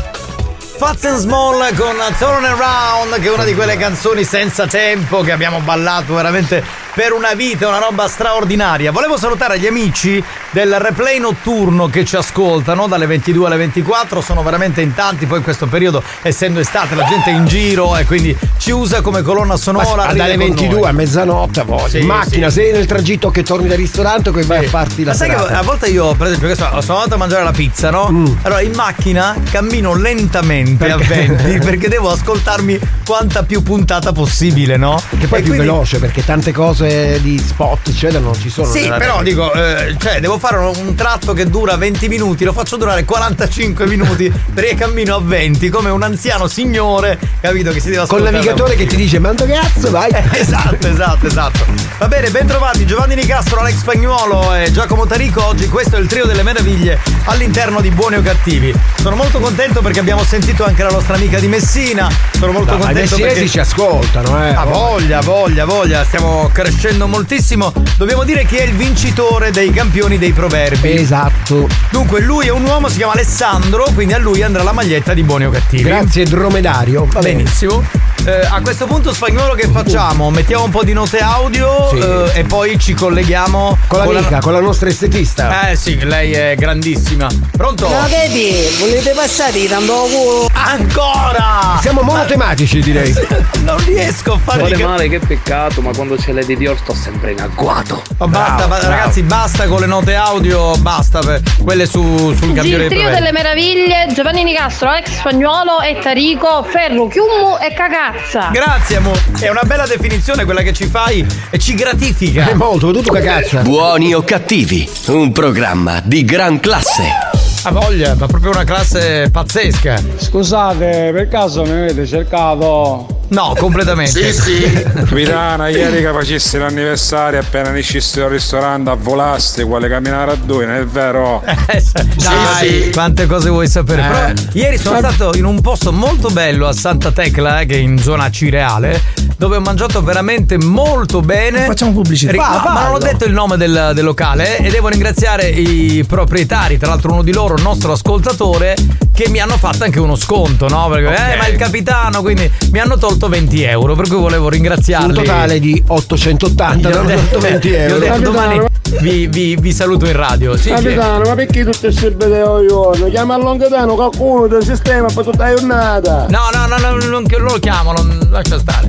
Fats and Small con Turn Around, che è una di quelle canzoni senza tempo che abbiamo ballato veramente per una vita, una roba straordinaria. Volevo salutare gli amici del replay notturno che ci ascoltano dalle ventidue alle ventiquattro, sono veramente in tanti, poi in questo periodo essendo estate la gente è in giro e quindi ci usa come colonna sonora. Ma dalle ventidue a mezzanotte a volte, Sì, in macchina, sì. sei nel tragitto che torni dal ristorante o che vai a farti la Ma sai che serata. a volte io, per esempio, che so, sono andato a mangiare la pizza, no? Mm. Allora in macchina cammino lentamente a venti perché devo ascoltarmi quanta più puntata possibile, no? Che poi E è più quindi- veloce perché tante cose di spot eccetera non ci sono. Sì, nella però radio. dico, eh, cioè devo fare un, un tratto che dura venti minuti, lo faccio durare quarantacinque minuti perché cammino a venti come un anziano signore, capito, che si deve Col ascoltare. navigatore che ti dice mando cazzo vai. Esatto, esatto, esatto. Va bene, ben trovati Giovanni Nicastro, Alex Spagnuolo e Giacomo Tarico. Oggi questo è il trio delle meraviglie all'interno di Buoni o Cattivi. Sono molto contento perché abbiamo sentito anche la nostra amica di Messina. Sono molto No, ma i contento messinesi perché ci ascoltano, eh. Ha voglia, voglia, voglia. Stiamo crescendo moltissimo. Dobbiamo dire chi è il vincitore dei campioni dei proverbi. Esatto. Dunque, lui è un uomo, si chiama Alessandro, quindi a lui andrà la maglietta di Buoni o Cattivi. Grazie dromedario. Va bene. Benissimo. Eh, a questo punto, Spagnolo, che facciamo? Mettiamo un po' di note audio Sì. eh, e poi ci colleghiamo Con l'amica, con la nostra estetista. Eh sì, lei è grandissima. Pronto? No, vedi, volete passare tanto culo? Ancora! Siamo monotematici, direi. Non riesco a fare Vuole che- male, che peccato, ma quando c'è Lady Dior sto sempre in agguato. Ma basta, Bravo, ba- bravo. ragazzi, basta con le note audio, basta per quelle su, sul campione Il dei trio proverbi. delle meraviglie, Giovanni Nicastro, Alex Spagnuolo e Tarico, Ferro, Chiummu e Cagazza. Grazie, amo. È una bella definizione quella che ci fai e ci gratifica. È molto, tutto cagazza. Buoni o cattivi, un programma di gran classe. Ha voglia, ma proprio una classe pazzesca. Scusate, per caso mi avete cercato? No, completamente. Capitana, ieri che facessi l'anniversario appena ne uscissi dal ristorante a volasti quale camminare a due, non è vero? Eh, Dai, quante cose vuoi sapere? Però ieri sono stato in un posto molto bello a Santa Tecla, eh, che è in zona Cireale, dove ho mangiato veramente molto bene. Facciamo pubblicità. Ri- Va, ma non ho fallo. detto il nome del, del locale eh, e devo ringraziare i proprietari, tra l'altro uno di loro, il nostro ascoltatore, che mi hanno fatto anche uno sconto, no? Perché eh, ma il capitano, quindi mi hanno tolto venti euro, per cui volevo ringraziarli. Un totale di ottocentottanta, Gli ho non detto- venti gli ho euro. detto, domani vi, vi- vi saluto in radio. Sì, che- Capitano, ma perché tutte queste belle io? Chiama a Longatano qualcuno del sistema per tutta la giornata. No, no, no, no, non, non lo chiamo, non, lascia stare.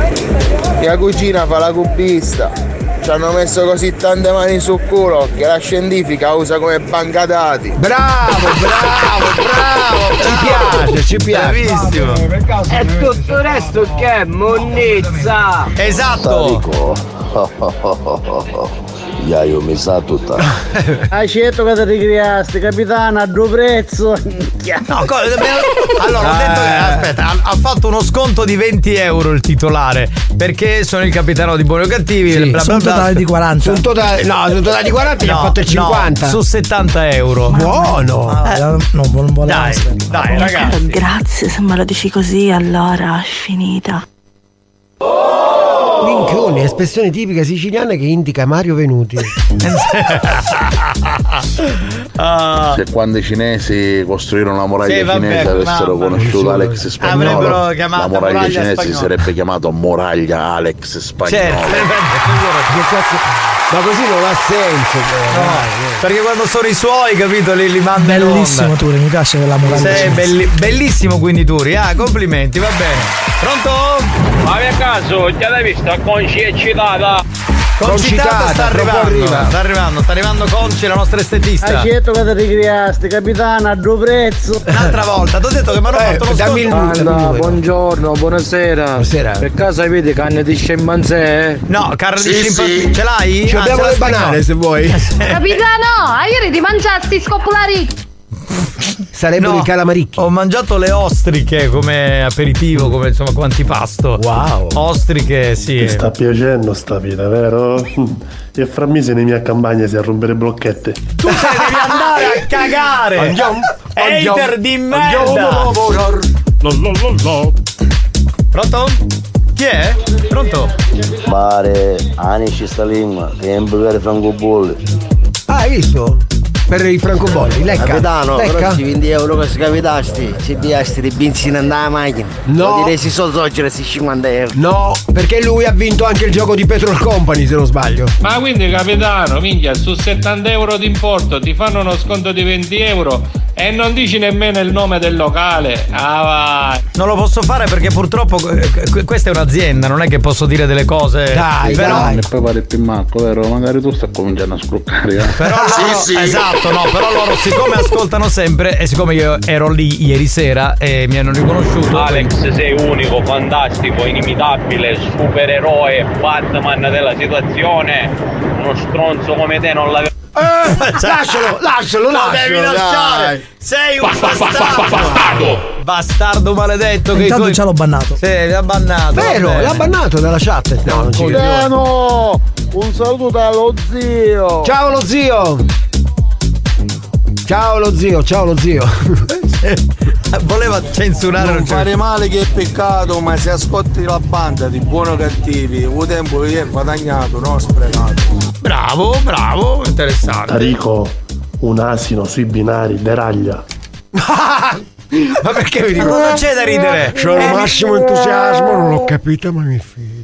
E la cucina fa la cubista. Ci hanno messo così tante mani sul culo che la scientifica usa come banca dati. Bravo, bravo, bravo. Ci piace, ci piace. Bravissimo. E tutto il resto che è monnezza. Esatto. Ya io mi sa tutta. Hai scelto che ti ricreasti, capitano, a due prezzo. No, co- allora ho detto che aspetta, ha, ha fatto uno sconto di venti euro il titolare perché sono il capitano di Buoni o Cattivi. Sì, bla bla su un bla. totale di quaranta. Su un totale, no, su un totale di quaranta gli ha No, fatto il cinquanta. no, su settanta euro. Buono. Ah, no, non volevo. Dai, dai ragazzi. Grazie, se me lo dici così allora è finita. Minchione, espressione tipica siciliana che indica Mario Venuti. Ah, Se quando i cinesi costruirono la muraglia Sì, vabbè, cinese avessero mamma. conosciuto Alex Spagnolo, Avrebbero chiamato la muraglia, muraglia cinese spagnola. si sarebbe chiamato muraglia Alex Spagnolo. certo, Che cazzo? Ma così non ha senso. però, no, dai. perché quando sono i suoi, capito, li, li manda in onda. Bellissimo Turi, mi piace quella morale. Sei belli- bellissimo quindi Turi, ah, complimenti, va bene. Pronto? Ma per caso, già l'hai vista Conci eccitata? Concitata Concitata, sta tra poco arrivando, arriva. sta arrivando, sta arrivando Conci, la nostra estetista. Hai scelto che ti ricreasti, capitano, a due prezzo. Un'altra volta, ti ho detto che mi hanno Eh, fatto lo dammi il sconto. numero. Anna, buongiorno, buonasera. Buonasera. Per caso avete canne di scimpanzé? No, carne di scimpanzé, ce l'hai? Ci Ah, abbiamo ce le l'ha banane Spagnolo. se vuoi. Capitano, a ieri ti mangiasti scopolari. Sarebbero No, i calamaricchi. Ho mangiato le ostriche come aperitivo, come insomma come antipasto. Wow. Ostriche, sì. Ti sta piacendo sta vita, vero? E fra mesi nei miei campagne si a rompere blocchette. Tu te devi andare a cagare! Andiamo, andiamo, Hater di andiamo merda! a lavorare. La, la, la, la. Pronto? Chi è? Pronto? Pare Anici Stalim che è imbrugare francobolli. Ah, hai visto? Per i francobolli, lecca. Capitano, lecca. però ci venti euro che si capitasti, ci piasti di benzina andare macchina. No. Vuol dire si sono oggi si cinquanta euro. No, perché lui ha vinto anche il gioco di Petrol Company, se non sbaglio. Ma quindi capitano, minchia, su settanta euro d'importo ti fanno uno sconto di venti euro e non dici nemmeno il nome del locale. Ah vai. Non lo posso fare perché purtroppo eh, questa è un'azienda, non è che posso dire delle cose. Dai, però, dai. E poi pare più macco, vero? Magari tu stai cominciando a scroccare. Eh? Però loro, esatto, no, però loro siccome ascoltano sempre e siccome io ero lì ieri sera e mi hanno riconosciuto. Alex, sei unico, fantastico, inimitabile, supereroe, Batman della situazione. Uno stronzo come te non l'aveva. Eh, lascialo, lascialo, Lo lascialo. devi lasciare. Dai. Sei un bastardo. Bastardo maledetto che Intanto coi- già l'ho bannato. Sì, l'ha bannato. Vero, va bene. l'ha bannato dalla chat. No, non ci credo. Capitano, un saluto dallo zio. Ciao lo zio. Ciao lo zio, ciao lo zio. Voleva censurare. Non fare male che è peccato, ma se ascolti la banda di buoni o cattivi, il tempo che è guadagnato, non sprecato. Bravo, bravo, interessante. Tarico, un asino sui binari, deraglia. Ma perché mi dico? Cosa c'è da ridere? C'ho il massimo entusiasmo, non l'ho capito, ma mi fido.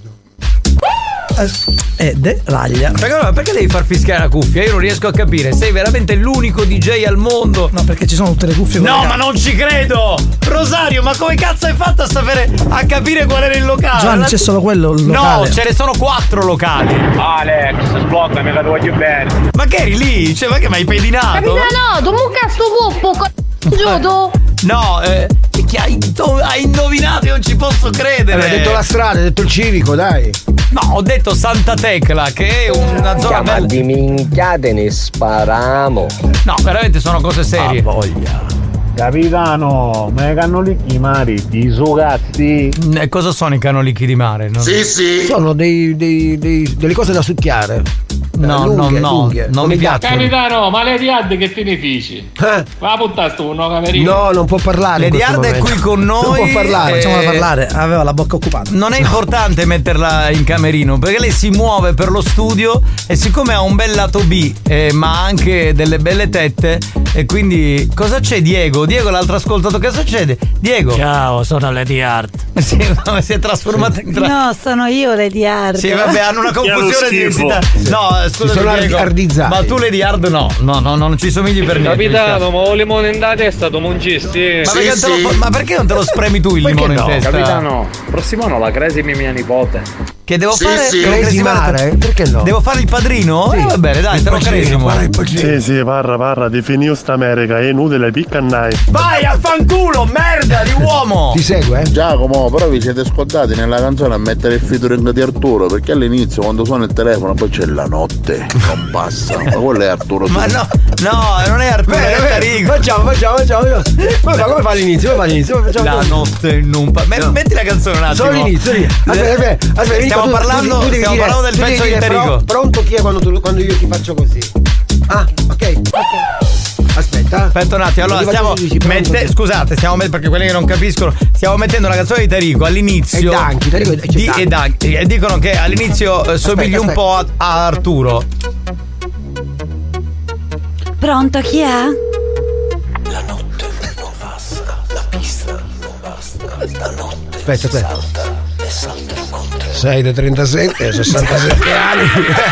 Eh, de raglia. Perché, allora, perché devi far fischiare la cuffia? Io non riesco a capire. Sei veramente l'unico D J al mondo. No, perché ci sono tutte le cuffie. No, collegate. ma non ci credo! Rosario, ma come cazzo hai fatto a sapere a capire qual era il locale? Giovanni, c'è solo quello il locale. No, ce ne sono quattro locali. Alex, sbloccami che ti voglio bene. Ma che eri lì? Cioè, ma che mi hai pedinato? Capitano, tu mucca sto puppo, co- giudo. No, eh, che hai, indo- hai indovinato, io non ci posso credere. Hai detto la strada, hai detto il civico, dai. No, ho detto Santa Tecla, che è una zona bella. di minchiate ne sparamo. No, veramente sono cose serie. Ah, voglia. Capitano, ma i cannolicchi mari, i sugazzi. E cosa sono i canolicchi di mare? Non... Sì, sì. Sono dei, dei, dei, delle cose da succhiare. No, lunghe, no, no, lunghe, non come mi i piace. gatti. Capitano, ma le diadde che te ne fici? Eh? Va a puttare sto uno camerino. No, non può parlare. in Lady questo Hard è momento. qui con noi. Non può parlare. eh, Facciamola parlare, aveva la bocca occupata. Non è importante metterla in camerino perché lei si muove per lo studio e siccome ha un bel lato B eh, ma anche delle belle tette e quindi cosa c'è Diego? Diego l'altro ascoltato, che succede? Diego. Ciao, sono Lady Hard. Sì, ma si è trasformato in tra... No, sono io Lady Hard. Sì, vabbè, hanno una confusione di identità. No, scusa, sono Diego, ardizzati. ma tu Lady Hard no, no, no, non ci somigli per niente. Capitano, ma ho limone in testa, tu muncisti. Ma, perché te lo fa- ma perché non te lo spremi tu il Perché limone no? in testa? Capitano, prossimo anno la cresimi mia nipote. Che devo Sì, fare? sì. Devo Cresimare? Perché no? Devo fare il padrino? Eh, va bene, dai, te lo cresimo. Sì, sì, parra, parra, definì sta America, è inutile, piccannai. Vai a fanculo, merda di uomo! Ti segue? Eh? Giacomo, però vi siete scordati nella canzone a mettere il featuring di Arturo, perché all'inizio quando suona il telefono poi c'è la notte, non passa. Ma quello è Arturo. Ma no, no, non è Arturo, Bene, è bene. Tarico. Facciamo, facciamo, facciamo. Ma ma come fa l'inizio? Come fa l'inizio? Facciamo La così. notte non pa- Me- Metti la canzone un attimo. Solo l'inizio, lì. Aspetta, aspetta, aspetta, Enrico, Stiamo tu- parlando, tu- tu devi stiamo dire- parlando del tu devi pezzo di dire Tarico. pro- Pronto chi è quando, tu- quando io ti faccio così? Ah, ok, ok. Aspetta. Aspetta un attimo, allora Quando ti stiamo faccio così, pronto, mette- ok. scusate, stiamo met- perché quelli che non capiscono, stiamo mettendo una canzone di Tarico all'inizio. E Danchi, Tarico e- c'è di, Danchi. e Danchi, e dicono che all'inizio eh, somigli un aspetta. po' a, a Arturo. Pronto, chi è? Aspetta, aspetta. sei da trentasette, sessantasette anni.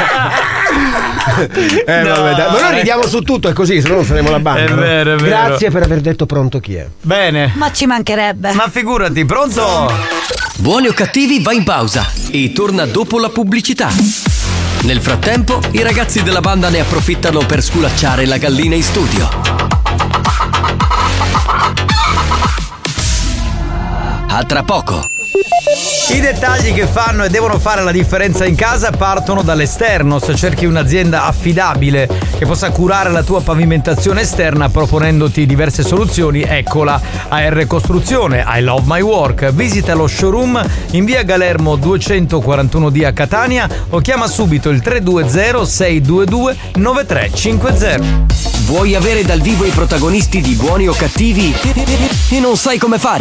Eh, No, vabbè, dai. Ma noi eh. ridiamo su tutto, è così, se no non saremo la banda. È no? vero, è vero. Grazie per aver detto pronto chi è. Bene. Ma ci mancherebbe. Ma figurati, pronto? Buoni o cattivi va in pausa e torna dopo la pubblicità. Nel frattempo, i ragazzi della banda ne approfittano per sculacciare la gallina in studio. A tra poco. I dettagli che fanno e devono fare la differenza in casa partono dall'esterno. Se cerchi un'azienda affidabile che possa curare la tua pavimentazione esterna proponendoti diverse soluzioni, eccola. A R Costruzione, I Love My Work. Visita lo showroom in via Galermo duecentoquarantuno D a Catania o chiama subito il tre due zero sei due due nove tre cinque zero. Vuoi avere dal vivo i protagonisti di Buoni o Cattivi e non sai come fare?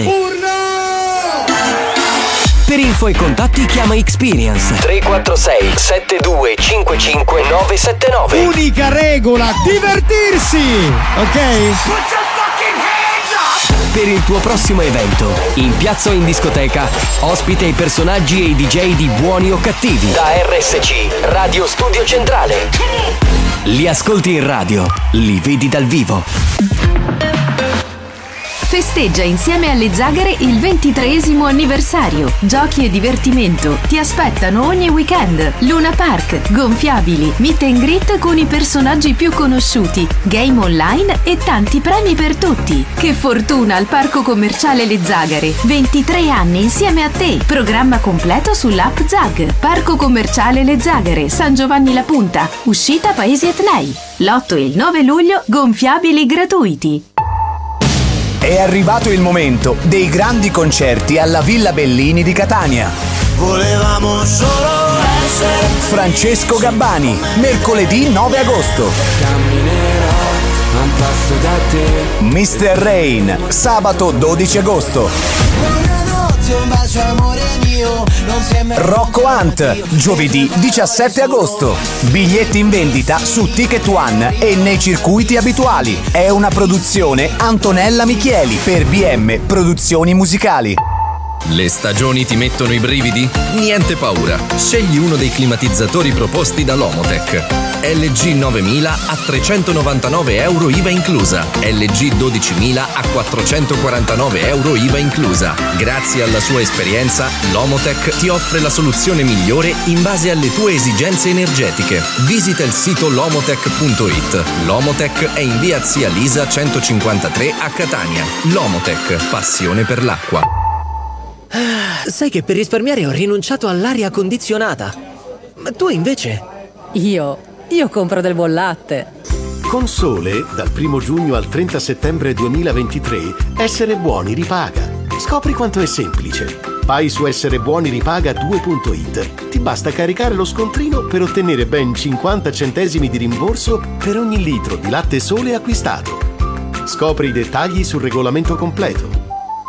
Per info e contatti chiama Experience tre quattro sei sette due cinque cinque nove sette nove. Unica regola, divertirsi, ok? Per il tuo prossimo evento, in piazza o in discoteca, ospita i personaggi e i D J di Buoni o Cattivi da R S C Radio Studio Centrale. Li ascolti in radio, li vedi dal vivo. Festeggia insieme alle Zagare il ventitreesimo anniversario. Giochi e divertimento ti aspettano ogni weekend. Luna Park, gonfiabili, meet and greet con i personaggi più conosciuti, game online e tanti premi per tutti. Che fortuna al Parco Commerciale Le Zagare. ventitré anni insieme a te. Programma completo sull'app Zag. Parco Commerciale Le Zagare, San Giovanni La Punta. Uscita Paesi Etnei. L'otto e il nove luglio, gonfiabili gratuiti. È arrivato il momento dei grandi concerti alla Villa Bellini di Catania. Volevamo solo essere Francesco Gabbani, mercoledì nove agosto. Camminerò a un passo da te. mister Rain, sabato dodici agosto. Buonanotte, un bacio amore mio. Non si è mai Rocco Hunt, giovedì diciassette agosto. Biglietti in vendita su Ticket One e nei circuiti abituali. È una produzione Antonella Michieli per B M Produzioni Musicali. Le stagioni ti mettono i brividi? Niente paura, scegli uno dei climatizzatori proposti da Lomotec. L G novemila a trecentonovantanove euro I V A inclusa, L G dodicimila a quattrocentoquarantanove euro I V A inclusa. Grazie alla sua esperienza, Lomotec ti offre la soluzione migliore in base alle tue esigenze energetiche. Visita il sito lomotec punto it. Lomotec è in via Zia Lisa centocinquantatré a Catania. Lomotec, passione per l'acqua. Sai che per risparmiare ho rinunciato all'aria condizionata. Ma tu invece? Io? Io compro del buon latte. Con Sole, dal primo giugno al trenta settembre duemilaventitré, Essere Buoni ripaga. Scopri quanto è semplice. Vai su essere buoni ripaga due punto it. Ti basta caricare lo scontrino per ottenere ben cinquanta centesimi di rimborso per ogni litro di latte Sole acquistato. Scopri i dettagli sul regolamento completo.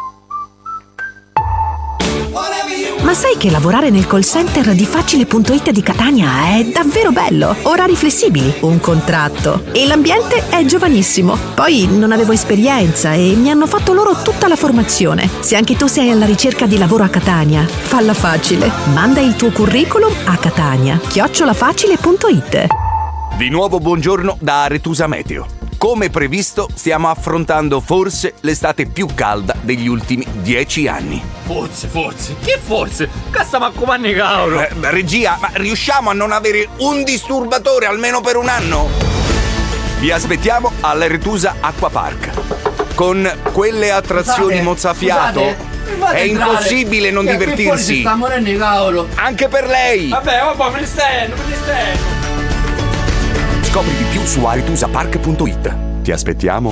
Ma sai che lavorare nel call center di Facile punto it di Catania è davvero bello? Orari flessibili, un contratto e l'ambiente è giovanissimo. Poi non avevo esperienza e mi hanno fatto loro tutta la formazione. Se anche tu sei alla ricerca di lavoro a Catania, falla facile. Manda il tuo curriculum a Catania, chiocciola facile punto it. Di nuovo buongiorno da Aretusa Meteo. Come previsto, stiamo affrontando forse l'estate più calda degli ultimi dieci anni. Forse, forse, che forse? Casta ma com'anni cavolo? Eh, regia, ma riusciamo a non avere un disturbatore almeno per un anno? Vi aspettiamo all'Aretusa Acqua Park. Con quelle attrazioni Scusate, mozzafiato scusate, è impossibile non che divertirsi. Forse sta morendo cavolo. Anche per lei. Vabbè, vabbè, me ne stendo, me ne stendo. Scopri di più su aretusapark punto it. Ti aspettiamo.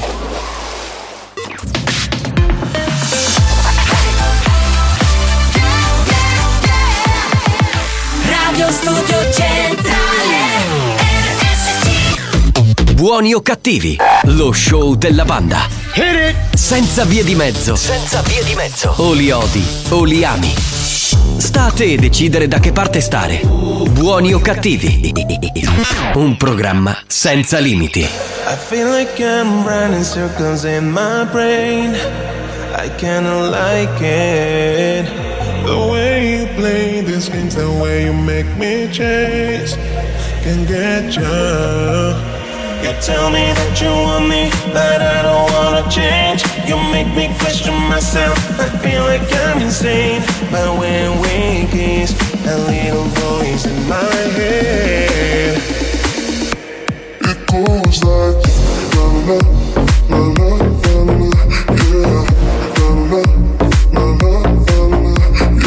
Radio Studio Centrale R S C. Buoni o Cattivi, lo show della banda. Senza vie di mezzo. Senza vie di mezzo. O li odi o li ami. Sta a te decidere da che parte stare. Buoni o Cattivi. Un programma senza limiti. I feel like I'm running circles in my brain. I kinda like it. The way you play this games, the way you make me change, can get you. You tell me that you want me, but I don't wanna change. You make me question myself. I feel like I'm insane, but when we kiss, a little voice in my head, it goes like la la la la la la, yeah, la la la la la la,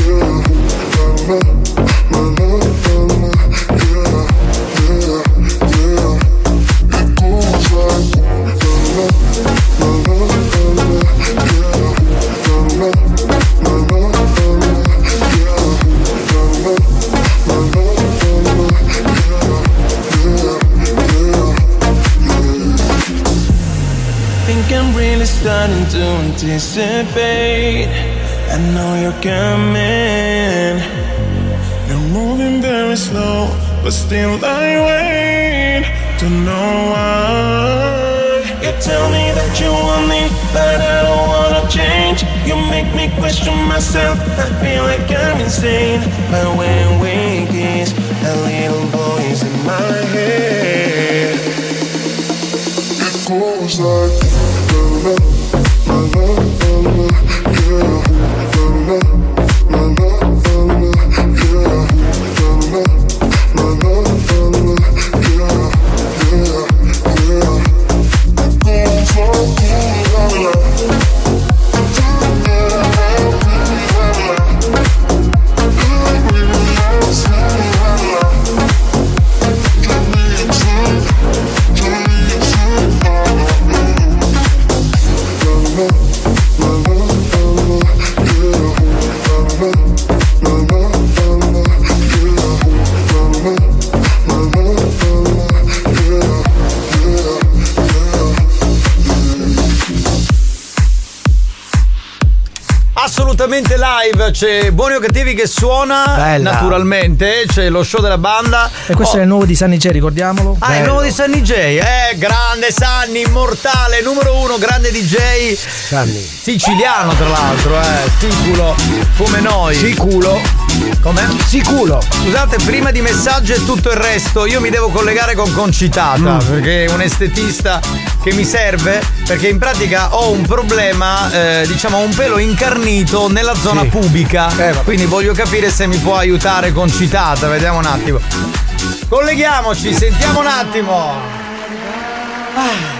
starting to anticipate. I know you're coming. You're moving very slow, but still I wait to know why. You tell me that you want me, but I don't wanna change. You make me question myself, I feel like I'm insane. But when we kiss, a little voice in my head, it goes like la la la la la la, yeah. La la la la la la, yeah. La la la la la la, yeah, yeah, yeah. It goes like la la la. Assolutamente live, c'è Buoni o Cattivi che suona. Bella. Naturalmente, c'è lo show della banda. E questo oh. è il nuovo di Sunny J, ricordiamolo. Ah, è il nuovo di Sunny J, eh, grande Sunny, immortale, numero uno, grande D J. Sunny. Siciliano tra l'altro, eh, siculo, come noi. Siculo. Com'è? Siculo. Scusate, prima di messaggio e tutto il resto, io mi devo collegare con Concitata, mm. perché è un estetista che mi serve, perché in pratica ho un problema, eh, diciamo un pelo incarnito nella zona sì. pubica, eh, quindi voglio capire se mi può aiutare Concitata, vediamo un attimo. Colleghiamoci, sentiamo un attimo. Ah.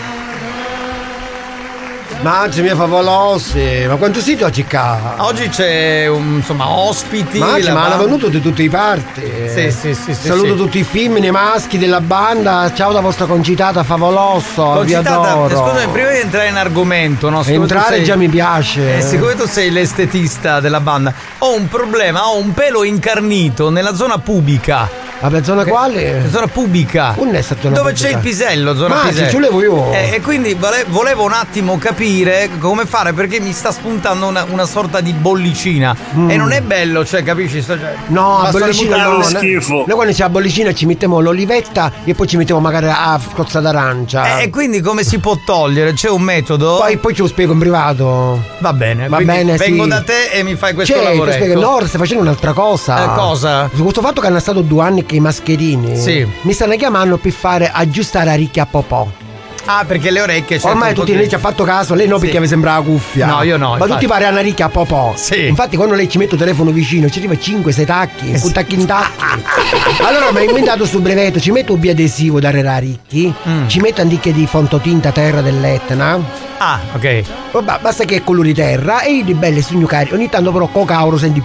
Mazzi mia favolosi, ma quanto siete oggi qua? Oggi c'è un, insomma ospiti. Mazzi, ma hanno venuto di tutte le parti. Sì, sì, sì. Saluto sì. tutti i femmini maschi della banda. Ciao da vostra Concitata favoloso. Concitata, vi adoro. Scusami, prima di entrare in argomento, no? Entrare sei, già mi piace. Eh, siccome tu sei l'estetista della banda, ho un problema, ho un pelo incarnito nella zona pubica. Vabbè, zona quale? Zona pubica. Non è stata Dove pubica. c'è il pisello, zona ma pisello. Ma ci volevo io. Eh, e quindi vole, volevo un attimo capire come fare, perché mi sta spuntando una, una sorta di bollicina. Mm. E non è bello, cioè, capisci? Sto, cioè, no, a bollicina no. schifo. Noi quando c'è la bollicina ci mettiamo l'olivetta e poi ci mettiamo magari a scozza d'arancia. Eh, e quindi come si può togliere? C'è un metodo? Poi, poi ce lo spiego in privato. Va bene, va bene. Vengo sì. da te e mi fai questo c'è, lavoretto. Spiego, no, stai facendo un'altra cosa. Eh, cosa? Su questo fatto che hanno stato due anni che i mascherini sì. mi stanno chiamando per fare aggiustare a ricchia popò. Ah, perché le orecchie c'è. Ormai tutti lei ci ha fatto caso, lei no sì. perché mi sembrava cuffia. No, io no. Ma infatti. tutti pare Anna Ricca a popò. Sì. Infatti quando lei ci mette il telefono vicino ci arriva cinque sei tacchi, eh, un tacchi in tacchi. Allora mi ha inventato sul brevetto, ci metto un biadesivo da Rera Ricchi, mm. ci metto antiche di fontotinta terra dell'Etna. Ah, ok. Vabbè, basta che è colore terra e io di belle sugnucari. Ogni tanto però cocauro senti.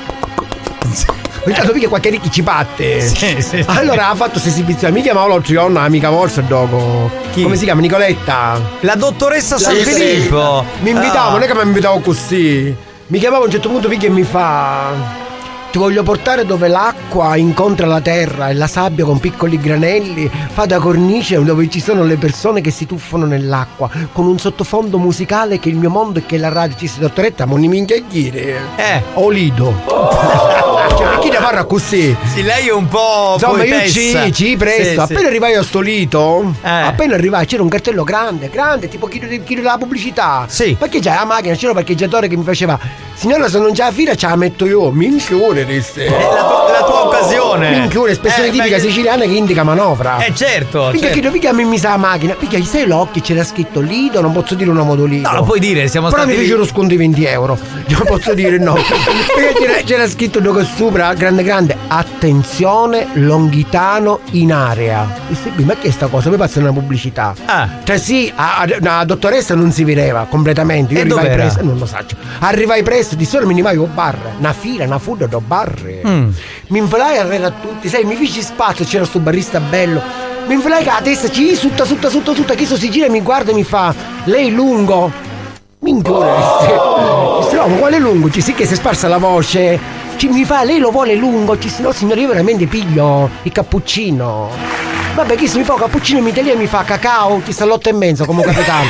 Ogni tanto perché qualche ricchi ci patte. Sì, sì, allora ha fatto questa esibizione. Mi chiamava l'altro giorno amica vostra dopo. Chi? Come si chiama? Nicoletta. La dottoressa San sì, Filippo. Sì. Mi invitava, ah. non è che mi invitavo così. Mi chiamava a un certo punto perché mi fa: ti voglio portare dove l'acqua incontra la terra e la sabbia con piccoli granelli fa da cornice, dove ci sono le persone che si tuffano nell'acqua, con un sottofondo musicale che è il mio mondo e che è la radio. Ci sei dottoretta, ma non mi inchiagliere. Eh. Olido. Oh. Cioè, perché da parla così? Sì, lei è un po'. Insomma, io ci, ci presto. Sì, appena sì. arrivai a sto lito, eh. appena arrivai c'era un cartello grande, grande, tipo chi della pubblicità. Sì. Perché già la macchina c'era un parcheggiatore che mi faceva: signora, se non c'è la fila ce la metto io. Minchione. È la, tua, la tua occasione. Minchione, espressione eh, tipica perché... siciliana che indica manovra. Eh certo. Perché certo. chi mi mi sa la macchina? Perché gli sei l'occhio c'era scritto Lido, non posso dire un uomo Lido. No, lo puoi dire, siamo però stati. Però mi fecero sconto di venti euro. Non posso dire no. Perché c'era, c'era scritto dove sopra, grande grande, attenzione, Longhitano in area. E se, ma che è sta cosa? Mi passa una pubblicità. Ah. Cioè sì, a, a, la dottoressa non si vedeva completamente. Io e arrivai dov'era? presto, non lo so. Arrivai presto, di solo mi ne vai a barre. Una fila, una fuga da barre. Mm. Mi infilai a a tutti, sai, mi feci spazio, c'era sto barista bello. Mi infilai con la testa, ci sutta, sutta, sutta, sutta, chi si gira e mi guarda e mi fa: lei lungo? Minchione, oh. no, ma quale lungo? Ci sì che si è sparsa la voce. Ci mi fa: lei lo vuole lungo? Ci no signore, io veramente piglio il cappuccino. Vabbè, chi se mi fa cappuccino mi taglia e mi fa cacao, ti sta all'otto e mezzo come capitano.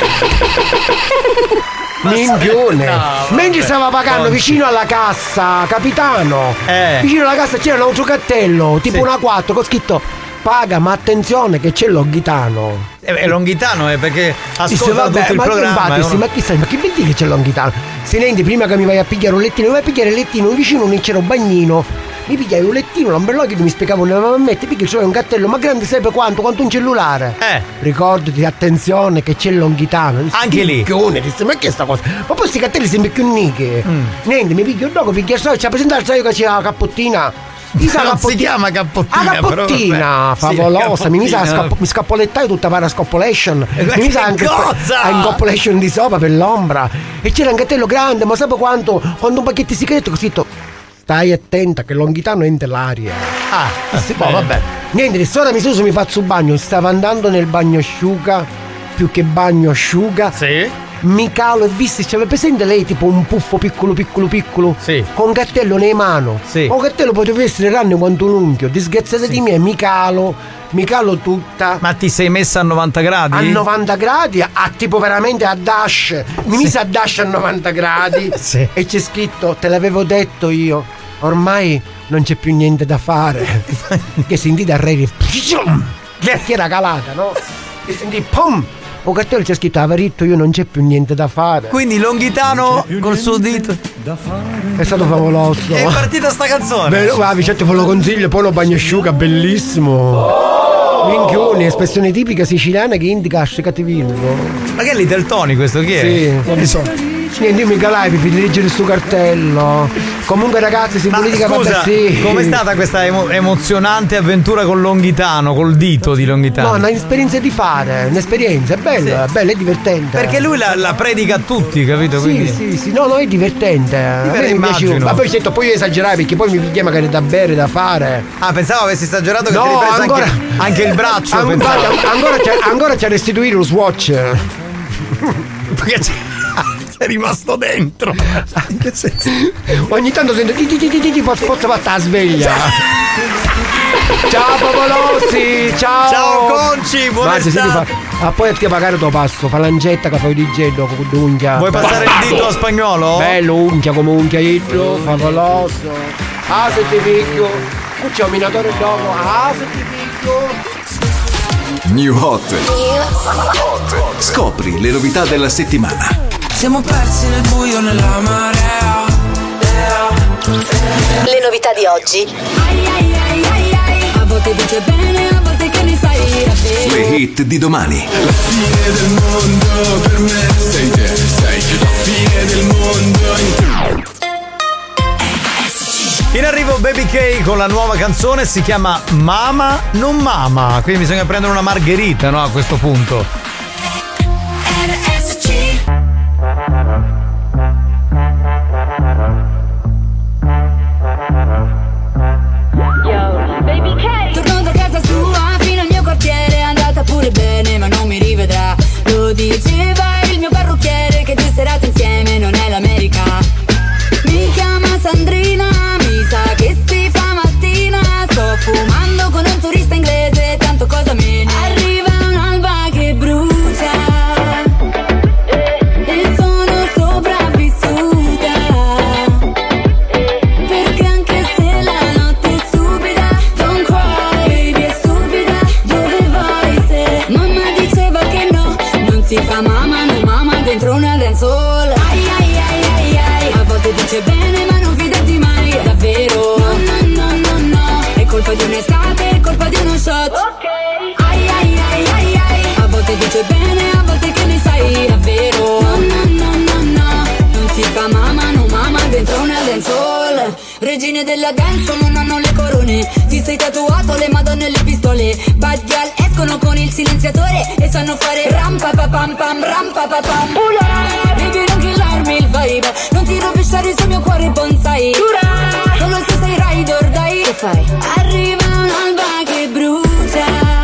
Minchione. No, mentre stava pagando Conci. vicino alla cassa, capitano, eh. vicino alla cassa c'era un altro cartello, tipo sì. una quattro con scritto paga, ma attenzione che c'è Longhitano. Eh, Longhitano è perché ascolta vabbè, tutto il ma programma. Infatti, sì, ma chi sa, ma che vuol dire che c'è Longhitano? Se ne prima che mi vai a pigliare un lettino, mi vai a pigliare il lettino, vicino non c'era un bagnino. Mi pigliai un lettino, l'ombrello che mi spiegavo una mammetta, perché c'era un cartello, ma grande sempre quanto? Quanto un cellulare. Eh. Ricordati, attenzione, che c'è Longhitano. Anche lì. Disse, ma che è sta cosa? Ma poi questi cartelli sempre più niche. Mm. Niente, mi piglio il dopo, piglio il solito, ci ha presentato io che c'era la cappottina. Mi sa non si chiama cappottina. La cappottina, però, favolosa. Sì, mi sa scappo, mi scappolettai tutta para scoppolation. Mi sa anche a incoppolation di sopra per l'ombra. E c'era un cartello grande, ma sapevo quanto? Quando un pacchetto segreto così. Stai attenta che Longhitano entra l'aria. Ah, sì, boh, vabbè. Niente, ora mi suso, mi faccio un bagno. Stavo andando nel bagno asciuga, più che bagno asciuga. Sì. Mi calo e visto, c'aveva presente lei tipo un puffo piccolo piccolo piccolo? Sì. Con un cartello nei mano. Sì. Un cartello poteva essere ranne quanto un unghio. Disgraziata sì. di me, mi calo, mi calo tutta. Ma ti sei messa a novanta gradi? A novanta gradi, a tipo veramente a dash. Mi sì. mise a dash a novanta gradi. Sì. E c'è scritto, te l'avevo detto io, ormai non c'è più niente da fare. Che sentì da re che era calata, no? E sentì pum. O cartello c'è scritto avaritto, io non c'è più niente da fare. Quindi Longhitano col suo dito è stato favoloso. È partita sta canzone. Beh, guarda, certo ve lo consiglio, poi lo bagnosciuga, bellissimo. Oh! Minchioni, espressione tipica siciliana che indica cattivismo. Ma che è Little Tony questo chi è? Sì, non so. Niente, io mi calai per dirigere il suo cartello. Comunque ragazzi, si politica scusa, vabbè sì. Com'è stata questa emo- emozionante avventura con Longhitano, col dito di Longhitano? No, un'esperienza di fare, un'esperienza, è bella, sì. bella, è divertente. Perché lui la, la predica a tutti, capito? Sì, Quindi... sì, sì, no, no, è divertente. A me immagino. Ma poi certo, poi io esagerai perché poi mi piglia magari da bere, da fare. Ah, pensavo avessi esagerato che no, ti hai ripreso ancora, anche, anche il braccio. An- ancora, c'è, ancora c'è a restituire lo swatch. Perché c'è... è rimasto dentro. Anche se ogni tanto sento ti ti ti ti ti forza fatta la sveglia. Ciao popolosi, ciao. Ciao Conci, buona estate. Ah, poi ti pagare tuo passo, fa l'angetta che fai di gelo con l'unghia. Vuoi passare il dito a Spagnolo? Bello, unghia come unghia idro, favoloso. Ah, se ti picchio. Qui c'è un minatore dopo. Ah, se ti picchio. New Hot. Scopri le novità della settimana. Siamo persi nel buio, nella marea. Le novità di oggi. Ai ai ai ai ai. A volte dice bene, a volte che ne sai davvero. Le hit di domani. La fine del mondo per me sei te, sei la fine del mondo. In arrivo Baby K con la nuova canzone, si chiama Mama non Mama. Quindi bisogna prendere una margherita, no, a questo punto. R S C. Tornando a casa sua, fino al mio quartiere, è andata pure bene, ma non mi rivedrà. Lo diceva il mio parrucchiere, che due serate insieme non è l'America. Mi chiama Sandrina, mi sa che si fa mattina. Sto fumando con un turista inglese, tanto cosa me ne arriva un'alba che brucia. E sono sopravvissuta, perché anche se la notte è stupida, don't cry, baby è stupida. Dove vai se mamma diceva che no, non si fa mamma, no mamma dentro una dancehall. Ai ai ai ai ai, a volte dice bene ma non fidarti mai, davvero. No no no no no, è colpa di un'estate, è colpa di uno shot. Ai ai ai ai ai, a volte dice bene, a volte che ne sai, davvero. No no no no no, non si fa mamma, no mamma dentro una dancehall. Regine della dance non hanno le corone, ti sei tatuato le madonne e le pistole. Bad girl escono con il silenziatore e sanno fare rampa pa pam pam rampa pa pam. Ula, baby non killarmi il vibe, non ti rovesciare sul mio cuore bonsai. Ura, solo se sei ride or die. Che fai? Arriva un'alba che brucia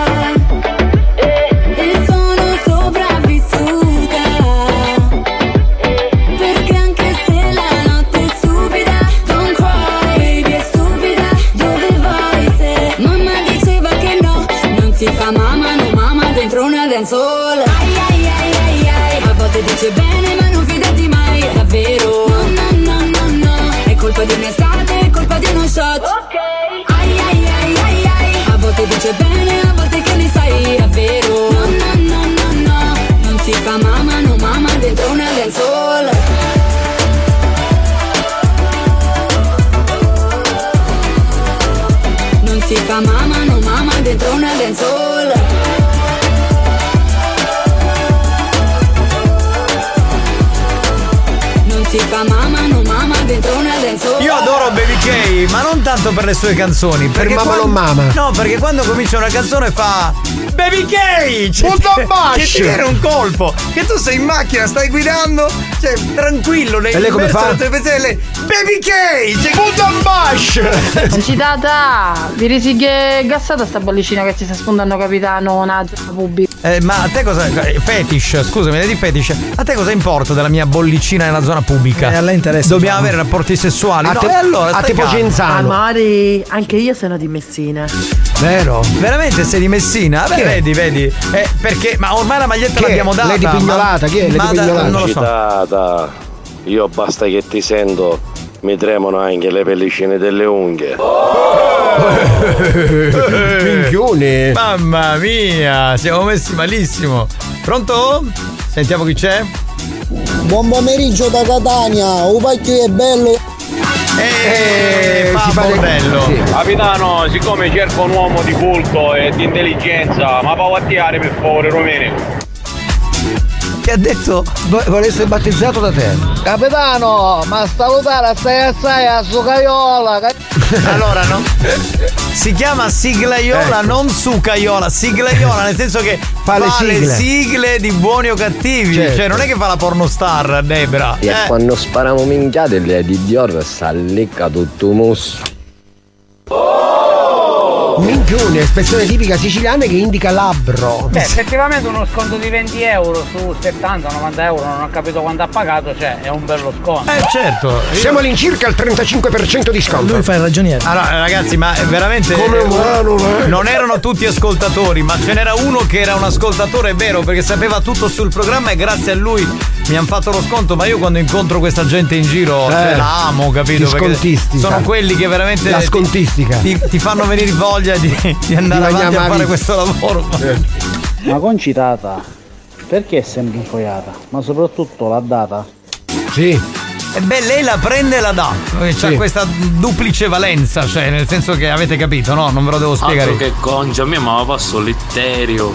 e sono sopravvissuta, perché anche se la notte è stupida, don't cry, baby è stupida. Dove vai se mamma diceva che no, non si fa si fa mamma, no mamma dentro una dancehall. Non si fa mamma, no mamma dentro una dancehall. Io adoro Baby K, ma non tanto per le sue canzoni. Per perché mamma quando- non mamma. No, perché quando comincia una canzone fa Baby K! Cioè, Punto che bash! ti viene un colpo. Che tu sei in macchina, stai guidando, cioè tranquillo, nei E lei come fa? Baby K! Cioè, Punto bash! Concitata, vi risi che è gassata sta bollicina che ci sta spuntando capitano una zona pubblica. Eh, ma a te cosa. Fetish, scusami, lei di fetish. A te cosa importa della mia bollicina nella zona pubblica? Eh, a lei interessa. Dobbiamo avere rapporti sessuali. A No, te- e allora a stai te calmo. Pocenzano. Amari, anche io sono di Messina. Vero? Veramente sei di Messina? Beh, Chi è? vedi, vedi. Eh, perché? Ma ormai la maglietta Chi è? l'abbiamo data. Lei di Pignolata, ma- chi è? Lei di ma da- Pignolata? Non lo so. Citata, io basta che ti sento, mi tremano anche le pellicine delle unghie. Minchione. Mamma mia, siamo messi malissimo. Pronto? Sentiamo chi c'è. Buon pomeriggio da Catania, un pacchio è bello. Eh, fa si fa del- bordello. sì. Capitano, siccome cerco un uomo di culto e di intelligenza, ma può attirare per favore Romeni? Ti ha detto? Vuole essere battezzato da te. Capitano, ma salutare stai assai a Sucaiola. Allora no. Si chiama siglaiola, Ecco. non sucaiola, siglaiola, nel senso che Fa le sigle. sigle di buoni o cattivi. Certo. Cioè, non è che fa la pornostar, Debra. E Eh. quando spariamo minchiate le di Dior sta lecca tutto musso. Minchione, espressione tipica siciliana che indica labbro. Beh, effettivamente uno sconto di venti euro su settanta novanta euro, non ho capito quanto ha pagato, cioè è un bello sconto. Eh certo. Siamo all'incirca al trentacinque per cento di sconto. Lui fa il ragioniere. Allora ragazzi, ma veramente Come umano, eh? non erano tutti ascoltatori, ma ce n'era uno che era un ascoltatore vero, perché sapeva tutto sul programma e grazie a lui mi hanno fatto lo sconto. Ma io quando incontro questa gente in giro, Eh, cioè, la amo, capito? gli Perché scontisti, sono sai. quelli che veramente La ti- scontistica. ti, ti fanno venire voglia di, di andare Di avanti a mangiare fare vita. questo lavoro. Ma concitata, perché è sempre infoiata? Ma soprattutto la data? Sì. E beh, lei la prende e la dà. C'ha Sì. questa duplice valenza, cioè nel senso che avete capito, no? Non ve lo devo spiegare. Altro che concia, a me ma passo l'itterio.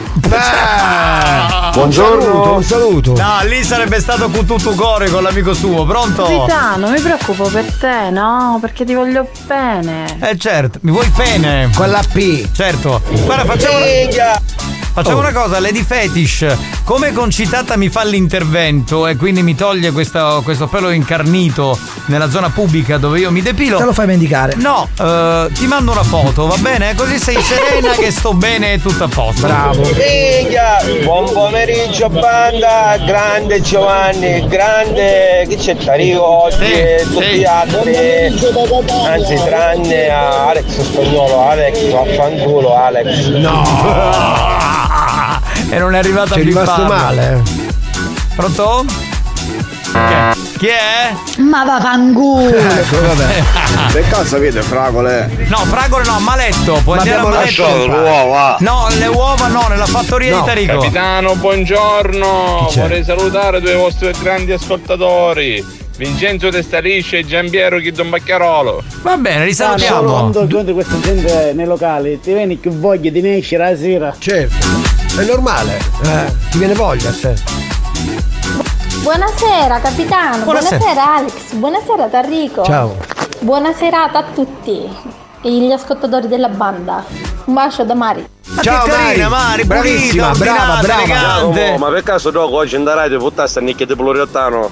Un saluto, un saluto. No, lì sarebbe stato Cututucore con l'amico suo, pronto? Capitano, mi preoccupo per te, no? Perché ti voglio bene. Eh certo, mi vuoi bene? Con la P. Certo. Guarda, facciamo una, facciamo una cosa, Lady Fetish, come Concitata mi fa l'intervento e quindi mi toglie questo, questo pelo incarnito nella zona pubblica dove io mi depilo. Te lo fai vendicare. No, eh, ti mando una foto, va bene? Così sei serena che sto bene e tutto a posto. Bravo. Minchia, buon pomeriggio banda, grande Giovanni, grande, chi c'è Tarico oggi Sì, e tutti sì. gli altri, anzi tranne a Alex Spagnolo, Alex, vaffanculo Alex. No! E non è arrivato a Sei rimasto bipparlo. male. Pronto? Chi è? Chi è? Ma vaffanculo. Ecco, vabbè. Per caso avete fragole? No, fragole no, maletto. Puoi Ma andare a abbiamo maletto. lasciato le uova. No, le uova no, nella fattoria No. di Tarico. Capitano, buongiorno. Chi c'è? Vorrei salutare due vostri grandi ascoltatori, Vincenzo Testalisce e Giampiero Chidombacchiarolo. Va bene, li Quando salutiamo. incontri questa gente nei locali, ti viene che voglia di ne escere la sera. Certo. È normale. Eh, ti viene voglia a te. Buonasera capitano, Buonasera. buonasera, Alex, buonasera Tarrico. Ciao. Buona serata a tutti e gli ascoltatori della banda. Un bacio da Mari. Ma Ciao, che carina, Mari. Mari, Bravissima, pulita, brava, ordinata, brava. elegante. Oh, ma per caso dopo oggi andrai di puttare sta nicchia di pluriottano?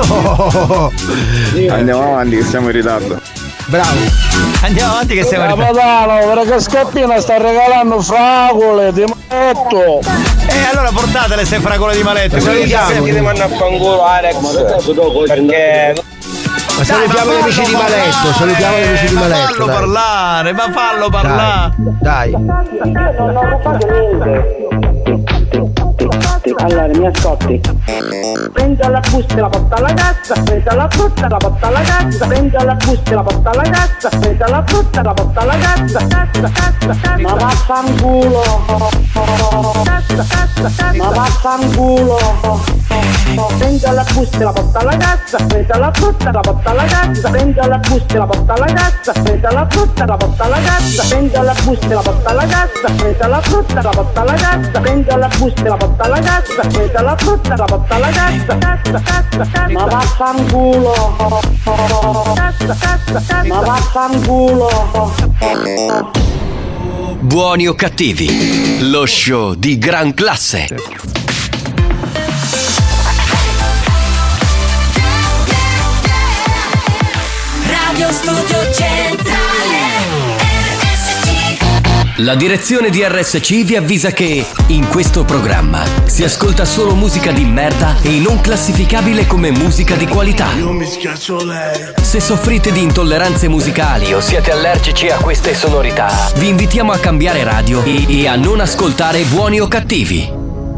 Andiamo avanti che siamo in ritardo. Bravo. Andiamo avanti che siamo arrivati. Capitano, perché Scappina sta regalando fragole di maletto. E allora portatele ste fragole di maletto. Salutiamo. Che ti manda a fangolo Alex. Perché Ma salutiamo gli amici di Maletto, salutiamo gli amici di Ma Maletto. fallo dai. parlare, ma fallo parlare. Dai. non ho rubato niente. ascolti. Allora, mi ascolti. Prendi la busta e la porta alla cassa, prendi la frutta e la porta alla cassa, prendi la busta e la porta alla cassa, prendi la frutta e la porta alla cassa, cassa, cassa, cassa. Ma vaffanculo. Cassa, cassa, cassa. Ma vaffanculo. Prendi la busta e la porta alla cassa, prendi la frutta e la porta alla cassa, prendi la busta e la porta alla cassa, prendi la frutta e la porta alla cassa, prendi la busta e la porta alla cassa, prendi la frutta e la porta alla cassa, prendi la busta e la porta alla cassa, prendi la frutta e la porta alla cassa, cassa, cassa, cassa. Ma vaffanculo. Cassa, cassa, cassa. Ma vaffanculo. Buoni o cattivi, lo show di gran classe. Radio Studio Centrale R S C. La direzione di R S C vi avvisa che in questo programma si ascolta solo musica di merda e non classificabile come musica di qualità. Io mi schiaccio lei. Se soffrite di intolleranze musicali o siete allergici a queste sonorità, vi invitiamo a cambiare radio e, e a non ascoltare Buoni o Cattivi.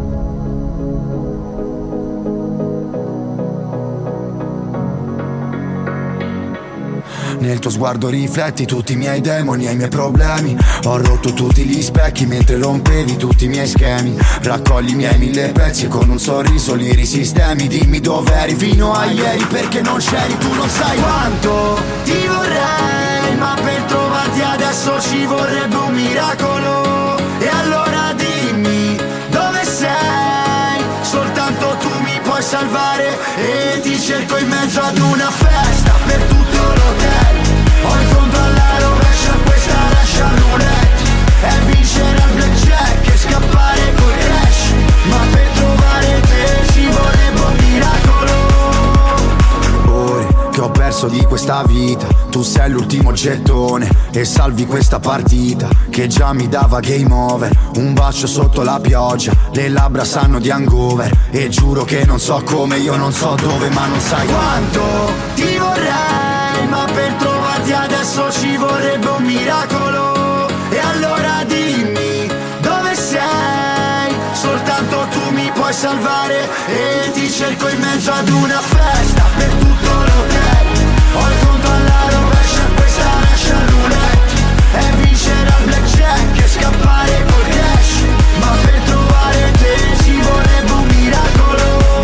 Nel tuo sguardo rifletti tutti i miei demoni e i miei problemi. Ho rotto tutti gli specchi mentre rompevi tutti i miei schemi. Raccogli i miei mille pezzi e con un sorriso li risistemi. Dimmi dov'eri fino a ieri, perché non c'eri, tu non sai quanto ti vorrei, ma per trovarti adesso ci vorrebbe un miracolo. E allora dimmi dove sei, soltanto tu mi puoi salvare. E ti cerco in mezzo ad una festa per tutto l'hotel. Ho il conto alla rovescia, questa lascia roulette. E vincere al blackjack e scappare col cash. Ma per trovare te ci vorrebbe un miracolo. Ora che ho perso di questa vita, tu sei l'ultimo gettone e salvi questa partita che già mi dava game over. Un bacio sotto la pioggia, le labbra sanno di hangover. E giuro che non so come, io non so dove, ma non sai quanto ti vorrei, ma per trovarti adesso ci vorrebbe un miracolo. E allora dimmi dove sei, soltanto tu mi puoi salvare. E ti cerco in mezzo ad una festa per tutto l'hotel. Ho il conto alla rovescia, questa lascia roulette. E vincere al blackjack e scappare col cash. Ma per trovare te ci vorrebbe un miracolo.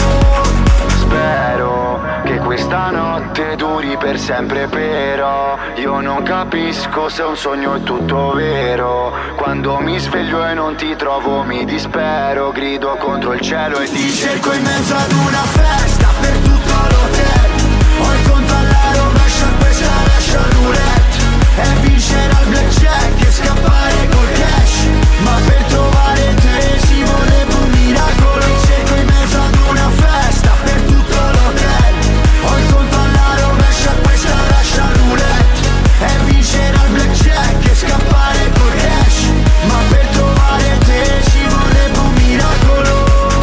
Spero che questa notte duri per sempre, però io non capisco se un sogno è tutto vero. Quando mi sveglio e non ti trovo mi dispero. Grido contro il cielo e ti cerco in mezzo ad una festa per tutto l'hotel. Ho il conto alla rovescia, questa lascia roulette. E vincere al blackjack e scappare col cash. Ma per trovare te ci vorrebbe un miracolo. Ti cerco in mezzo ad una festa per tutto l'hotel. Ho il conto alla rovescia, questa lascia roulette. E vincere al blackjack e scappare col cash. Ma per trovare te ci vorrebbe un miracolo.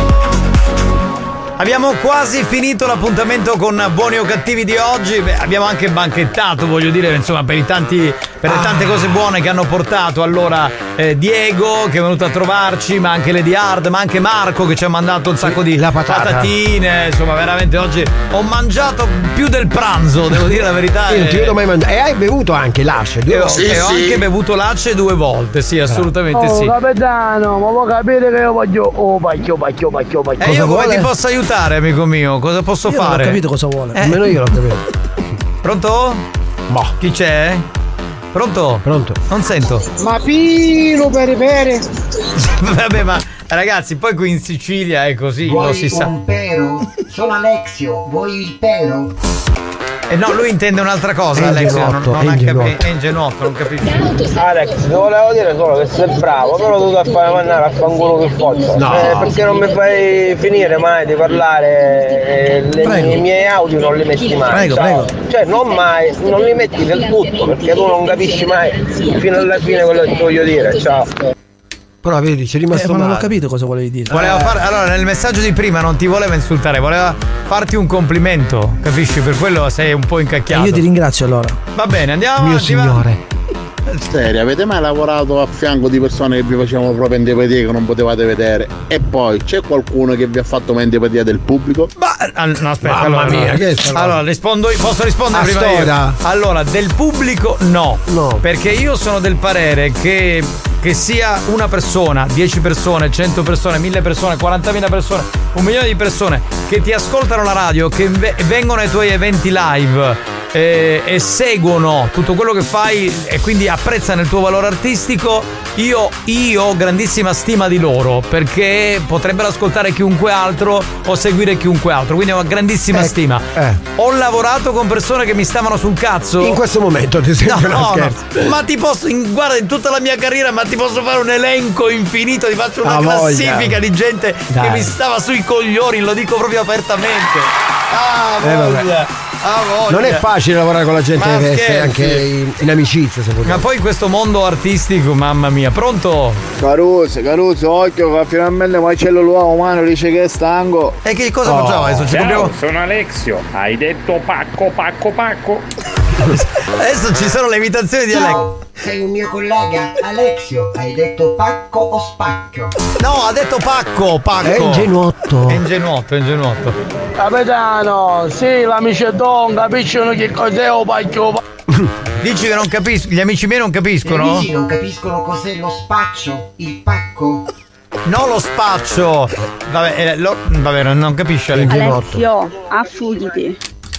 Abbiamo quasi finito l'appuntamento con Buoni o Cattivi di oggi. Beh, abbiamo anche banchettato, voglio dire, insomma, per i tanti, per le tante cose buone che hanno portato. Allora, eh, Diego che è venuto a trovarci, ma anche Lady Hard, ma anche Marco che ci ha mandato un sacco di la patata. patatine. Insomma, veramente oggi ho mangiato più del pranzo, devo dire la verità. Io non ti vedo mai mangiare. E hai bevuto anche l'asce due E ho, volte. e ho anche bevuto l'asce due volte, sì, assolutamente Oh, sì. capitano, ma vuoi capire che io voglio. Oh, voglio, voglio, voglio, voglio. E io come ti posso aiutare, amico mio? Cosa posso Io non ho fare? capito cosa vuole. Eh. Almeno io l'ho capito. Pronto? Boh. Chi c'è? Pronto? Pronto. Non sento. Ma Pino pere pere. Vabbè, ma ragazzi, poi qui in Sicilia è così, lo si sa. pero? Sono Alexio, vuoi il pero? Eh no, lui intende un'altra cosa, È Alexio. Non, ingenuotto, non è ha ingenuotto. capito. È ingenuotto, non capisco. Alex, ti volevo dire solo che sei bravo, però tu devi fare mandare a fanculo che faccio. No. Eh, perché non mi fai finire mai di parlare, eh, le, i miei audio non li metti mai. Prego, ciao. prego. Cioè non mai, non li metti del tutto, perché tu non capisci mai fino alla fine quello che ti voglio dire, ciao. Però vedi, c'è rimasto Eh, ma non ho male. capito cosa volevi dire. Voleva fare. Allora, nel messaggio di prima non ti voleva insultare, voleva farti un complimento, capisci? Per quello sei un po' incacchiato. Io ti ringrazio allora. Va bene, andiamo Mio avanti, va. signore. Serio, avete mai lavorato a fianco di persone che vi facevano proprio antipatia che non potevate vedere? E poi c'è qualcuno che vi ha fatto mai antipatia del pubblico? Ma no, aspetta, Mamma allora, mia, no. che è allora rispondo io, posso rispondere A prima storia. io? Allora, del pubblico no. No. Perché io sono del parere che che sia una persona, dieci persone, cento persone, mille persone, quarantamila persone, un milione di persone che ti ascoltano la radio, che ve- vengono ai tuoi eventi live e, e seguono tutto quello che fai e quindi apprezzano il tuo valore artistico, io, io ho grandissima stima di loro perché potrebbero ascoltare chiunque altro o seguire chiunque altro, quindi ho una grandissima Eh, stima. eh. Ho lavorato con persone che mi stavano sul cazzo. In questo momento ti sembra No, una no, scherzo. no. Ma ti posso, in, guarda, in tutta la mia carriera, ma ti posso fare un elenco infinito, ti faccio una Ah, classifica voglia. di gente Dai. che mi stava sui coglioni, lo dico proprio apertamente. Ah, Eh, vabbè. voglia. Ah, voglia. Non è facile lavorare con la gente Ma che scherzi. è anche in, in amicizia, se vogliamo. Ma poi in questo mondo artistico, mamma mia, pronto? Caruso, Caruso, occhio che finalmente Marcello l'uomo umano dice che è stanco. E che cosa Oh. facciamo adesso? Ci Ciao, dobbiamo... sono Alexio. Hai detto pacco, pacco, pacco. Adesso ci sono le imitazioni di Alex. Ciao, sei un mio collega, Alexio. Hai detto pacco o spacchio? No, ha detto pacco, pacco. È ingenuotto. È ingenuotto, è ingenuotto. Capitano, sì, l'amici Don capiscono che cos'è o pacchio. Dici che non capisco, gli amici miei non Gli capiscono? amici non capiscono cos'è lo spaccio, il pacco. No, lo spaccio. Vabbè, eh, lo, vabbè, non, non capisce Alex. Alexio, affugiti.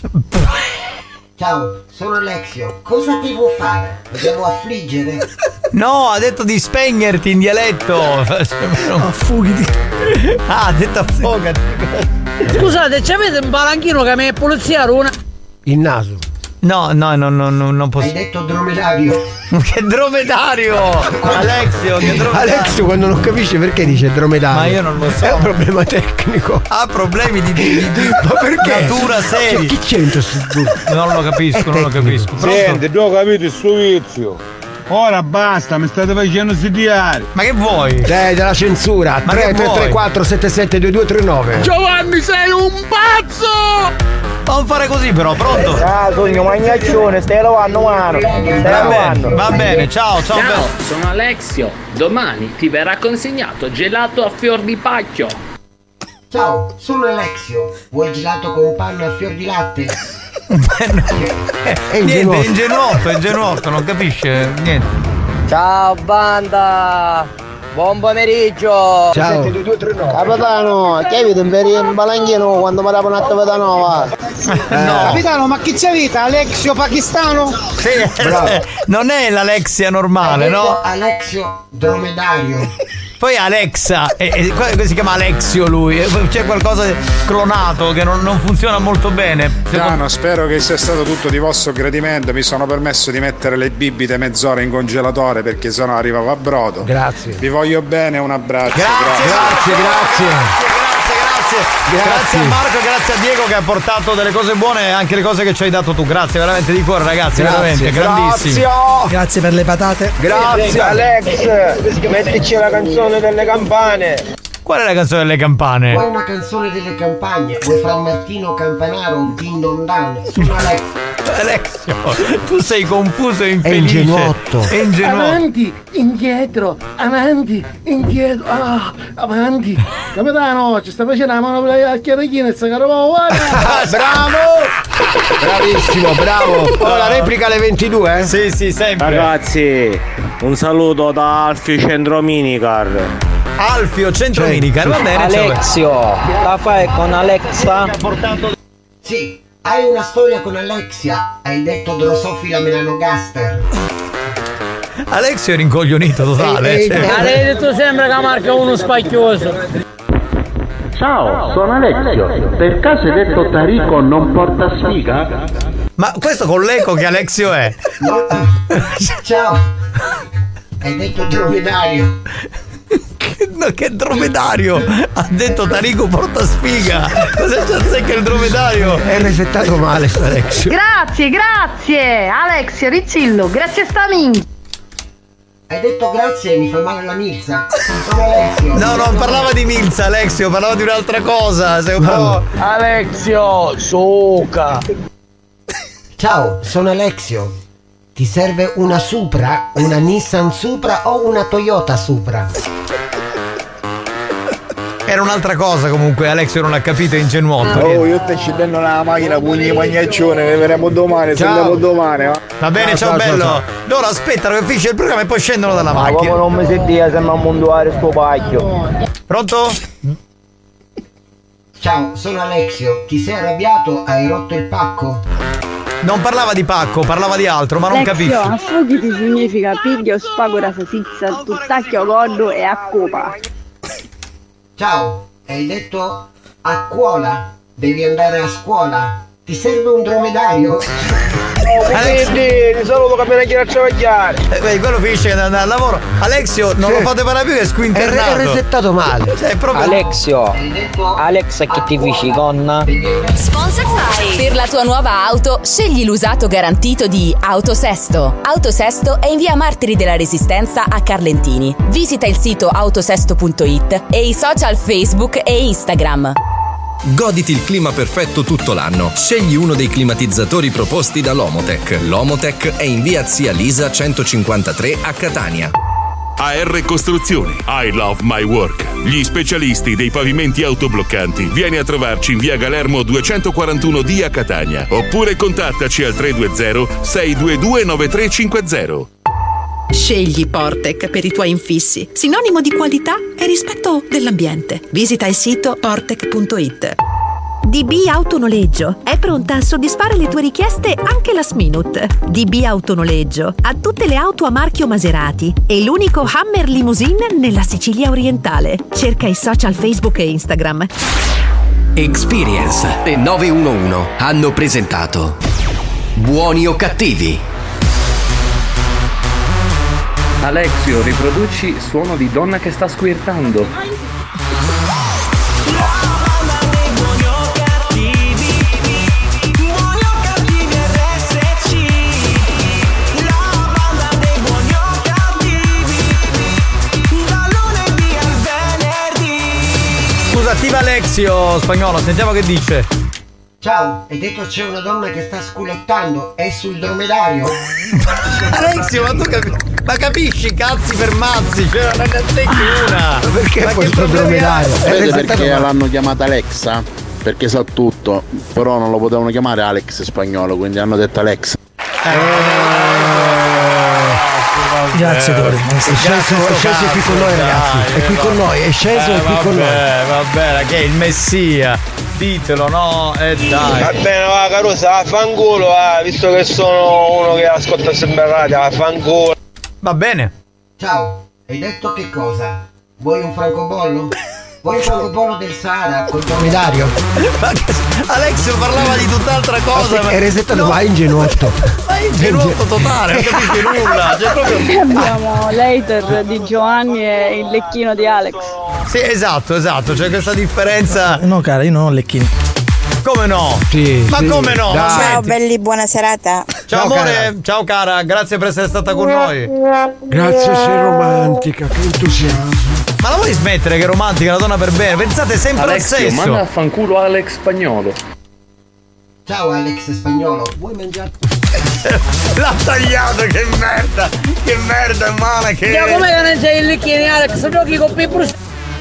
Ciao, sono Alexio. Cosa devo fare? Lo devo affliggere? No, ha detto di spegnerti in dialetto. Affugati. Ah, ha detto affogati. Scusate, c'avete un palanchino che mi è polizia una? Il naso. No, no, no, no, no, non posso. Hai detto dromedario. Che dromedario! Alexio, che dromedario! Alexio quando non capisce perché dice dromedario. Ma io non lo so. È un problema tecnico. Ha problemi di, di, di, di Ma perché? natura seria. Cioè, chi c'entra su Non lo capisco, non lo capisco. Senti, tu ho capito il suo vizio. Ora basta, mi state facendo studiare. Ma che vuoi? Dai, della censura. Ma tre che tre tre vuoi? quattro sette sette due due tre nove. Giovanni, sei un pazzo! Non fare così però, pronto? Ah, sogno magnaccione, stai lavando mano. Stai Va lavando. bene, va bene, ciao, ciao. Ciao, sono Alexio. Domani ti verrà consegnato gelato a fior di pacchio. Ciao, sono Alexio. Vuoi gelato con panno a fior di latte? È niente, è ingenuotto, è ingenuotto, non capisce niente. Ciao banda! Buon pomeriggio! Ciao. Capitano, che avete un vero balanghino quando mi dava una attività nuova? No. Capitano, ma chi c'è vita? Alexio pakistano? Sì, non è l'Alexia normale, Hai detto no? Alexio dromedario. Poi Alexa, e, e, qua- si chiama Alexio lui, e c'è qualcosa di clonato che non, non funziona molto bene. Piano, spero che sia stato tutto di vostro gradimento. Mi sono permesso di mettere le bibite mezz'ora in congelatore perché sennò arrivavo a brodo. Grazie. Vi voglio bene, un abbraccio. Grazie, Grazie, grazie. Grazie, grazie. Grazie a Marco e grazie a Diego che ha portato delle cose buone e anche le cose che ci hai dato tu. Grazie veramente di cuore, ragazzi, Grazie, veramente, grandissimi. Grazie. Grazie per le patate. Grazie. Alex, mettici la canzone delle campane. Qual è la canzone delle campane? Vuoi una canzone delle campagne? Vuoi Fra Martino Campanaro, Din Don Dan? Sono Alexio. Alexio, tu sei confuso e È infelice. ingenuotto. È ingenuotto. Avanti, indietro, avanti, indietro, ah, avanti. Capitano, ci sta facendo la mano a chiarachina e sta guarda. Bravo! Bravissimo, bravo. Oh, la replica alle ventidue? Eh? Sì, sì, sempre. Ragazzi, un saluto da Alfio Centro Minicar. Alfio, centro minicar, va bene. ciao. Alexio, la fai con Alexa? Sì, hai una storia con Alexia. Hai detto Drosophila melanogaster. Alexio è rincoglionito totale. Ehi, cioè. ehi, Ma lei detto sembra che marca uno spacchioso. Ciao, sono Alexio. Per caso hai detto Tarico non porta sfiga? Ma questo con l'eco che Alexio è. No. Ciao. Hai detto dromedario. Che, no, che dromedario! Ha detto Tarico porta sfiga! Cosa c'è azzecca il dromedario? È resettato male, Alexio. Grazie, grazie! Alexio, Rizzillo, grazie sta minchia! Hai detto grazie e mi fa male la milza. Sono Alexio. No, non parlava di Milza, Alexio, parlava di un'altra cosa. Sei un po'. Alexio, suca. Ciao, sono Alexio. ti serve una Supra, una Nissan Supra o una Toyota Supra? Era un'altra cosa comunque, Alexio non ha capito, è ingenuotto. Oh, io sto scendendo la macchina, pugni magnaccione, ne vedremo domani, se andiamo domani. Va, Va bene, ciao, ciao bello. Ciao, ciao. Loro aspettano che finisce il programma e poi scendono dalla ma macchina. Ma non mi sentia se non monduare sto pacchio. Pronto? Ciao, sono Alexio. Ti sei arrabbiato? Hai rotto il pacco? Non parlava di pacco, parlava di altro, ma non capisci. Alexio, affogiti significa piglio, spagora, sasizza, tuttacchio, gordo e accopa. Ciao, hai detto a scuola, devi andare a scuola, ti serve un dromedario? Alexio, ti saluto che me ne quiero travagliare. Eh, beh, quello finisce da andare al lavoro. Alexio, non sì. lo fate parlare più che è squinternato. È, è resettato male. Cioè, proprio... Alexio, Alex che ti dici con? Sponsor Fly. Per la tua nuova auto, scegli l'usato garantito di Autosesto. Autosesto è in via Martiri della Resistenza a Carlentini. Visita il sito autosesto punto it e i social Facebook e Instagram. Goditi il clima perfetto tutto l'anno. Scegli uno dei climatizzatori proposti da Lomotec. Lomotec è in via Zia Lisa centocinquantatré a Catania. A R Costruzioni, I Love My Work. Gli specialisti dei pavimenti autobloccanti. Vieni a trovarci in via Galermo duecentoquarantuno D a Catania. Oppure contattaci al tre due zero sei due due nove tre cinque zero. Scegli Portec per i tuoi infissi, sinonimo di qualità e rispetto dell'ambiente. Visita il sito portec punto it. D B Autonoleggio è pronta a soddisfare le tue richieste anche last minute. D B Autonoleggio ha tutte le auto a marchio Maserati e l'unico Hammer Limousine nella Sicilia orientale. Cerca i social Facebook e Instagram. Experience e nove uno uno hanno presentato Buoni o cattivi. Alexio, riproduci suono di donna che sta squirtando. Scusa, attiva Alexio Spagnolo, sentiamo che dice. Ciao, hai detto c'è una donna che sta sculettando, è sul dromedario? Alexio, ma tu capi- ma capisci cazzi per mazzi, cioè non ne azzecchi una. Ma perché ma poi sul dromedario? Sapete perché l'hanno chiamata Alexa? Perché sa tutto, però non lo potevano chiamare Alex Spagnolo, quindi hanno detto Alexa. Grazie Dori, è sceso, è sceso qui con noi ragazzi, è qui con noi, è sceso eh, è qui vabbè, con noi. Vabbè, che è il messia, ditelo, no? E eh, dai. Va bene, va Carusa, affanculo, eh, visto che sono uno che ascolta sempre radio, affanculo. Va bene. Ciao, hai detto che cosa? Vuoi un francobollo? Vuoi un francobollo del Sahara col dromedario? Alexio parlava di tutt'altra cosa. Ma è resettato, no. Ma è ingenuotto. Ma è ingenuotto totale, non capisci nulla. Cioè, proprio... Abbiamo l'hater di Giovanni e il lecchino di Alex. Sì, esatto, esatto, c'è questa differenza. No cara, io non ho lecchini. Come no? Sì, ma sì, come no? Ciao belli, buona serata. Ciao, ciao amore, cara. Ciao cara, grazie per essere stata con noi. Grazie, sei romantica, che entusiasmo. Ma la vuoi smettere che è romantica, una donna per bene? Pensate sempre Alexio, al sesso. manda a fanculo Alex Spagnolo. Ciao Alex Spagnolo, vuoi mangiare? L'ha tagliato, che merda! Che merda, male che. Ciao, come non c'è il lecchino Alex? Giochi con Pippo.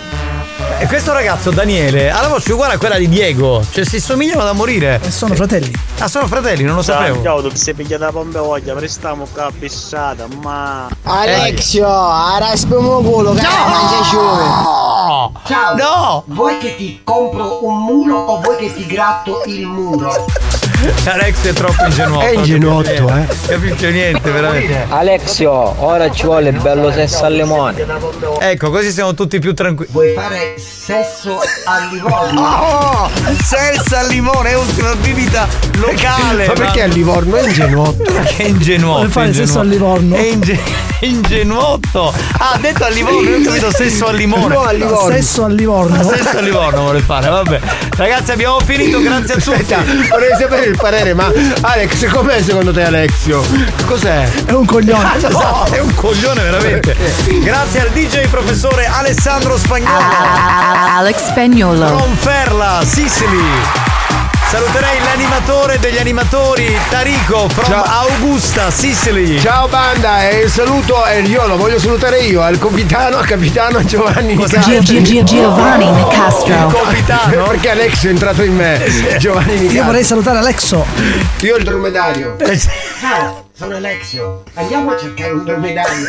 E questo ragazzo Daniele ha la voce uguale a quella di Diego, cioè si somigliano da morire. E sono fratelli. Ah, sono fratelli, non lo ciao, sapevo. Ciao, tu sei pigliata la pompa voglia, prestiamo qua bissata, ma. Alexio, ara spemo culo, che mangia ciume. Ciao. No! Vuoi che ti compro un muro o vuoi che ti gratto il muro? Alexio è troppo ingenuotto. È ingenuotto, eh. Capisce niente, veramente. Alexio, ora ci vuole bello sesso al limone. Ecco, così siamo tutti più tranquilli. Vuoi fare sesso al Livorno? Oh, sesso al limone è una bibita locale. Ma perché al Livorno? È ingenuotto. Che ingenuotto. Vuoi fare sesso al Livorno? È inge- ingenuotto. Ah, ha detto al Livorno, io ho capito sesso al limone. No, al Livorno. Sesso al Livorno. Sesso al Livorno vuole fare, vabbè. Ragazzi, abbiamo finito, grazie a tutti. Aspetta, vorrei sapere il parere, ma Alex, com'è secondo te Alexio? Cos'è? È un coglione. Ah, no, è un coglione veramente. Grazie al D J professore Alessandro Spagnolo. Alex Spagnolo. Ronferla, Sicily. Saluterei l'animatore degli animatori, Tarico from Ciao. Augusta, Sicily. Ciao banda, e il saluto, e io lo voglio salutare io, al capitano, capitano Giovanni Nicastro. Gio- Gio- Giovanni Nicastro. Il capitano? Perché Alex è entrato in me. Giovanni Nicastro. Io vorrei salutare Alexo. Io il dromedario. Ciao, sono Alexio. Andiamo a cercare un dromedario.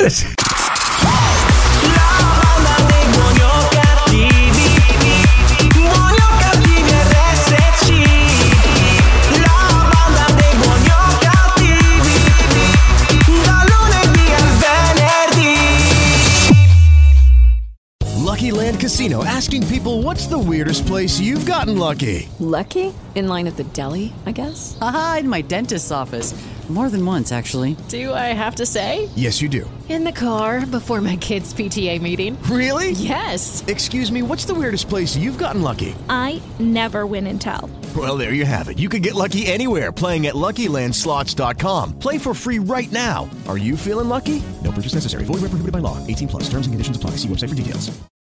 Lucky Land Casino, asking people, what's the weirdest place you've gotten lucky? Lucky? In line at the deli, I guess? Aha, in my dentist's office. More than once, actually. Do I have to say? Yes, you do. In the car before my kids' P T A meeting. Really? Yes. Excuse me, what's the weirdest place you've gotten lucky? I never win and tell. Well, there you have it. You can get lucky anywhere, playing at Lucky Land Slots dot com. Play for free right now. Are you feeling lucky? No purchase necessary. Void where prohibited by law. eighteen plus. Terms and conditions apply. See website for details.